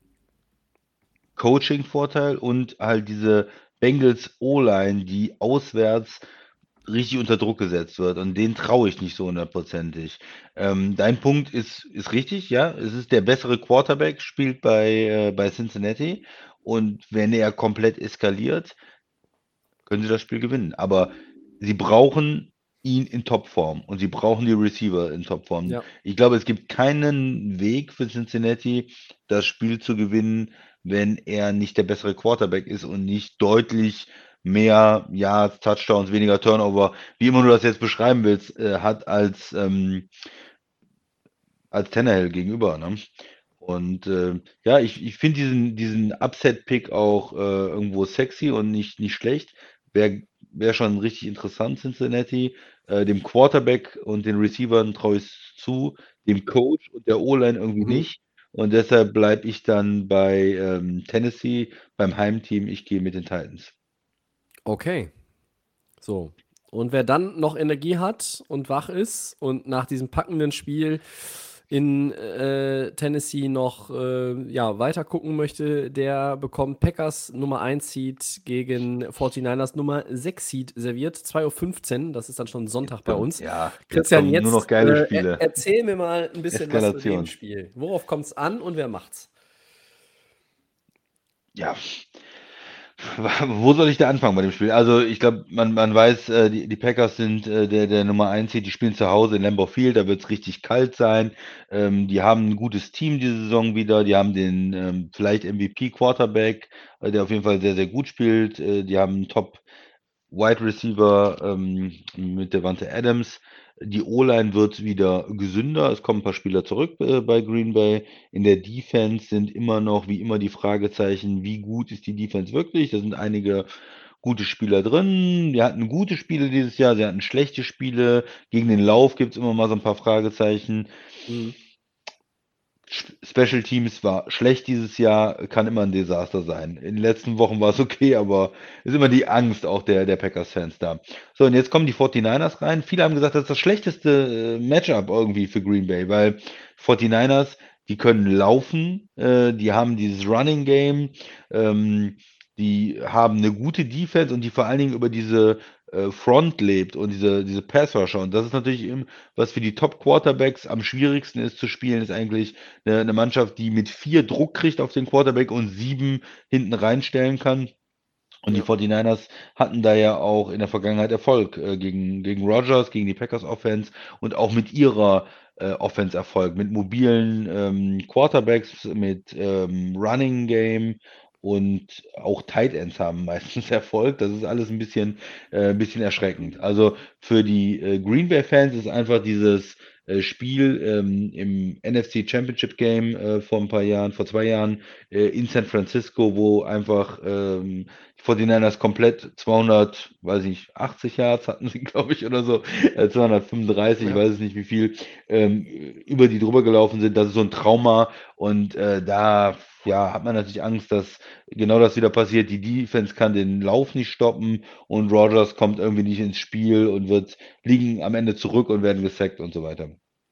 Coaching-Vorteil und halt diese Bengals O-Line, die auswärts richtig unter Druck gesetzt wird und den traue ich nicht so hundertprozentig. Ähm, dein Punkt ist, ist richtig, ja. Es ist der bessere Quarterback, spielt bei, äh, bei Cincinnati und wenn er komplett eskaliert, können sie das Spiel gewinnen. Aber sie brauchen ihn in Topform und sie brauchen die Receiver in Topform. Ja. Ich glaube, es gibt keinen Weg für Cincinnati, das Spiel zu gewinnen, wenn er nicht der bessere Quarterback ist und nicht deutlich mehr Yards, Touchdowns, weniger Turnover, wie immer du das jetzt beschreiben willst, äh, hat als, ähm, als Tannehill gegenüber. Ne? Und äh, ja, ich, ich finde diesen, diesen Upset-Pick auch äh, irgendwo sexy und nicht, nicht schlecht. Wäre wär schon richtig interessant, Cincinnati. Äh, dem Quarterback und den Receivern traue ich zu, dem Coach und der O-Line irgendwie Mhm. nicht. Und deshalb bleibe ich dann bei ähm, Tennessee, beim Heimteam. Ich gehe mit den Titans. Okay. So. Und wer dann noch Energie hat und wach ist und nach diesem packenden Spiel in äh, Tennessee noch äh, ja, weiter gucken möchte, der bekommt Packers Nummer eins Seed gegen forty-niners Nummer sechs Seed serviert. zwei Uhr fünfzehn, das ist dann schon Sonntag bei uns. Ja, jetzt Christian, kommen jetzt nur noch geile äh, er, Spiele. erzähl mir mal ein bisschen was zu dem Eskalation. Spiel. Worauf kommt es an und wer macht's? Ja, wo soll ich da anfangen bei dem Spiel? Also ich glaube, man, man weiß, äh, die, die Packers sind äh, der, der Nummer eins Seed, die spielen zu Hause in Lambeau Field, da wird es richtig kalt sein. Ähm, die haben ein gutes Team diese Saison wieder, die haben den ähm, vielleicht M V P-Quarterback, äh, der auf jeden Fall sehr, sehr gut spielt. Äh, die haben einen Top Wide Receiver ähm, mit Davante Adams. Die O-Line wird wieder gesünder. Es kommen ein paar Spieler zurück äh, bei Green Bay. In der Defense sind immer noch, wie immer, die Fragezeichen, wie gut ist die Defense wirklich? Da sind einige gute Spieler drin. Die hatten gute Spiele dieses Jahr, sie hatten schlechte Spiele. Gegen den Lauf gibt es immer mal so ein paar Fragezeichen. Mhm. Special Teams war schlecht dieses Jahr, kann immer ein Desaster sein. In den letzten Wochen war es okay, aber ist immer die Angst auch der, der Packers-Fans da. So, und jetzt kommen die forty-niners rein. Viele haben gesagt, das ist das schlechteste äh, Matchup irgendwie für Green Bay, weil forty-niners, die können laufen, äh, die haben dieses Running Game, ähm, die haben eine gute Defense und die vor allen Dingen über diese äh, Front lebt und diese, diese Pass-Rusher. Und das ist natürlich, im, was für die Top-Quarterbacks am schwierigsten ist zu spielen, ist eigentlich eine, eine Mannschaft, die mit vier Druck kriegt auf den Quarterback und sieben hinten reinstellen kann. Und die Ja. forty-niners hatten da ja auch in der Vergangenheit Erfolg äh, gegen, gegen Rodgers, gegen die Packers Offense und auch mit ihrer äh, Offense Erfolg, mit mobilen ähm, Quarterbacks, mit ähm, Running Game und auch Tight Ends haben meistens Erfolg. Das ist alles ein bisschen, äh, ein bisschen erschreckend. Also für die äh, Green Bay Fans ist einfach dieses äh, Spiel ähm, im N F C Championship Game äh, vor ein paar Jahren, vor zwei Jahren äh, in San Francisco, wo einfach ähm, die forty-niners komplett zweihundert, weiß ich nicht, achtzig Yards hatten sie, glaube ich, oder so, äh, zweihundertfünfunddreißig, ich Ja. weiß es nicht wie viel, ähm, über die drüber gelaufen sind. Das ist so ein Trauma und äh, da ja, hat man natürlich Angst, dass genau das wieder passiert. Die Defense kann den Lauf nicht stoppen und Rodgers kommt irgendwie nicht ins Spiel und wird liegen am Ende zurück und werden gesackt und so weiter.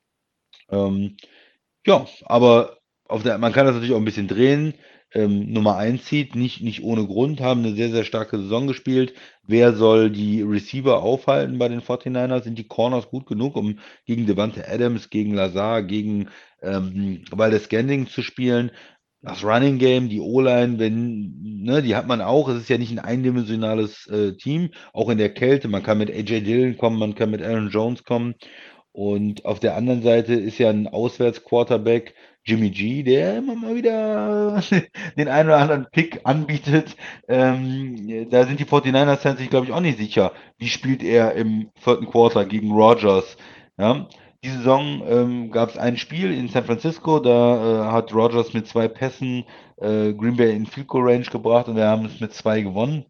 Ähm, ja, aber auf der, man kann das natürlich auch ein bisschen drehen. Ähm, Nummer eins Seed, nicht, nicht ohne Grund, haben eine sehr, sehr starke Saison gespielt. Wer soll die Receiver aufhalten bei den forty-niners? Sind die Corners gut genug, um gegen Devante Adams, gegen Lazar, gegen ähm, Valdez Scantling zu spielen? Das Running Game, die O-Line, wenn, ne, die hat man auch. Es ist ja nicht ein eindimensionales äh, Team, auch in der Kälte. Man kann mit A J Dillon kommen, man kann mit Aaron Jones kommen. Und auf der anderen Seite ist ja ein Auswärts-Quarterback, Jimmy G, der immer mal wieder den einen oder anderen Pick anbietet. Ähm, da sind die forty-niners-Fans sich, glaube ich, auch nicht sicher. Wie spielt er im vierten Quarter gegen Rodgers? Ja, die Saison ähm, gab es ein Spiel in San Francisco, da äh, hat Rodgers mit zwei Pässen äh, Green Bay in Field Goal Range gebracht und wir haben es mit zwei gewonnen.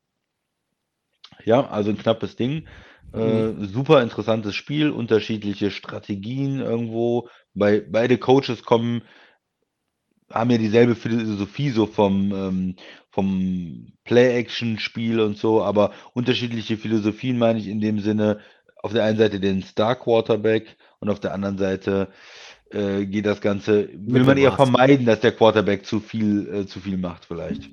Ja, also ein knappes Ding. Mhm. Äh, super interessantes Spiel, unterschiedliche Strategien irgendwo. Bei, beide Coaches kommen, haben ja dieselbe Philosophie so vom, ähm, vom Play-Action-Spiel und so, aber unterschiedliche Philosophien meine ich in dem Sinne, auf der einen Seite den Star-Quarterback und auf der anderen Seite äh, geht das Ganze, will man eher Mittelmaß. vermeiden, dass der Quarterback zu viel, äh, zu viel macht vielleicht.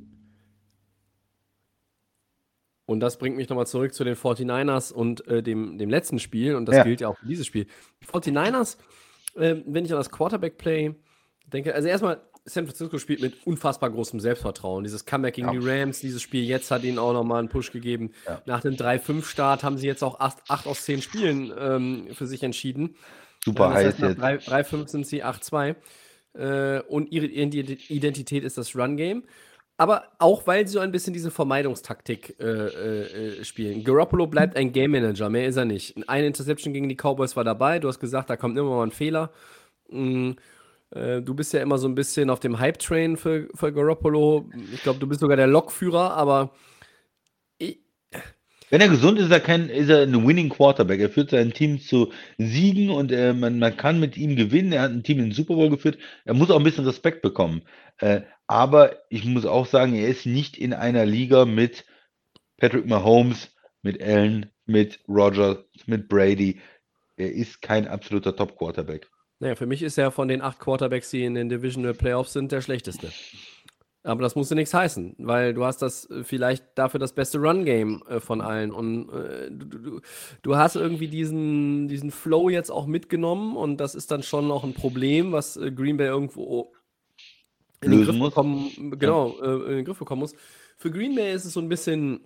Und das bringt mich nochmal zurück zu den forty-niners und äh, dem, dem letzten Spiel. Und das Ja, gilt ja auch für dieses Spiel. Die forty-niners, äh, wenn ich an das Quarterback-Play denke, also erstmal, San Francisco spielt mit unfassbar großem Selbstvertrauen. Dieses Comeback gegen ja, die Rams, dieses Spiel jetzt hat ihnen auch nochmal einen Push gegeben. ja. Nach dem drei fünf Start haben sie jetzt auch acht aus zehn Spielen ähm, für sich entschieden. Super Äh, das heiß heißt, nach jetzt. drei fünf sind sie acht zwei. Äh, und ihre Ident- Identität ist das Run-Game. Aber auch, weil sie so ein bisschen diese Vermeidungstaktik äh, äh, äh, spielen. Garoppolo bleibt ein Game Manager, mehr ist er nicht. Eine Interception gegen die Cowboys war dabei. Du hast gesagt, da kommt immer mal ein Fehler. Mm, äh, du bist ja immer so ein bisschen auf dem Hype-Train für, für Garoppolo. Ich glaube, du bist sogar der Lokführer, aber ich, Wenn er gesund ist, ist er kein, ist er ein Winning Quarterback. Er führt sein Team zu Siegen und äh, man, man kann mit ihm gewinnen. Er hat ein Team in den Super Bowl geführt. Er muss auch ein bisschen Respekt bekommen. Äh, aber ich muss auch sagen, er ist nicht in einer Liga mit Patrick Mahomes, mit Allen, mit Rodgers, mit Brady. Er ist kein absoluter Top-Quarterback. naja, für mich ist er von den acht Quarterbacks, die in den Divisional Playoffs sind, der schlechteste. Aber das musste nichts heißen, weil du hast das äh, vielleicht dafür das beste Run-Game äh, von allen. Und äh, du, du, du hast irgendwie diesen, diesen Flow jetzt auch mitgenommen und das ist dann schon noch ein Problem, was äh, Green Bay irgendwo in den Lösen Griff muss. bekommen, Ja. genau, äh, in den Griff bekommen muss. Für Green Bay ist es so ein bisschen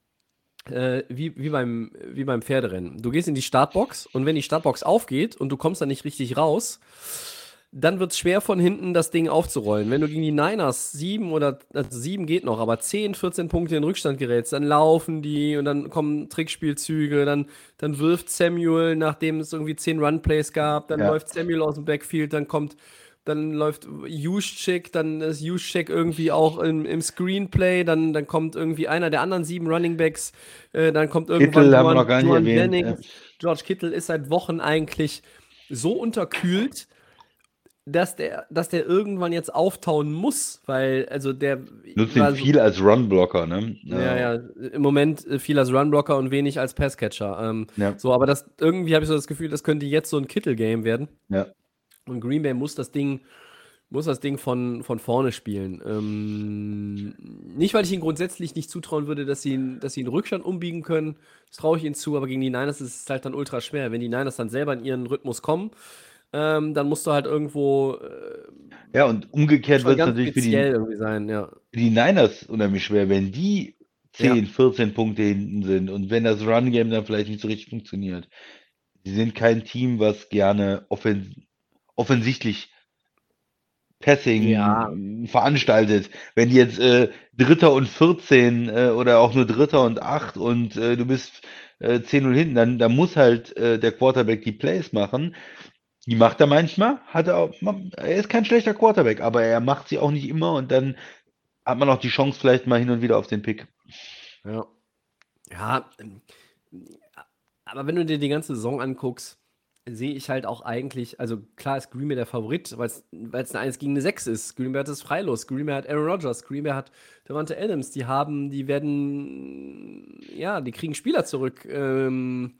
äh, wie, wie, beim, wie beim Pferderennen. Du gehst in die Startbox und wenn die Startbox aufgeht und du kommst dann nicht richtig raus, dann wird es schwer von hinten das Ding aufzurollen. Wenn du gegen die Niners sieben oder, also sieben geht noch, aber zehn, vierzehn Punkte in Rückstand gerätst, dann laufen die und dann kommen Trickspielzüge, dann, dann wirft Samuel, nachdem es irgendwie zehn Runplays gab, dann Ja. läuft Samuel aus dem Backfield, dann kommt, dann läuft Juszczyk, dann ist Juszczyk irgendwie auch im, im Screenplay, dann, dann kommt irgendwie einer der anderen sieben Runningbacks, äh, dann kommt irgendwann Kittel haben wir Juan, noch gar nicht Juan erwähnt. Jennings. George Kittle ist seit Wochen eigentlich so unterkühlt, dass der, dass der irgendwann jetzt auftauen muss, weil, also der Nutzt ihn war so, viel als Run-Blocker, ne? ja, Ja. ja, im Moment äh, viel als Runblocker und wenig als Passcatcher. Ähm, Ja. so, aber das irgendwie habe ich so das Gefühl, das könnte jetzt so ein Kittle-Game werden. Ja. Und Green Bay muss das Ding, muss das Ding von, von vorne spielen. Ähm, nicht, weil ich ihnen grundsätzlich nicht zutrauen würde, dass sie, ihn- dass sie einen Rückstand umbiegen können. Das traue ich ihnen zu, aber gegen die Niners ist es halt dann ultra schwer. Wenn die Niners dann selber in ihren Rhythmus kommen, ähm, dann musst du halt irgendwo äh, Ja, und umgekehrt schon wird es ganz natürlich für speziell die, irgendwie sein, ja. für die Niners unheimlich schwer, wenn die Ja. zehn, vierzehn Punkte hinten sind und wenn das Run-Game dann vielleicht nicht so richtig funktioniert. Sie sind kein Team, was gerne offen offensichtlich Passing Ja. veranstaltet. Wenn die jetzt äh, Dritter und vierzehn äh, oder auch nur Dritter und acht und äh, du bist äh, zehn null hinten, dann, dann muss halt äh, der Quarterback die Plays machen. Die macht er manchmal, hat er auch, er ist kein schlechter Quarterback, aber er macht sie auch nicht immer und dann hat man auch die Chance vielleicht mal hin und wieder auf den Pick. Ja. Ja, ähm, aber wenn du dir die ganze Saison anguckst, sehe ich halt auch eigentlich, also klar ist Green Bay der Favorit, weil es eine eins gegen eine sechs ist. Green Bay hat das Freilos, Green Bay hat Aaron Rodgers, Green Bay hat Davante Adams, die haben, die werden, ja, die kriegen Spieler zurück. Ähm,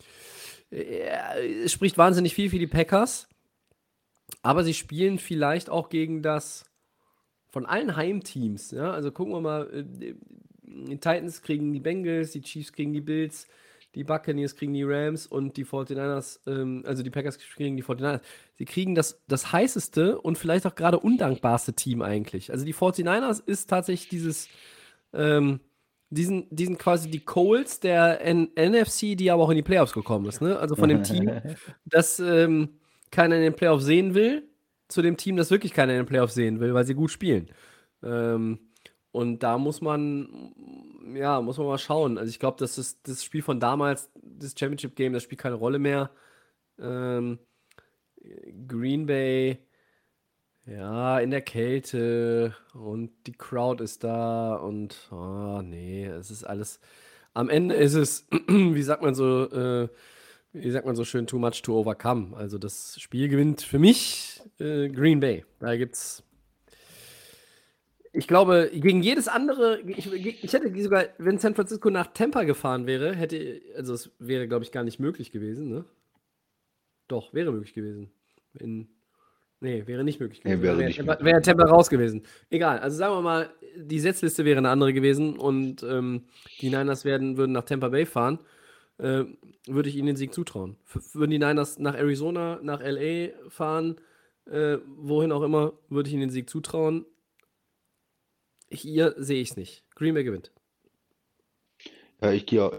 ja, es spricht wahnsinnig viel für die Packers, aber sie spielen vielleicht auch gegen das von allen Heimteams, ja, also gucken wir mal, äh, die Titans kriegen die Bengals, die Chiefs kriegen die Bills, die Buccaneers kriegen die Rams und die forty-niners, ähm, also die Packers kriegen die forty-niners. Sie kriegen das, das heißeste und vielleicht auch gerade undankbarste Team eigentlich. Also die forty-niners ist tatsächlich dieses, ähm, diesen, diesen quasi die Colts der N NFC, die aber auch in die Playoffs gekommen ist, ne? Also von dem Team, das ähm, keiner in den Playoffs sehen will, zu dem Team, das wirklich keiner in den Playoffs sehen will, weil sie gut spielen. Ähm, und da muss man, ja, muss man mal schauen. Also ich glaube, das ist das Spiel von damals, das Championship Game, das spielt keine Rolle mehr. Ähm, Green Bay, ja, in der Kälte und die Crowd ist da und, oh, nee, es ist alles, am Ende ist es, wie sagt man so, äh, wie sagt man so schön, too much to overcome. Also das Spiel gewinnt für mich äh, Green Bay. Da gibt's, ich glaube, gegen jedes andere, ich, ich hätte sogar, wenn San Francisco nach Tampa gefahren wäre, hätte, also es wäre, glaube ich, gar nicht möglich gewesen, ne? Doch, wäre möglich gewesen. In, nee, wäre nicht möglich Nee, gewesen. wäre Wäre nicht Tampa, möglich. wäre Tampa raus gewesen. Egal, also sagen wir mal, die Setzliste wäre eine andere gewesen und ähm, die Niners werden, würden nach Tampa Bay fahren, äh, würde ich ihnen den Sieg zutrauen. F würden die Niners nach Arizona, nach L A fahren, äh, wohin auch immer, würde ich ihnen den Sieg zutrauen. Hier sehe ich es nicht. Green Bay gewinnt. Ja, ich gehe auch.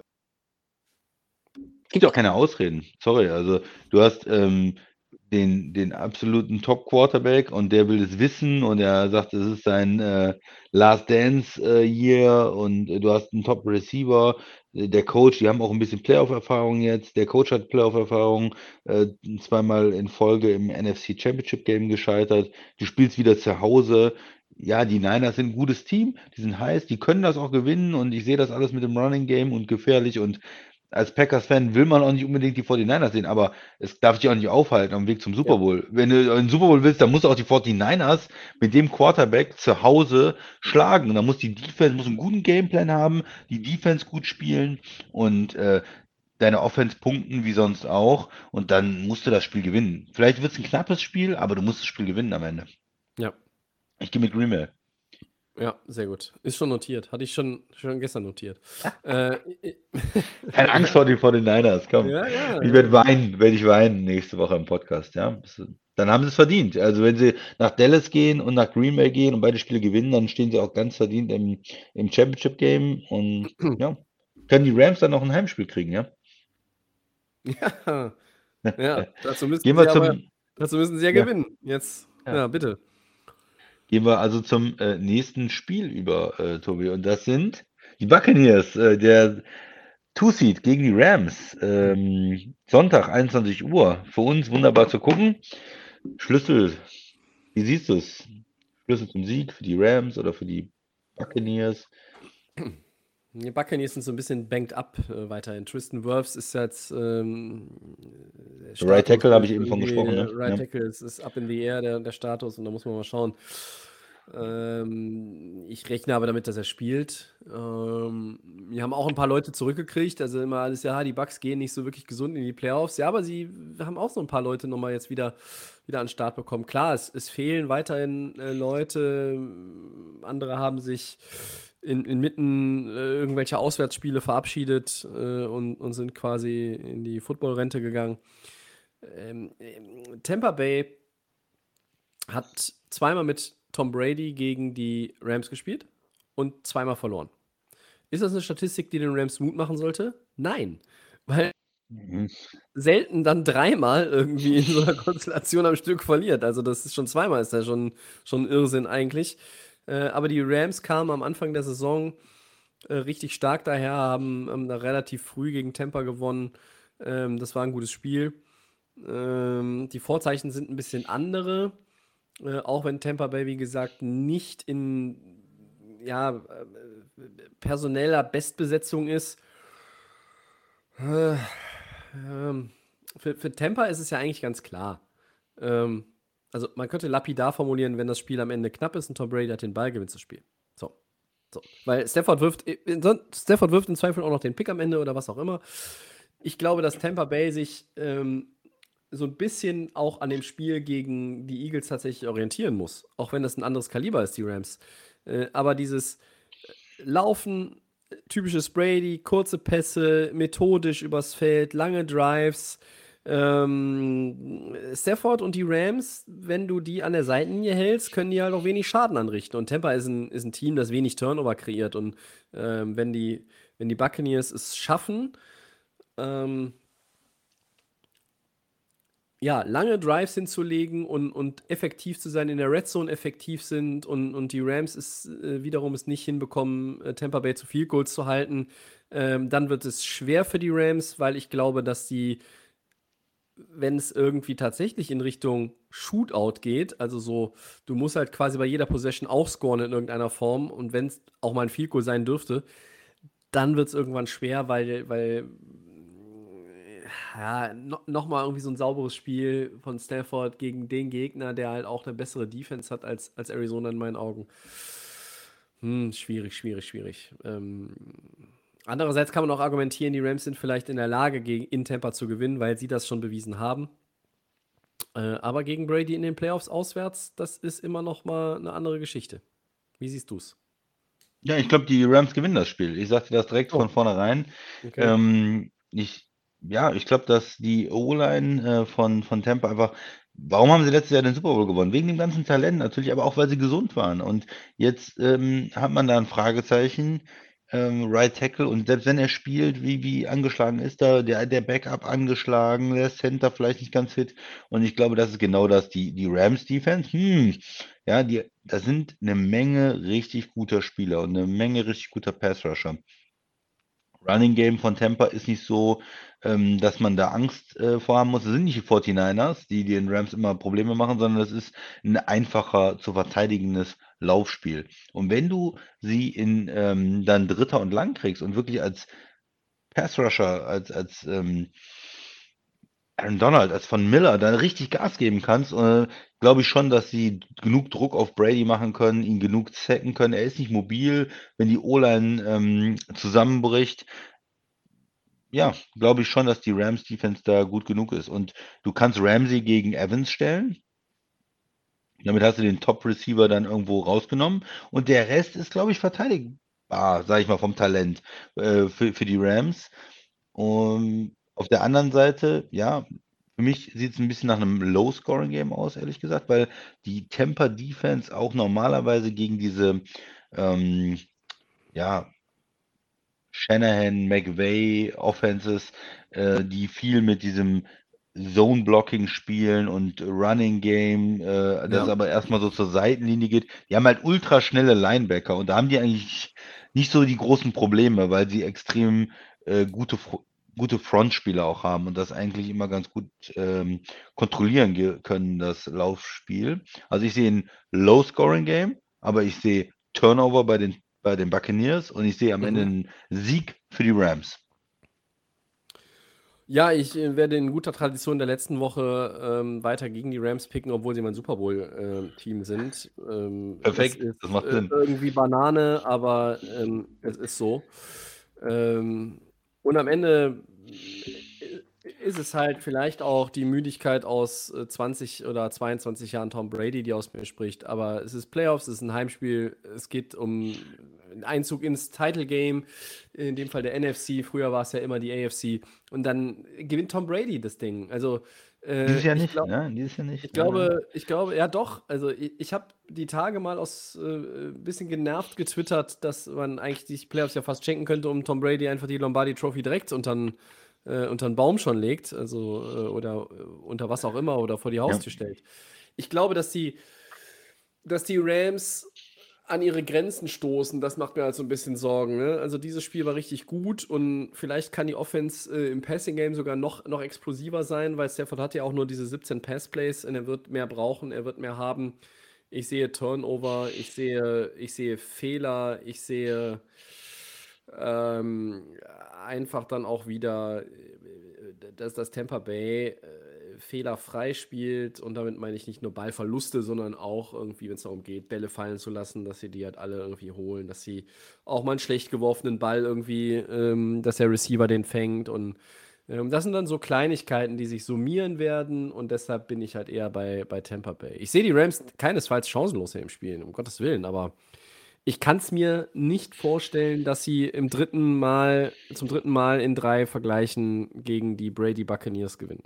Es gibt auch keine Ausreden. Sorry, also du hast ähm, den, den absoluten Top-Quarterback und der will es wissen und er sagt, es ist sein äh, Last Dance äh, Year und äh, du hast einen Top-Receiver, äh, der Coach, die haben auch ein bisschen Playoff-Erfahrung jetzt, der Coach hat Playoff-Erfahrung, äh, zweimal in Folge im N F C Championship Game gescheitert, du spielst wieder zu Hause. Ja, die Niners sind ein gutes Team, die sind heiß, die können das auch gewinnen und ich sehe das alles mit dem Running Game und gefährlich und als Packers-Fan will man auch nicht unbedingt die forty-niners sehen, aber es darf dich auch nicht aufhalten am Weg zum Super Ja. Bowl. Wenn du einen Super Bowl willst, dann musst du auch die forty-niners mit dem Quarterback zu Hause schlagen. Und dann muss die Defense muss einen guten Gameplan haben, die Defense gut spielen und äh, deine Offense punkten wie sonst auch. Und dann musst du das Spiel gewinnen. Vielleicht wird es ein knappes Spiel, aber du musst das Spiel gewinnen am Ende. Ja. Ich gehe mit Green Bay. Ja, sehr gut. Ist schon notiert. Hatte ich schon, schon gestern notiert. äh, Keine Angst vor den forty-niners, komm. Ja, ja. Ich werde weinen, werde ich weinen nächste Woche im Podcast, ja. Das- Dann haben sie es verdient. Also wenn sie nach Dallas gehen und nach Green Bay gehen und beide Spiele gewinnen, dann stehen sie auch ganz verdient im, im Championship Game und ja, können die Rams dann noch ein Heimspiel kriegen, ja. Ja, ja, dazu müssen Gehen sie wir aber, zum, dazu müssen sie ja, Ja. gewinnen. Jetzt, Ja. ja, bitte. gehen wir also zum äh, nächsten Spiel über, äh, Tobi. Und das sind die Buccaneers, äh, der Two-Seed gegen die Rams. Ähm, Sonntag, einundzwanzig Uhr. Für uns wunderbar zu gucken. Schlüssel, wie siehst du es? Schlüssel zum Sieg für die Rams oder für die Buccaneers? Die Buccaneers sind so ein bisschen banked up äh, weiterhin. Tristan Wirfs ist jetzt ähm, der Right Status Tackle habe ich ist eben von irgendwie, gesprochen, der ne? Right Ja. Tackle ist, ist up in the air, der, der Status, und da muss man mal schauen. Ähm, ich rechne aber damit, dass er spielt. Ähm, wir haben auch ein paar Leute zurückgekriegt, also immer alles, ja, die Bucks gehen nicht so wirklich gesund in die Playoffs. Ja, aber sie haben auch so ein paar Leute nochmal jetzt wieder, wieder an den Start bekommen. Klar, es, es fehlen weiterhin äh, Leute, andere haben sich in, inmitten äh, irgendwelcher Auswärtsspiele verabschiedet äh, und, und sind quasi in die Footballrente gegangen. Ähm, ähm, Tampa Bay hat zweimal mit Tom Brady gegen die Rams gespielt und zweimal verloren. Ist das eine Statistik, die den Rams Mut machen sollte? Nein, weil Mhm. selten dann dreimal irgendwie in so einer Konstellation am Stück verliert. Also das ist schon zweimal, ist ja schon, schon Irrsinn eigentlich. Äh, aber die Rams kamen am Anfang der Saison äh, richtig stark daher, haben, haben da relativ früh gegen Tampa gewonnen. Ähm, das war ein gutes Spiel. Ähm, die Vorzeichen sind ein bisschen andere. Äh, auch wenn Tampa Bay, wie gesagt, nicht in ja, äh, personeller Bestbesetzung ist. Äh, ähm, für, für Tampa ist es ja eigentlich ganz klar. Ähm, also man könnte lapidar formulieren, wenn das Spiel am Ende knapp ist und Tom Brady hat den Ball, gewinnt das Spiel. So. So. Weil Stafford wirft, Stafford wirft im Zweifel auch noch den Pick am Ende oder was auch immer. Ich glaube, dass Tampa Bay sich ähm, so ein bisschen auch an dem Spiel gegen die Eagles tatsächlich orientieren muss. Auch wenn das ein anderes Kaliber ist, die Rams. Äh, aber dieses Laufen, typisches Brady, kurze Pässe, methodisch übers Feld, lange Drives. Ähm, Stafford und die Rams, wenn du die an der Seitenlinie hältst, können die halt auch wenig Schaden anrichten. Und Tampa ist ein, ist ein Team, das wenig Turnover kreiert. Und ähm, wenn, die, wenn die Buccaneers es schaffen, ähm, ja, lange Drives hinzulegen und, und effektiv zu sein, in der Red Zone effektiv sind und, und die Rams es äh, wiederum es nicht hinbekommen, äh, Tampa Bay zu Field Goals zu halten, ähm, dann wird es schwer für die Rams, weil ich glaube, dass die, wenn es irgendwie tatsächlich in Richtung Shootout geht, also so, du musst halt quasi bei jeder Possession auch scoren in irgendeiner Form, und wenn es auch mal ein Field Goal sein dürfte, dann wird es irgendwann schwer, weil, weil ja, no, nochmal irgendwie so ein sauberes Spiel von Stafford gegen den Gegner, der halt auch eine bessere Defense hat als, als Arizona in meinen Augen. Hm, schwierig, schwierig, schwierig. Ähm, andererseits kann man auch argumentieren, die Rams sind vielleicht in der Lage, gegen in Tampa zu gewinnen, weil sie das schon bewiesen haben. Äh, aber gegen Brady in den Playoffs auswärts, das ist immer noch mal eine andere Geschichte. Wie siehst du's? Ja, ich glaube, die Rams gewinnen das Spiel. Ich sagte das direkt von Oh, vornherein. okay. Ähm, ich, ja, ich glaube, dass die O-Line äh, von, von Tampa einfach. Warum haben sie letztes Jahr den Super Bowl gewonnen? Wegen dem ganzen Talent natürlich, aber auch weil sie gesund waren. Und jetzt ähm, hat man da ein Fragezeichen. Ähm, Right Tackle, und selbst wenn er spielt, wie, wie angeschlagen ist da der, der Backup angeschlagen, der Center vielleicht nicht ganz fit. Und ich glaube, das ist genau das. Die, die Rams Defense, hm, ja, die, da sind eine Menge richtig guter Spieler und eine Menge richtig guter Pass-Rusher. Running Game von Tampa ist nicht so, ähm, dass man da Angst äh, vor haben muss. Es sind nicht die forty-niners, die den Rams immer Probleme machen, sondern es ist ein einfacher zu verteidigendes Laufspiel. Und wenn du sie in ähm, dann Dritter und Lang kriegst und wirklich als Pass-Rusher, als, als ähm, Aaron Donald, als von Miller dann richtig Gas geben kannst, äh, glaube ich schon, dass sie genug Druck auf Brady machen können, ihn genug sacken können. Er ist nicht mobil, wenn die O-Line ähm, zusammenbricht. Ja, glaube ich schon, dass die Rams Defense da gut genug ist. Und du kannst Ramsey gegen Evans stellen. Damit hast du den Top Receiver dann irgendwo rausgenommen. Und der Rest ist, glaube ich, verteidigbar, sage ich mal, vom Talent äh, für, für die Rams. Und auf der anderen Seite, ja, für mich sieht es ein bisschen nach einem Low-Scoring-Game aus, ehrlich gesagt, weil die Tampa Defense auch normalerweise gegen diese, ähm, ja, Shanahan, McVay Offenses, äh, die viel mit diesem Zone-Blocking spielen und Running Game, äh, das Ja. aber erstmal so zur Seitenlinie geht. Die haben halt ultra schnelle Linebacker und da haben die eigentlich nicht so die großen Probleme, weil sie extrem äh, gute, Fro- gute Frontspieler auch haben und das eigentlich immer ganz gut ähm, kontrollieren ge- können, das Laufspiel. Also ich sehe ein Low-Scoring-Game, aber ich sehe Turnover bei den bei den Buccaneers und ich sehe am Ende Mhm. einen Sieg für die Rams. Ja, ich äh, werde in guter Tradition der letzten Woche ähm, weiter gegen die Rams picken, obwohl sie mein Super Bowl-Team sind. Ähm, das Perfekt, ist das macht äh, Sinn. irgendwie Banane, aber ähm, es ist so. Ähm, und am Ende äh, ist es halt vielleicht auch die Müdigkeit aus äh, zwanzig oder zweiundzwanzig Jahren Tom Brady, die aus mir spricht. Aber es ist Playoffs, es ist ein Heimspiel, es geht um einen Einzug ins Title Game, in dem Fall der N F C. Früher war es ja immer die A F C. Und dann gewinnt Tom Brady das Ding. Also Dieses äh, Jahr ich nicht, glaube, ne? Dieses Jahr ich nicht, leider. glaube, ich glaube, ja doch. Also ich, ich habe die Tage mal aus äh, ein bisschen genervt getwittert, dass man eigentlich die Playoffs ja fast schenken könnte, um Tom Brady einfach die Lombardi Trophy direkt unter den äh, unter den Baum schon legt, also äh, oder äh, unter was auch immer oder vor die Ja. Haustür stellt. Ich glaube, dass die, dass die Rams an ihre Grenzen stoßen, das macht mir halt so ein bisschen Sorgen. Ne? Also dieses Spiel war richtig gut und vielleicht kann die Offense äh, im Passing Game sogar noch, noch explosiver sein, weil Stafford hat ja auch nur diese siebzehn Pass-Plays und er wird mehr brauchen, er wird mehr haben. Ich sehe Turnover, ich sehe, ich sehe Fehler, ich sehe ähm, einfach dann auch wieder, äh, dass das Tampa Bay äh, fehlerfrei spielt und damit meine ich nicht nur Ballverluste, sondern auch irgendwie, wenn es darum geht, Bälle fallen zu lassen, dass sie die halt alle irgendwie holen, dass sie auch mal einen schlecht geworfenen Ball irgendwie, ähm, dass der Receiver den fängt und ähm, das sind dann so Kleinigkeiten, die sich summieren werden und deshalb bin ich halt eher bei, bei Tampa Bay. Ich sehe die Rams keinesfalls chancenlos hier im Spiel, um Gottes Willen, aber ich kann es mir nicht vorstellen, dass sie im dritten Mal, zum dritten Mal in drei Vergleichen gegen die Brady Buccaneers gewinnen.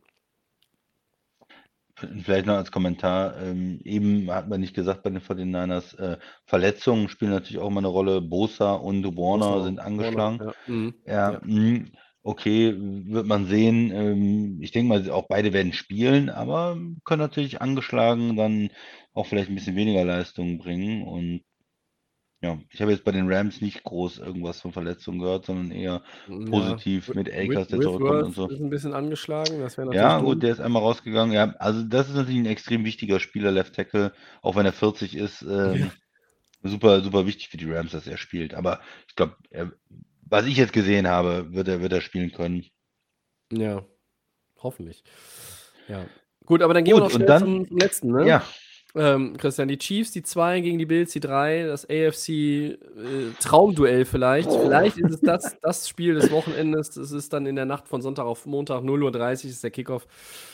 Vielleicht noch als Kommentar, ähm, eben hat man nicht gesagt bei den forty-niners, äh, Verletzungen spielen natürlich auch immer eine Rolle. Bosa und Warner Bosa, sind Warner, angeschlagen. ja. Mhm. Ja, Ja. mh, okay, wird man sehen. Ähm, ich denke mal, auch beide werden spielen, aber können natürlich angeschlagen dann auch vielleicht ein bisschen weniger Leistung bringen. Und ja, ich habe jetzt bei den Rams nicht groß irgendwas von Verletzungen gehört, sondern eher Ja, positiv mit Whit- Akers, der zurückkommt und Whitworth so. ist ein bisschen angeschlagen, das wäre natürlich Ja, gut, doof. der ist einmal rausgegangen. Ja, also das ist natürlich ein extrem wichtiger Spieler, Left Tackle, auch wenn er vierzig ist. Ja. Ähm, super, super wichtig für die Rams, dass er spielt. Aber ich glaube, was ich jetzt gesehen habe, wird er, wird er spielen können. Ja, hoffentlich. Ja. Gut, aber dann gehen wir Gut, noch und schnell dann, zum, zum letzten, ne? ja, Ähm, Christian, die Chiefs, die zwei gegen die Bills, die drei, das A F C äh, Traumduell vielleicht. Vielleicht ist es das, das Spiel des Wochenendes. Es ist dann in der Nacht von Sonntag auf Montag, null Uhr dreißig ist der Kickoff.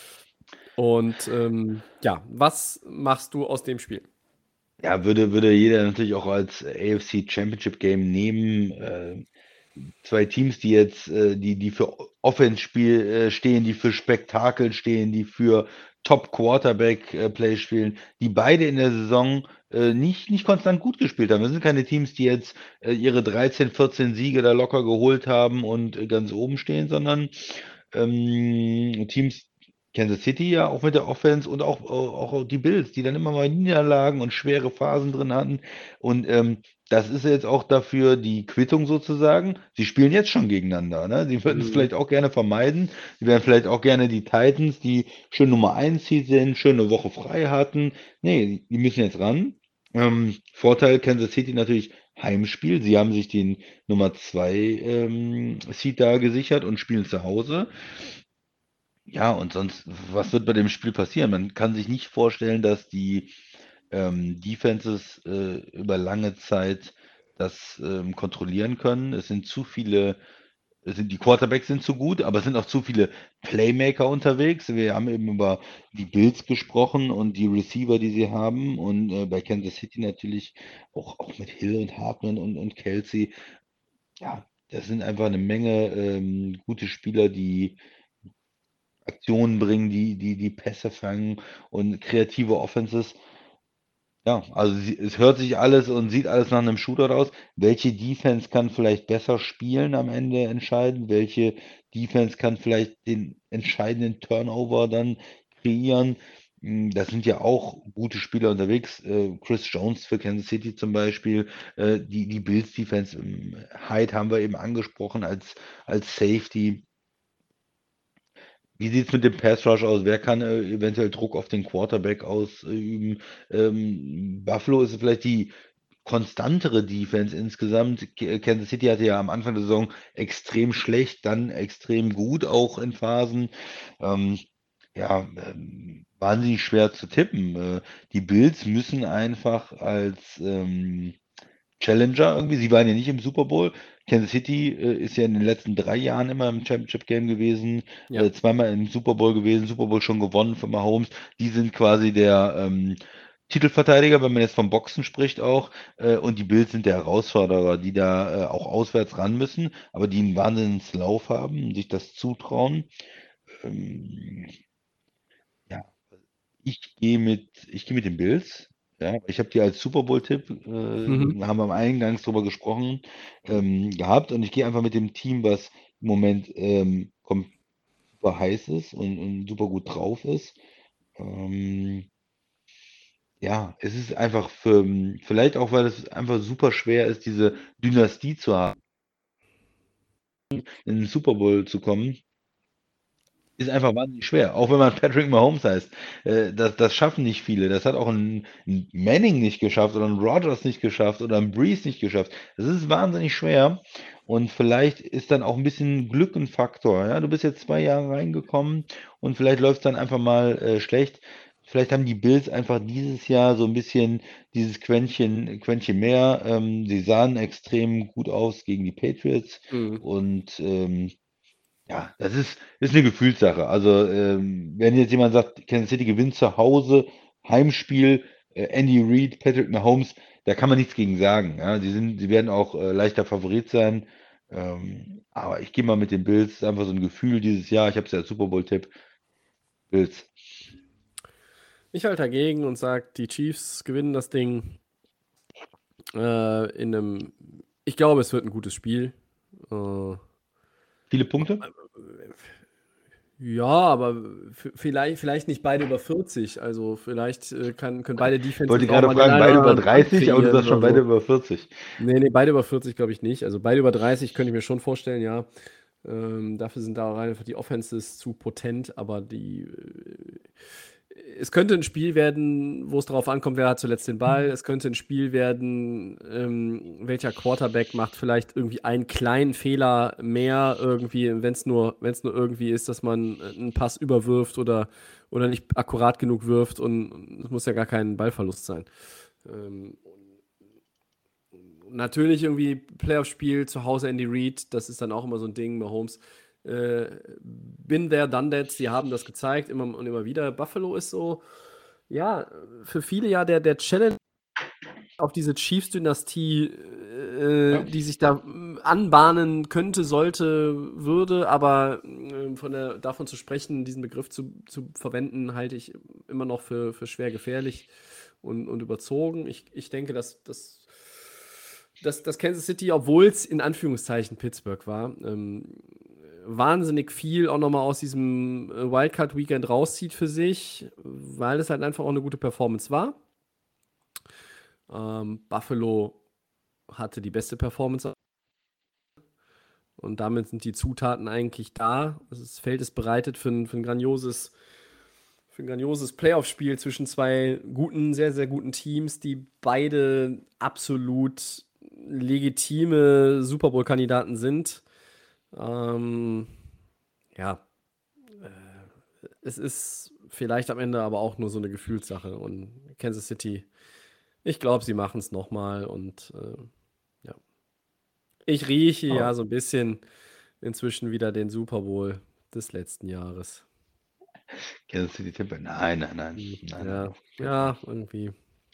Und ähm, ja, was machst du aus dem Spiel? ja, würde, würde jeder natürlich auch als A F C Championship Game nehmen. Äh, zwei Teams, die jetzt, äh, die, die für Offense-Spiel äh, stehen, die für Spektakel stehen, die für Top-Quarterback-Play spielen, die beide in der Saison äh, nicht, nicht konstant gut gespielt haben. Das sind keine Teams, die jetzt äh, ihre dreizehn, vierzehn Siege da locker geholt haben und äh, ganz oben stehen, sondern ähm, Teams, Kansas City ja auch mit der Offense und auch, auch, auch die Bills, die dann immer mal Niederlagen und schwere Phasen drin hatten. Und ähm, das ist jetzt auch dafür die Quittung sozusagen. Sie spielen jetzt schon gegeneinander. Ne? Sie würden es Mhm. vielleicht auch gerne vermeiden. Sie wären vielleicht auch gerne die Titans, die schön Nummer eins Seed sind, schön eine Woche frei hatten. Nee, die müssen jetzt ran. Ähm, Vorteil Kansas City natürlich Heimspiel. Sie haben sich den Nummer zwei ähm, Seed da gesichert und spielen zu Hause. Ja, und sonst, was wird bei dem Spiel passieren? Man kann sich nicht vorstellen, dass die ähm, Defenses äh, über lange Zeit das ähm, kontrollieren können. Es sind zu viele, es sind, die Quarterbacks sind zu gut, aber es sind auch zu viele Playmaker unterwegs. Wir haben eben über die Bills gesprochen und die Receiver, die sie haben. Und äh, bei Kansas City natürlich auch, auch mit Hill und Hartman und, und Kelsey. Ja, das sind einfach eine Menge ähm, gute Spieler, die Aktionen bringen, die, die, die Pässe fangen und kreative Offenses. Ja, also sie, es hört sich alles und sieht alles nach einem Shootout aus. Welche Defense kann vielleicht besser spielen am Ende entscheiden? Welche Defense kann vielleicht den entscheidenden Turnover dann kreieren? Hm, Das sind ja auch gute Spieler unterwegs. Äh, Chris Jones für Kansas City zum Beispiel. Äh, die, die Bills Defense. ähm, Hyde haben wir eben angesprochen als, als Safety. Wie sieht es mit dem Pass Rush aus? Wer kann äh, eventuell Druck auf den Quarterback ausüben? Ähm, Buffalo ist vielleicht die konstantere Defense insgesamt. K- Kansas City hatte ja am Anfang der Saison extrem schlecht, dann extrem gut auch in Phasen. Ähm, ja, ähm, wahnsinnig schwer zu tippen. Äh, die Bills müssen einfach als ähm, Challenger irgendwie, sie waren ja nicht im Super Bowl. Kansas City äh, ist ja in den letzten drei Jahren immer im Championship Game gewesen, Ja. äh, zweimal im Super Bowl gewesen, Super Bowl schon gewonnen von Mahomes. Die sind quasi der ähm, Titelverteidiger, wenn man jetzt vom Boxen spricht auch. Äh, und die Bills sind der Herausforderer, die da äh, auch auswärts ran müssen, aber die einen Wahnsinnslauf haben und sich das zutrauen. Ähm, ja, ich gehe mit, ich gehe mit den Bills. Ja, ich habe die als Super Bowl-Tipp, äh, Mhm. haben wir am Eingangs drüber gesprochen, ähm, gehabt. Und ich gehe einfach mit dem Team, was im Moment ähm, kom- super heiß ist und, und super gut drauf ist. Ähm, ja, es ist einfach für, vielleicht auch, weil es einfach super schwer ist, diese Dynastie zu haben, in den Super Bowl zu kommen. Ist einfach wahnsinnig schwer, auch wenn man Patrick Mahomes heißt. Äh, das, das schaffen nicht viele. Das hat auch ein, ein Manning nicht geschafft oder ein Rodgers nicht geschafft oder ein Breeze nicht geschafft. Das ist wahnsinnig schwer. Und vielleicht ist dann auch ein bisschen Glück ein Faktor. Ja? Du bist jetzt zwei Jahre reingekommen und vielleicht läuft es dann einfach mal äh, schlecht. Vielleicht haben die Bills einfach dieses Jahr so ein bisschen dieses Quäntchen, Quäntchen mehr. Ähm, sie sahen extrem gut aus gegen die Patriots Mhm. und ähm, ja, das ist, ist eine Gefühlssache. Also, ähm, wenn jetzt jemand sagt, Kansas City gewinnt zu Hause, Heimspiel, äh, Andy Reid, Patrick Mahomes, da kann man nichts gegen sagen. Ja, sie sind, sie werden auch äh, leichter Favorit sein. Ähm, aber ich gehe mal mit den Bills, ist einfach so ein Gefühl dieses Jahr. Ich habe es ja als Super Bowl-Tipp. Bills. Ich halte dagegen und sage, die Chiefs gewinnen das Ding äh, in einem. Ich glaube, es wird ein gutes Spiel. Äh, Viele Punkte? ja, aber f- vielleicht, vielleicht nicht beide über vierzig. Also vielleicht äh, kann, können beide Ich wollte Defenses auch gerade mal den fragen, einen beide oder über anderen Punkt dreißig, aber du kreieren sagst schon oder beide so. über vierzig. Nee, nee, beide über vierzig glaube ich nicht. Also beide über dreißig könnte ich mir schon vorstellen, ja. Ähm, dafür sind da rein einfach die Offenses zu potent, aber die. Äh, es könnte ein Spiel werden, wo es darauf ankommt, wer hat zuletzt den Ball. Es könnte ein Spiel werden, ähm, welcher Quarterback macht vielleicht irgendwie einen kleinen Fehler mehr irgendwie, wenn es nur, wenn es nur irgendwie ist, dass man einen Pass überwirft oder, oder nicht akkurat genug wirft und es muss ja gar kein Ballverlust sein. Ähm, Natürlich irgendwie Playoff-Spiel zu Hause Andy Reid, das ist dann auch immer so ein Ding. Mahomes, äh, bin there, done that. Sie haben das gezeigt, immer und immer wieder. Buffalo ist so, ja, für viele ja der, der Challenge auf diese Chiefs-Dynastie, äh, Ja. die sich da äh, anbahnen könnte, sollte, würde, aber äh, von der, davon zu sprechen, diesen Begriff zu, zu verwenden, halte ich immer noch für, für schwer gefährlich und, und überzogen. Ich, ich denke, dass, dass, dass, dass Kansas City, obwohl es in Anführungszeichen Pittsburgh war, ähm, wahnsinnig viel auch nochmal aus diesem äh, Wildcard-Weekend rauszieht für sich, weil es halt einfach auch eine gute Performance war. Ähm, Buffalo hatte die beste Performance und damit sind die Zutaten eigentlich da. Das Feld ist bereitet für ein, für ein grandioses, für ein grandioses Playoff-Spiel zwischen zwei guten, sehr, sehr guten Teams, die beide absolut legitime Super Bowl-Kandidaten sind. Ähm, ja, äh, es ist vielleicht am Ende aber auch nur so eine Gefühlssache und Kansas City, ich glaube, sie machen es nochmal und äh, ja. Ich rieche ja Oh. so ein bisschen inzwischen wieder den Super Bowl des letzten Jahres. Kansas City Timber. Nein, nein, nein. Hm, Nein, nein, ja, auf keinen Fall. ja, irgendwie.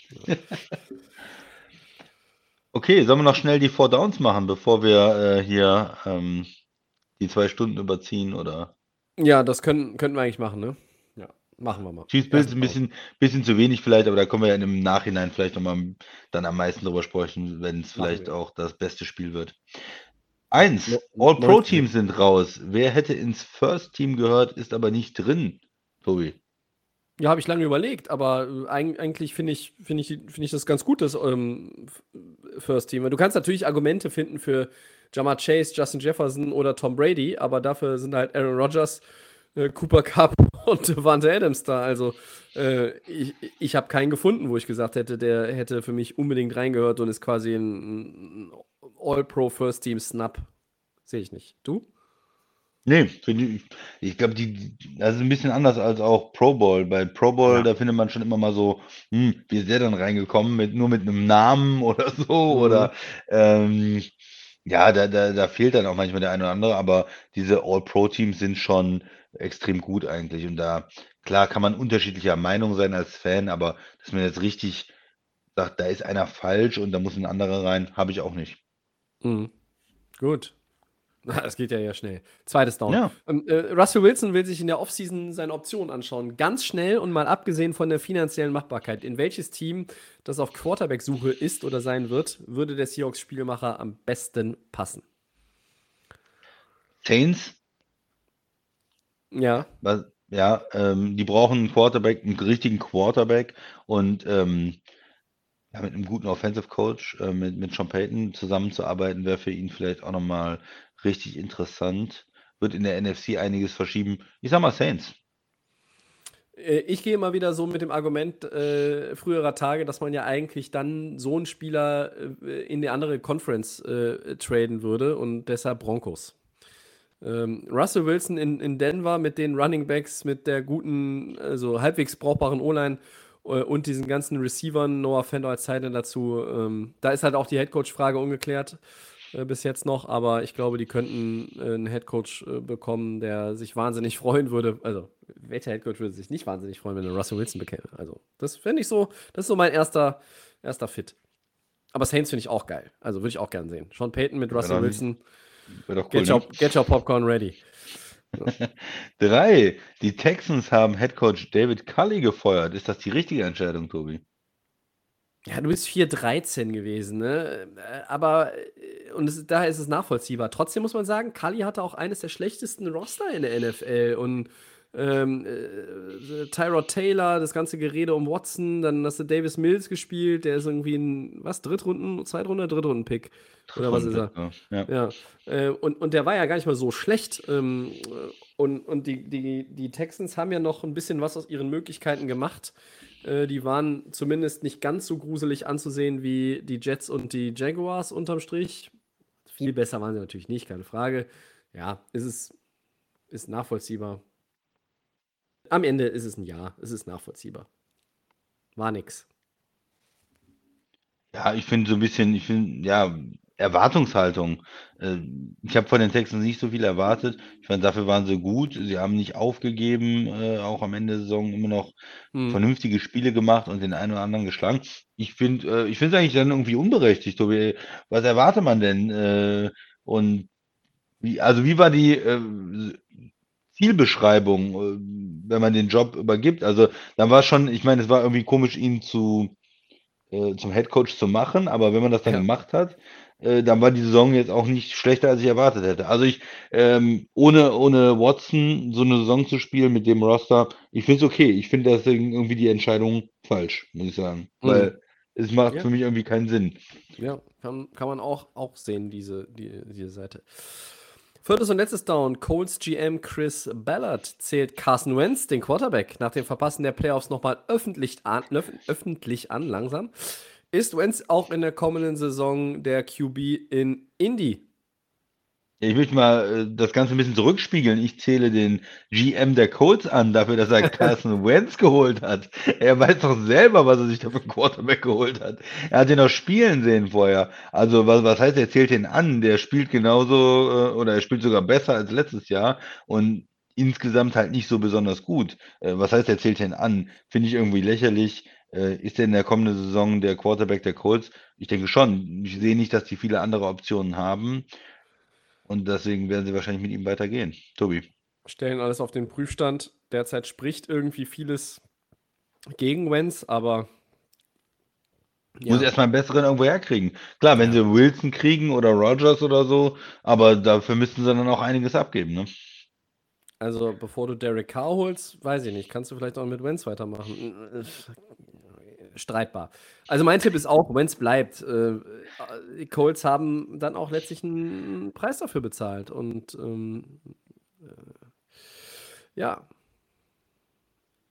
Okay, sollen wir noch schnell die Four Downs machen, bevor wir äh, hier ähm, die zwei Stunden überziehen? Oder Ja, das können, könnten wir eigentlich machen, ne? Ja, machen wir mal. Chiefs Bills Erste ein Down. bisschen, bisschen zu wenig vielleicht, aber da können wir ja im Nachhinein vielleicht nochmal dann am meisten drüber sprechen, wenn es Machen vielleicht wir. auch das beste Spiel wird. Ja, Eins, no, neues All-Pro-Teams Gesicht. sind raus. Wer hätte ins First Team gehört, ist aber nicht drin, Tobi. Ja, habe ich lange überlegt, aber äh, eig eigentlich finde ich, finde ich, finde ich das ganz gut, das ähm, F- First Team. Du kannst natürlich Argumente finden für Jamar Chase, Justin Jefferson oder Tom Brady, aber dafür sind halt Aaron Rodgers, äh, Cooper Kupp und Devante Adams da. Also, äh, ich, ich habe keinen gefunden, wo ich gesagt hätte, der hätte für mich unbedingt reingehört und ist quasi ein, ein All-Pro-First-Team-Snap. Sehe ich nicht. Du? Nee, finde ich, ich glaube, die, die- das ist ein bisschen anders als auch Pro Bowl. Bei Pro Bowl, Ja. da findet man schon immer mal so, hm, wie ist der dann reingekommen, mit, nur mit einem Namen oder so, Mhm. oder ähm, ja, da, da, da fehlt dann auch manchmal der eine oder andere, aber diese All-Pro-Teams sind schon extrem gut eigentlich. Und da, klar, kann man unterschiedlicher Meinung sein als Fan, aber dass man jetzt richtig sagt, da ist einer falsch und da muss ein anderer rein, habe ich auch nicht. Mhm. Gut. Das geht ja ja schnell. Zweites Down. Ja. Ähm, äh, Russell Wilson will sich in der Offseason seine Optionen anschauen. Ganz schnell und mal abgesehen von der finanziellen Machbarkeit. In welches Team, das auf Quarterback-Suche ist oder sein wird, würde der Seahawks-Spielmacher am besten passen? Saints. Ja. Was, ja, ähm, die brauchen einen Quarterback, einen richtigen Quarterback und ähm, ja, mit einem guten Offensive Coach, äh, mit, mit Sean Payton zusammenzuarbeiten, wäre für ihn vielleicht auch nochmal richtig interessant. Wird in der N F C einiges verschieben. Ich sag mal Saints. Äh, Ich gehe immer wieder so mit dem Argument äh, früherer Tage, dass man ja eigentlich dann so einen Spieler äh, in die andere Conference äh, traden würde und deshalb Broncos. Ähm, Russell Wilson in, in Denver mit den Running Backs, mit der guten, also halbwegs brauchbaren O-Line äh, und diesen ganzen Receivern, Noah Fant als Tight End dazu. Ähm, da ist halt auch die Headcoach-Frage ungeklärt äh, bis jetzt noch, aber ich glaube, die könnten äh, einen Headcoach äh, bekommen, der sich wahnsinnig freuen würde. Also, welcher Headcoach würde sich nicht wahnsinnig freuen, wenn er Russell Wilson bekäme? Also, das fände ich so, das ist so mein erster, erster Fit. Aber Saints finde ich auch geil. Also, würde ich auch gern sehen. Sean Payton mit Wäre Russell doch, nicht- Wilson. wär doch cool, Get ne? your, get your popcorn ready. Drei. Die Texans haben Head Coach David Culley gefeuert. Ist das die richtige Entscheidung, Tobi? Ja, du bist vier dreizehn gewesen, ne? Äh, Aber, äh, und es, daher ist es nachvollziehbar. Trotzdem muss man sagen, Cully hatte auch eines der schlechtesten Roster in der N F L. Und ähm, äh, Tyrod Taylor, das ganze Gerede um Watson, dann hast du Davis Mills gespielt, der ist irgendwie ein, was, Drittrunden, Zweitrunder, Drittrunden-Pick. Oder was ist er? Drittrunden-Pick, ja. Ja. Äh, und, und der war ja gar nicht mal so schlecht. Ähm, und und die, die, die Texans haben ja noch ein bisschen was aus ihren Möglichkeiten gemacht. Äh, die waren zumindest nicht ganz so gruselig anzusehen wie die Jets und die Jaguars unterm Strich. Viel besser waren sie natürlich nicht, keine Frage. Ja, ist es ist nachvollziehbar. Am Ende ist es ein Ja, es ist nachvollziehbar. War nix. Ja, ich finde so ein bisschen, ich finde, ja, Erwartungshaltung. Äh, ich habe von den Texans nicht so viel erwartet. Ich fand, dafür waren sie gut. Sie haben nicht aufgegeben, äh, auch am Ende der Saison immer noch Hm. vernünftige Spiele gemacht und den einen oder anderen geschlagen. Ich finde, äh, ich finde es eigentlich dann irgendwie unberechtigt, Tobi. Was erwartet man denn? Äh, und wie, also wie war die äh, Zielbeschreibung, äh, wenn man den Job übergibt? Also dann war schon, ich meine, es war irgendwie komisch, ihn zu äh, zum Headcoach zu machen, aber wenn man das dann Ja. gemacht hat, äh, dann war die Saison jetzt auch nicht schlechter, als ich erwartet hätte. Also ich, ähm, ohne, ohne Watson so eine Saison zu spielen mit dem Roster, ich finde es okay. Ich finde deswegen irgendwie die Entscheidung falsch, muss ich sagen. Hm. Weil es macht Ja, für mich irgendwie keinen Sinn. ja, kann, kann man auch, auch sehen, diese, die, diese Seite. Viertes und letztes Down. Colts G M Chris Ballard zählt Carson Wentz, den Quarterback, nach dem Verpassen der Playoffs nochmal öffentlich an, öff- öffentlich an, langsam. Ist Wentz auch in der kommenden Saison der Q B in Indy? Ja, ich möchte mal äh, das Ganze ein bisschen zurückspiegeln. Ich zähle den G M der Colts an dafür, dass er Carson Wentz geholt hat. Er weiß doch selber, was er sich da für einen Quarterback geholt hat. Er hat ihn auch spielen sehen vorher. Also was, was heißt, er zählt ihn an? Der spielt genauso äh, oder er spielt sogar besser als letztes Jahr und insgesamt halt nicht so besonders gut. Äh, was heißt, er zählt ihn an? Finde ich irgendwie lächerlich. Äh, ist er in der kommenden Saison der Quarterback der Colts? Ich denke schon. Ich sehe nicht, dass die viele andere Optionen haben. Und deswegen werden sie wahrscheinlich mit ihm weitergehen. Tobi. Stellen alles auf den Prüfstand. Derzeit spricht irgendwie vieles gegen Wentz, aber Muss ja, erstmal einen besseren irgendwo herkriegen. Klar, wenn ja. sie Wilson kriegen oder Rogers oder so, aber dafür müssten sie dann auch einiges abgeben, ne? Also bevor du Derek Carr holst, weiß ich nicht, kannst du vielleicht auch mit Wentz weitermachen. Streitbar. Also mein Tipp ist auch, Wentz bleibt. Äh, die Colts haben dann auch letztlich einen Preis dafür bezahlt. Und ähm, äh, ja,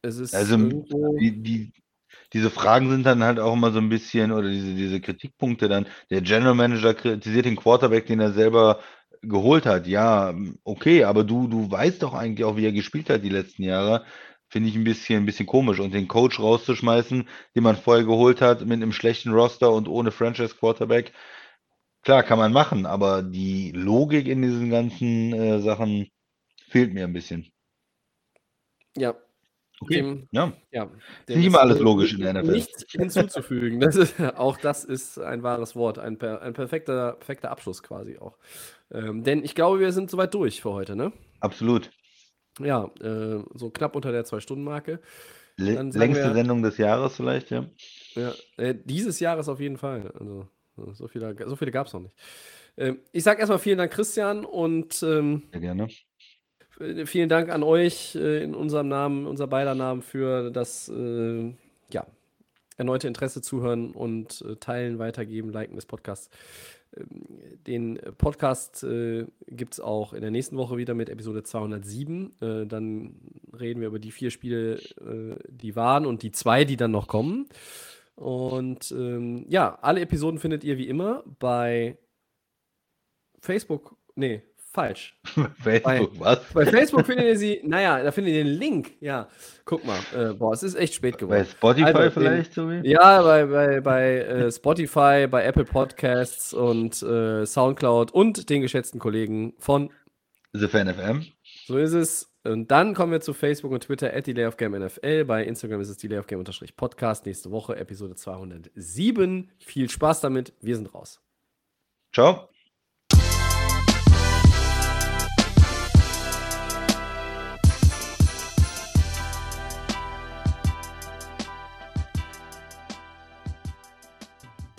Es ist Also irgendwo. die, die, diese Fragen sind dann halt auch immer so ein bisschen, oder diese, diese Kritikpunkte dann, der General Manager kritisiert den Quarterback, den er selber geholt hat. Ja, okay, aber du, du weißt doch eigentlich auch, wie er gespielt hat die letzten Jahre. Finde ich ein bisschen, ein bisschen komisch. Und den Coach rauszuschmeißen, den man vorher geholt hat, mit einem schlechten Roster und ohne Franchise-Quarterback, klar, kann man machen, aber die Logik in diesen ganzen äh, Sachen fehlt mir ein bisschen. Ja, Okay, dem, ja. ja, Ist dem nicht ist immer alles äh, logisch in ni- der N F L. nichts hinzuzufügen. Das ist, auch das ist ein wahres Wort, ein, per, ein perfekter, perfekter Abschluss quasi auch. Ähm, denn ich glaube, wir sind soweit durch für heute, ne? Absolut. Ja, äh, so knapp unter der Zwei-Stunden-Marke. L Dann sagen längste wir, Sendung des Jahres vielleicht, ja. ja, äh, dieses Jahres auf jeden Fall. Also, so viele, so viele gab es noch nicht. Ähm, ich sage erstmal vielen Dank, Christian, und ähm, Sehr gerne. äh, vielen Dank an euch äh, in unserem Namen, unser beider Namen für das äh, ja, erneute Interesse zuhören und äh, teilen, weitergeben, liken des Podcasts. Ähm, den Podcast äh, gibt es auch in der nächsten Woche wieder mit Episode zweihundertsieben. Äh, dann reden wir über die vier Spiele, äh, die waren und die zwei, die dann noch kommen. Und ähm, ja, alle Episoden findet ihr wie immer bei Facebook. Nee, falsch. Bei, Facebook, was? bei Facebook findet ihr sie, naja, da findet ihr den Link. Ja, guck mal. Äh, boah, es ist echt spät Bei geworden. Spotify Also, den, vielleicht, so wie? ja, bei, bei, bei äh, Spotify, bei Apple Podcasts und äh, Soundcloud und den geschätzten Kollegen von The Fan F M. So ist es. Und dann kommen wir zu Facebook und Twitter at Delay of Game N F L. Bei Instagram ist es Delay of Game Podcast. Nächste Woche Episode zweihundertsieben. Viel Spaß damit. Wir sind raus. Ciao.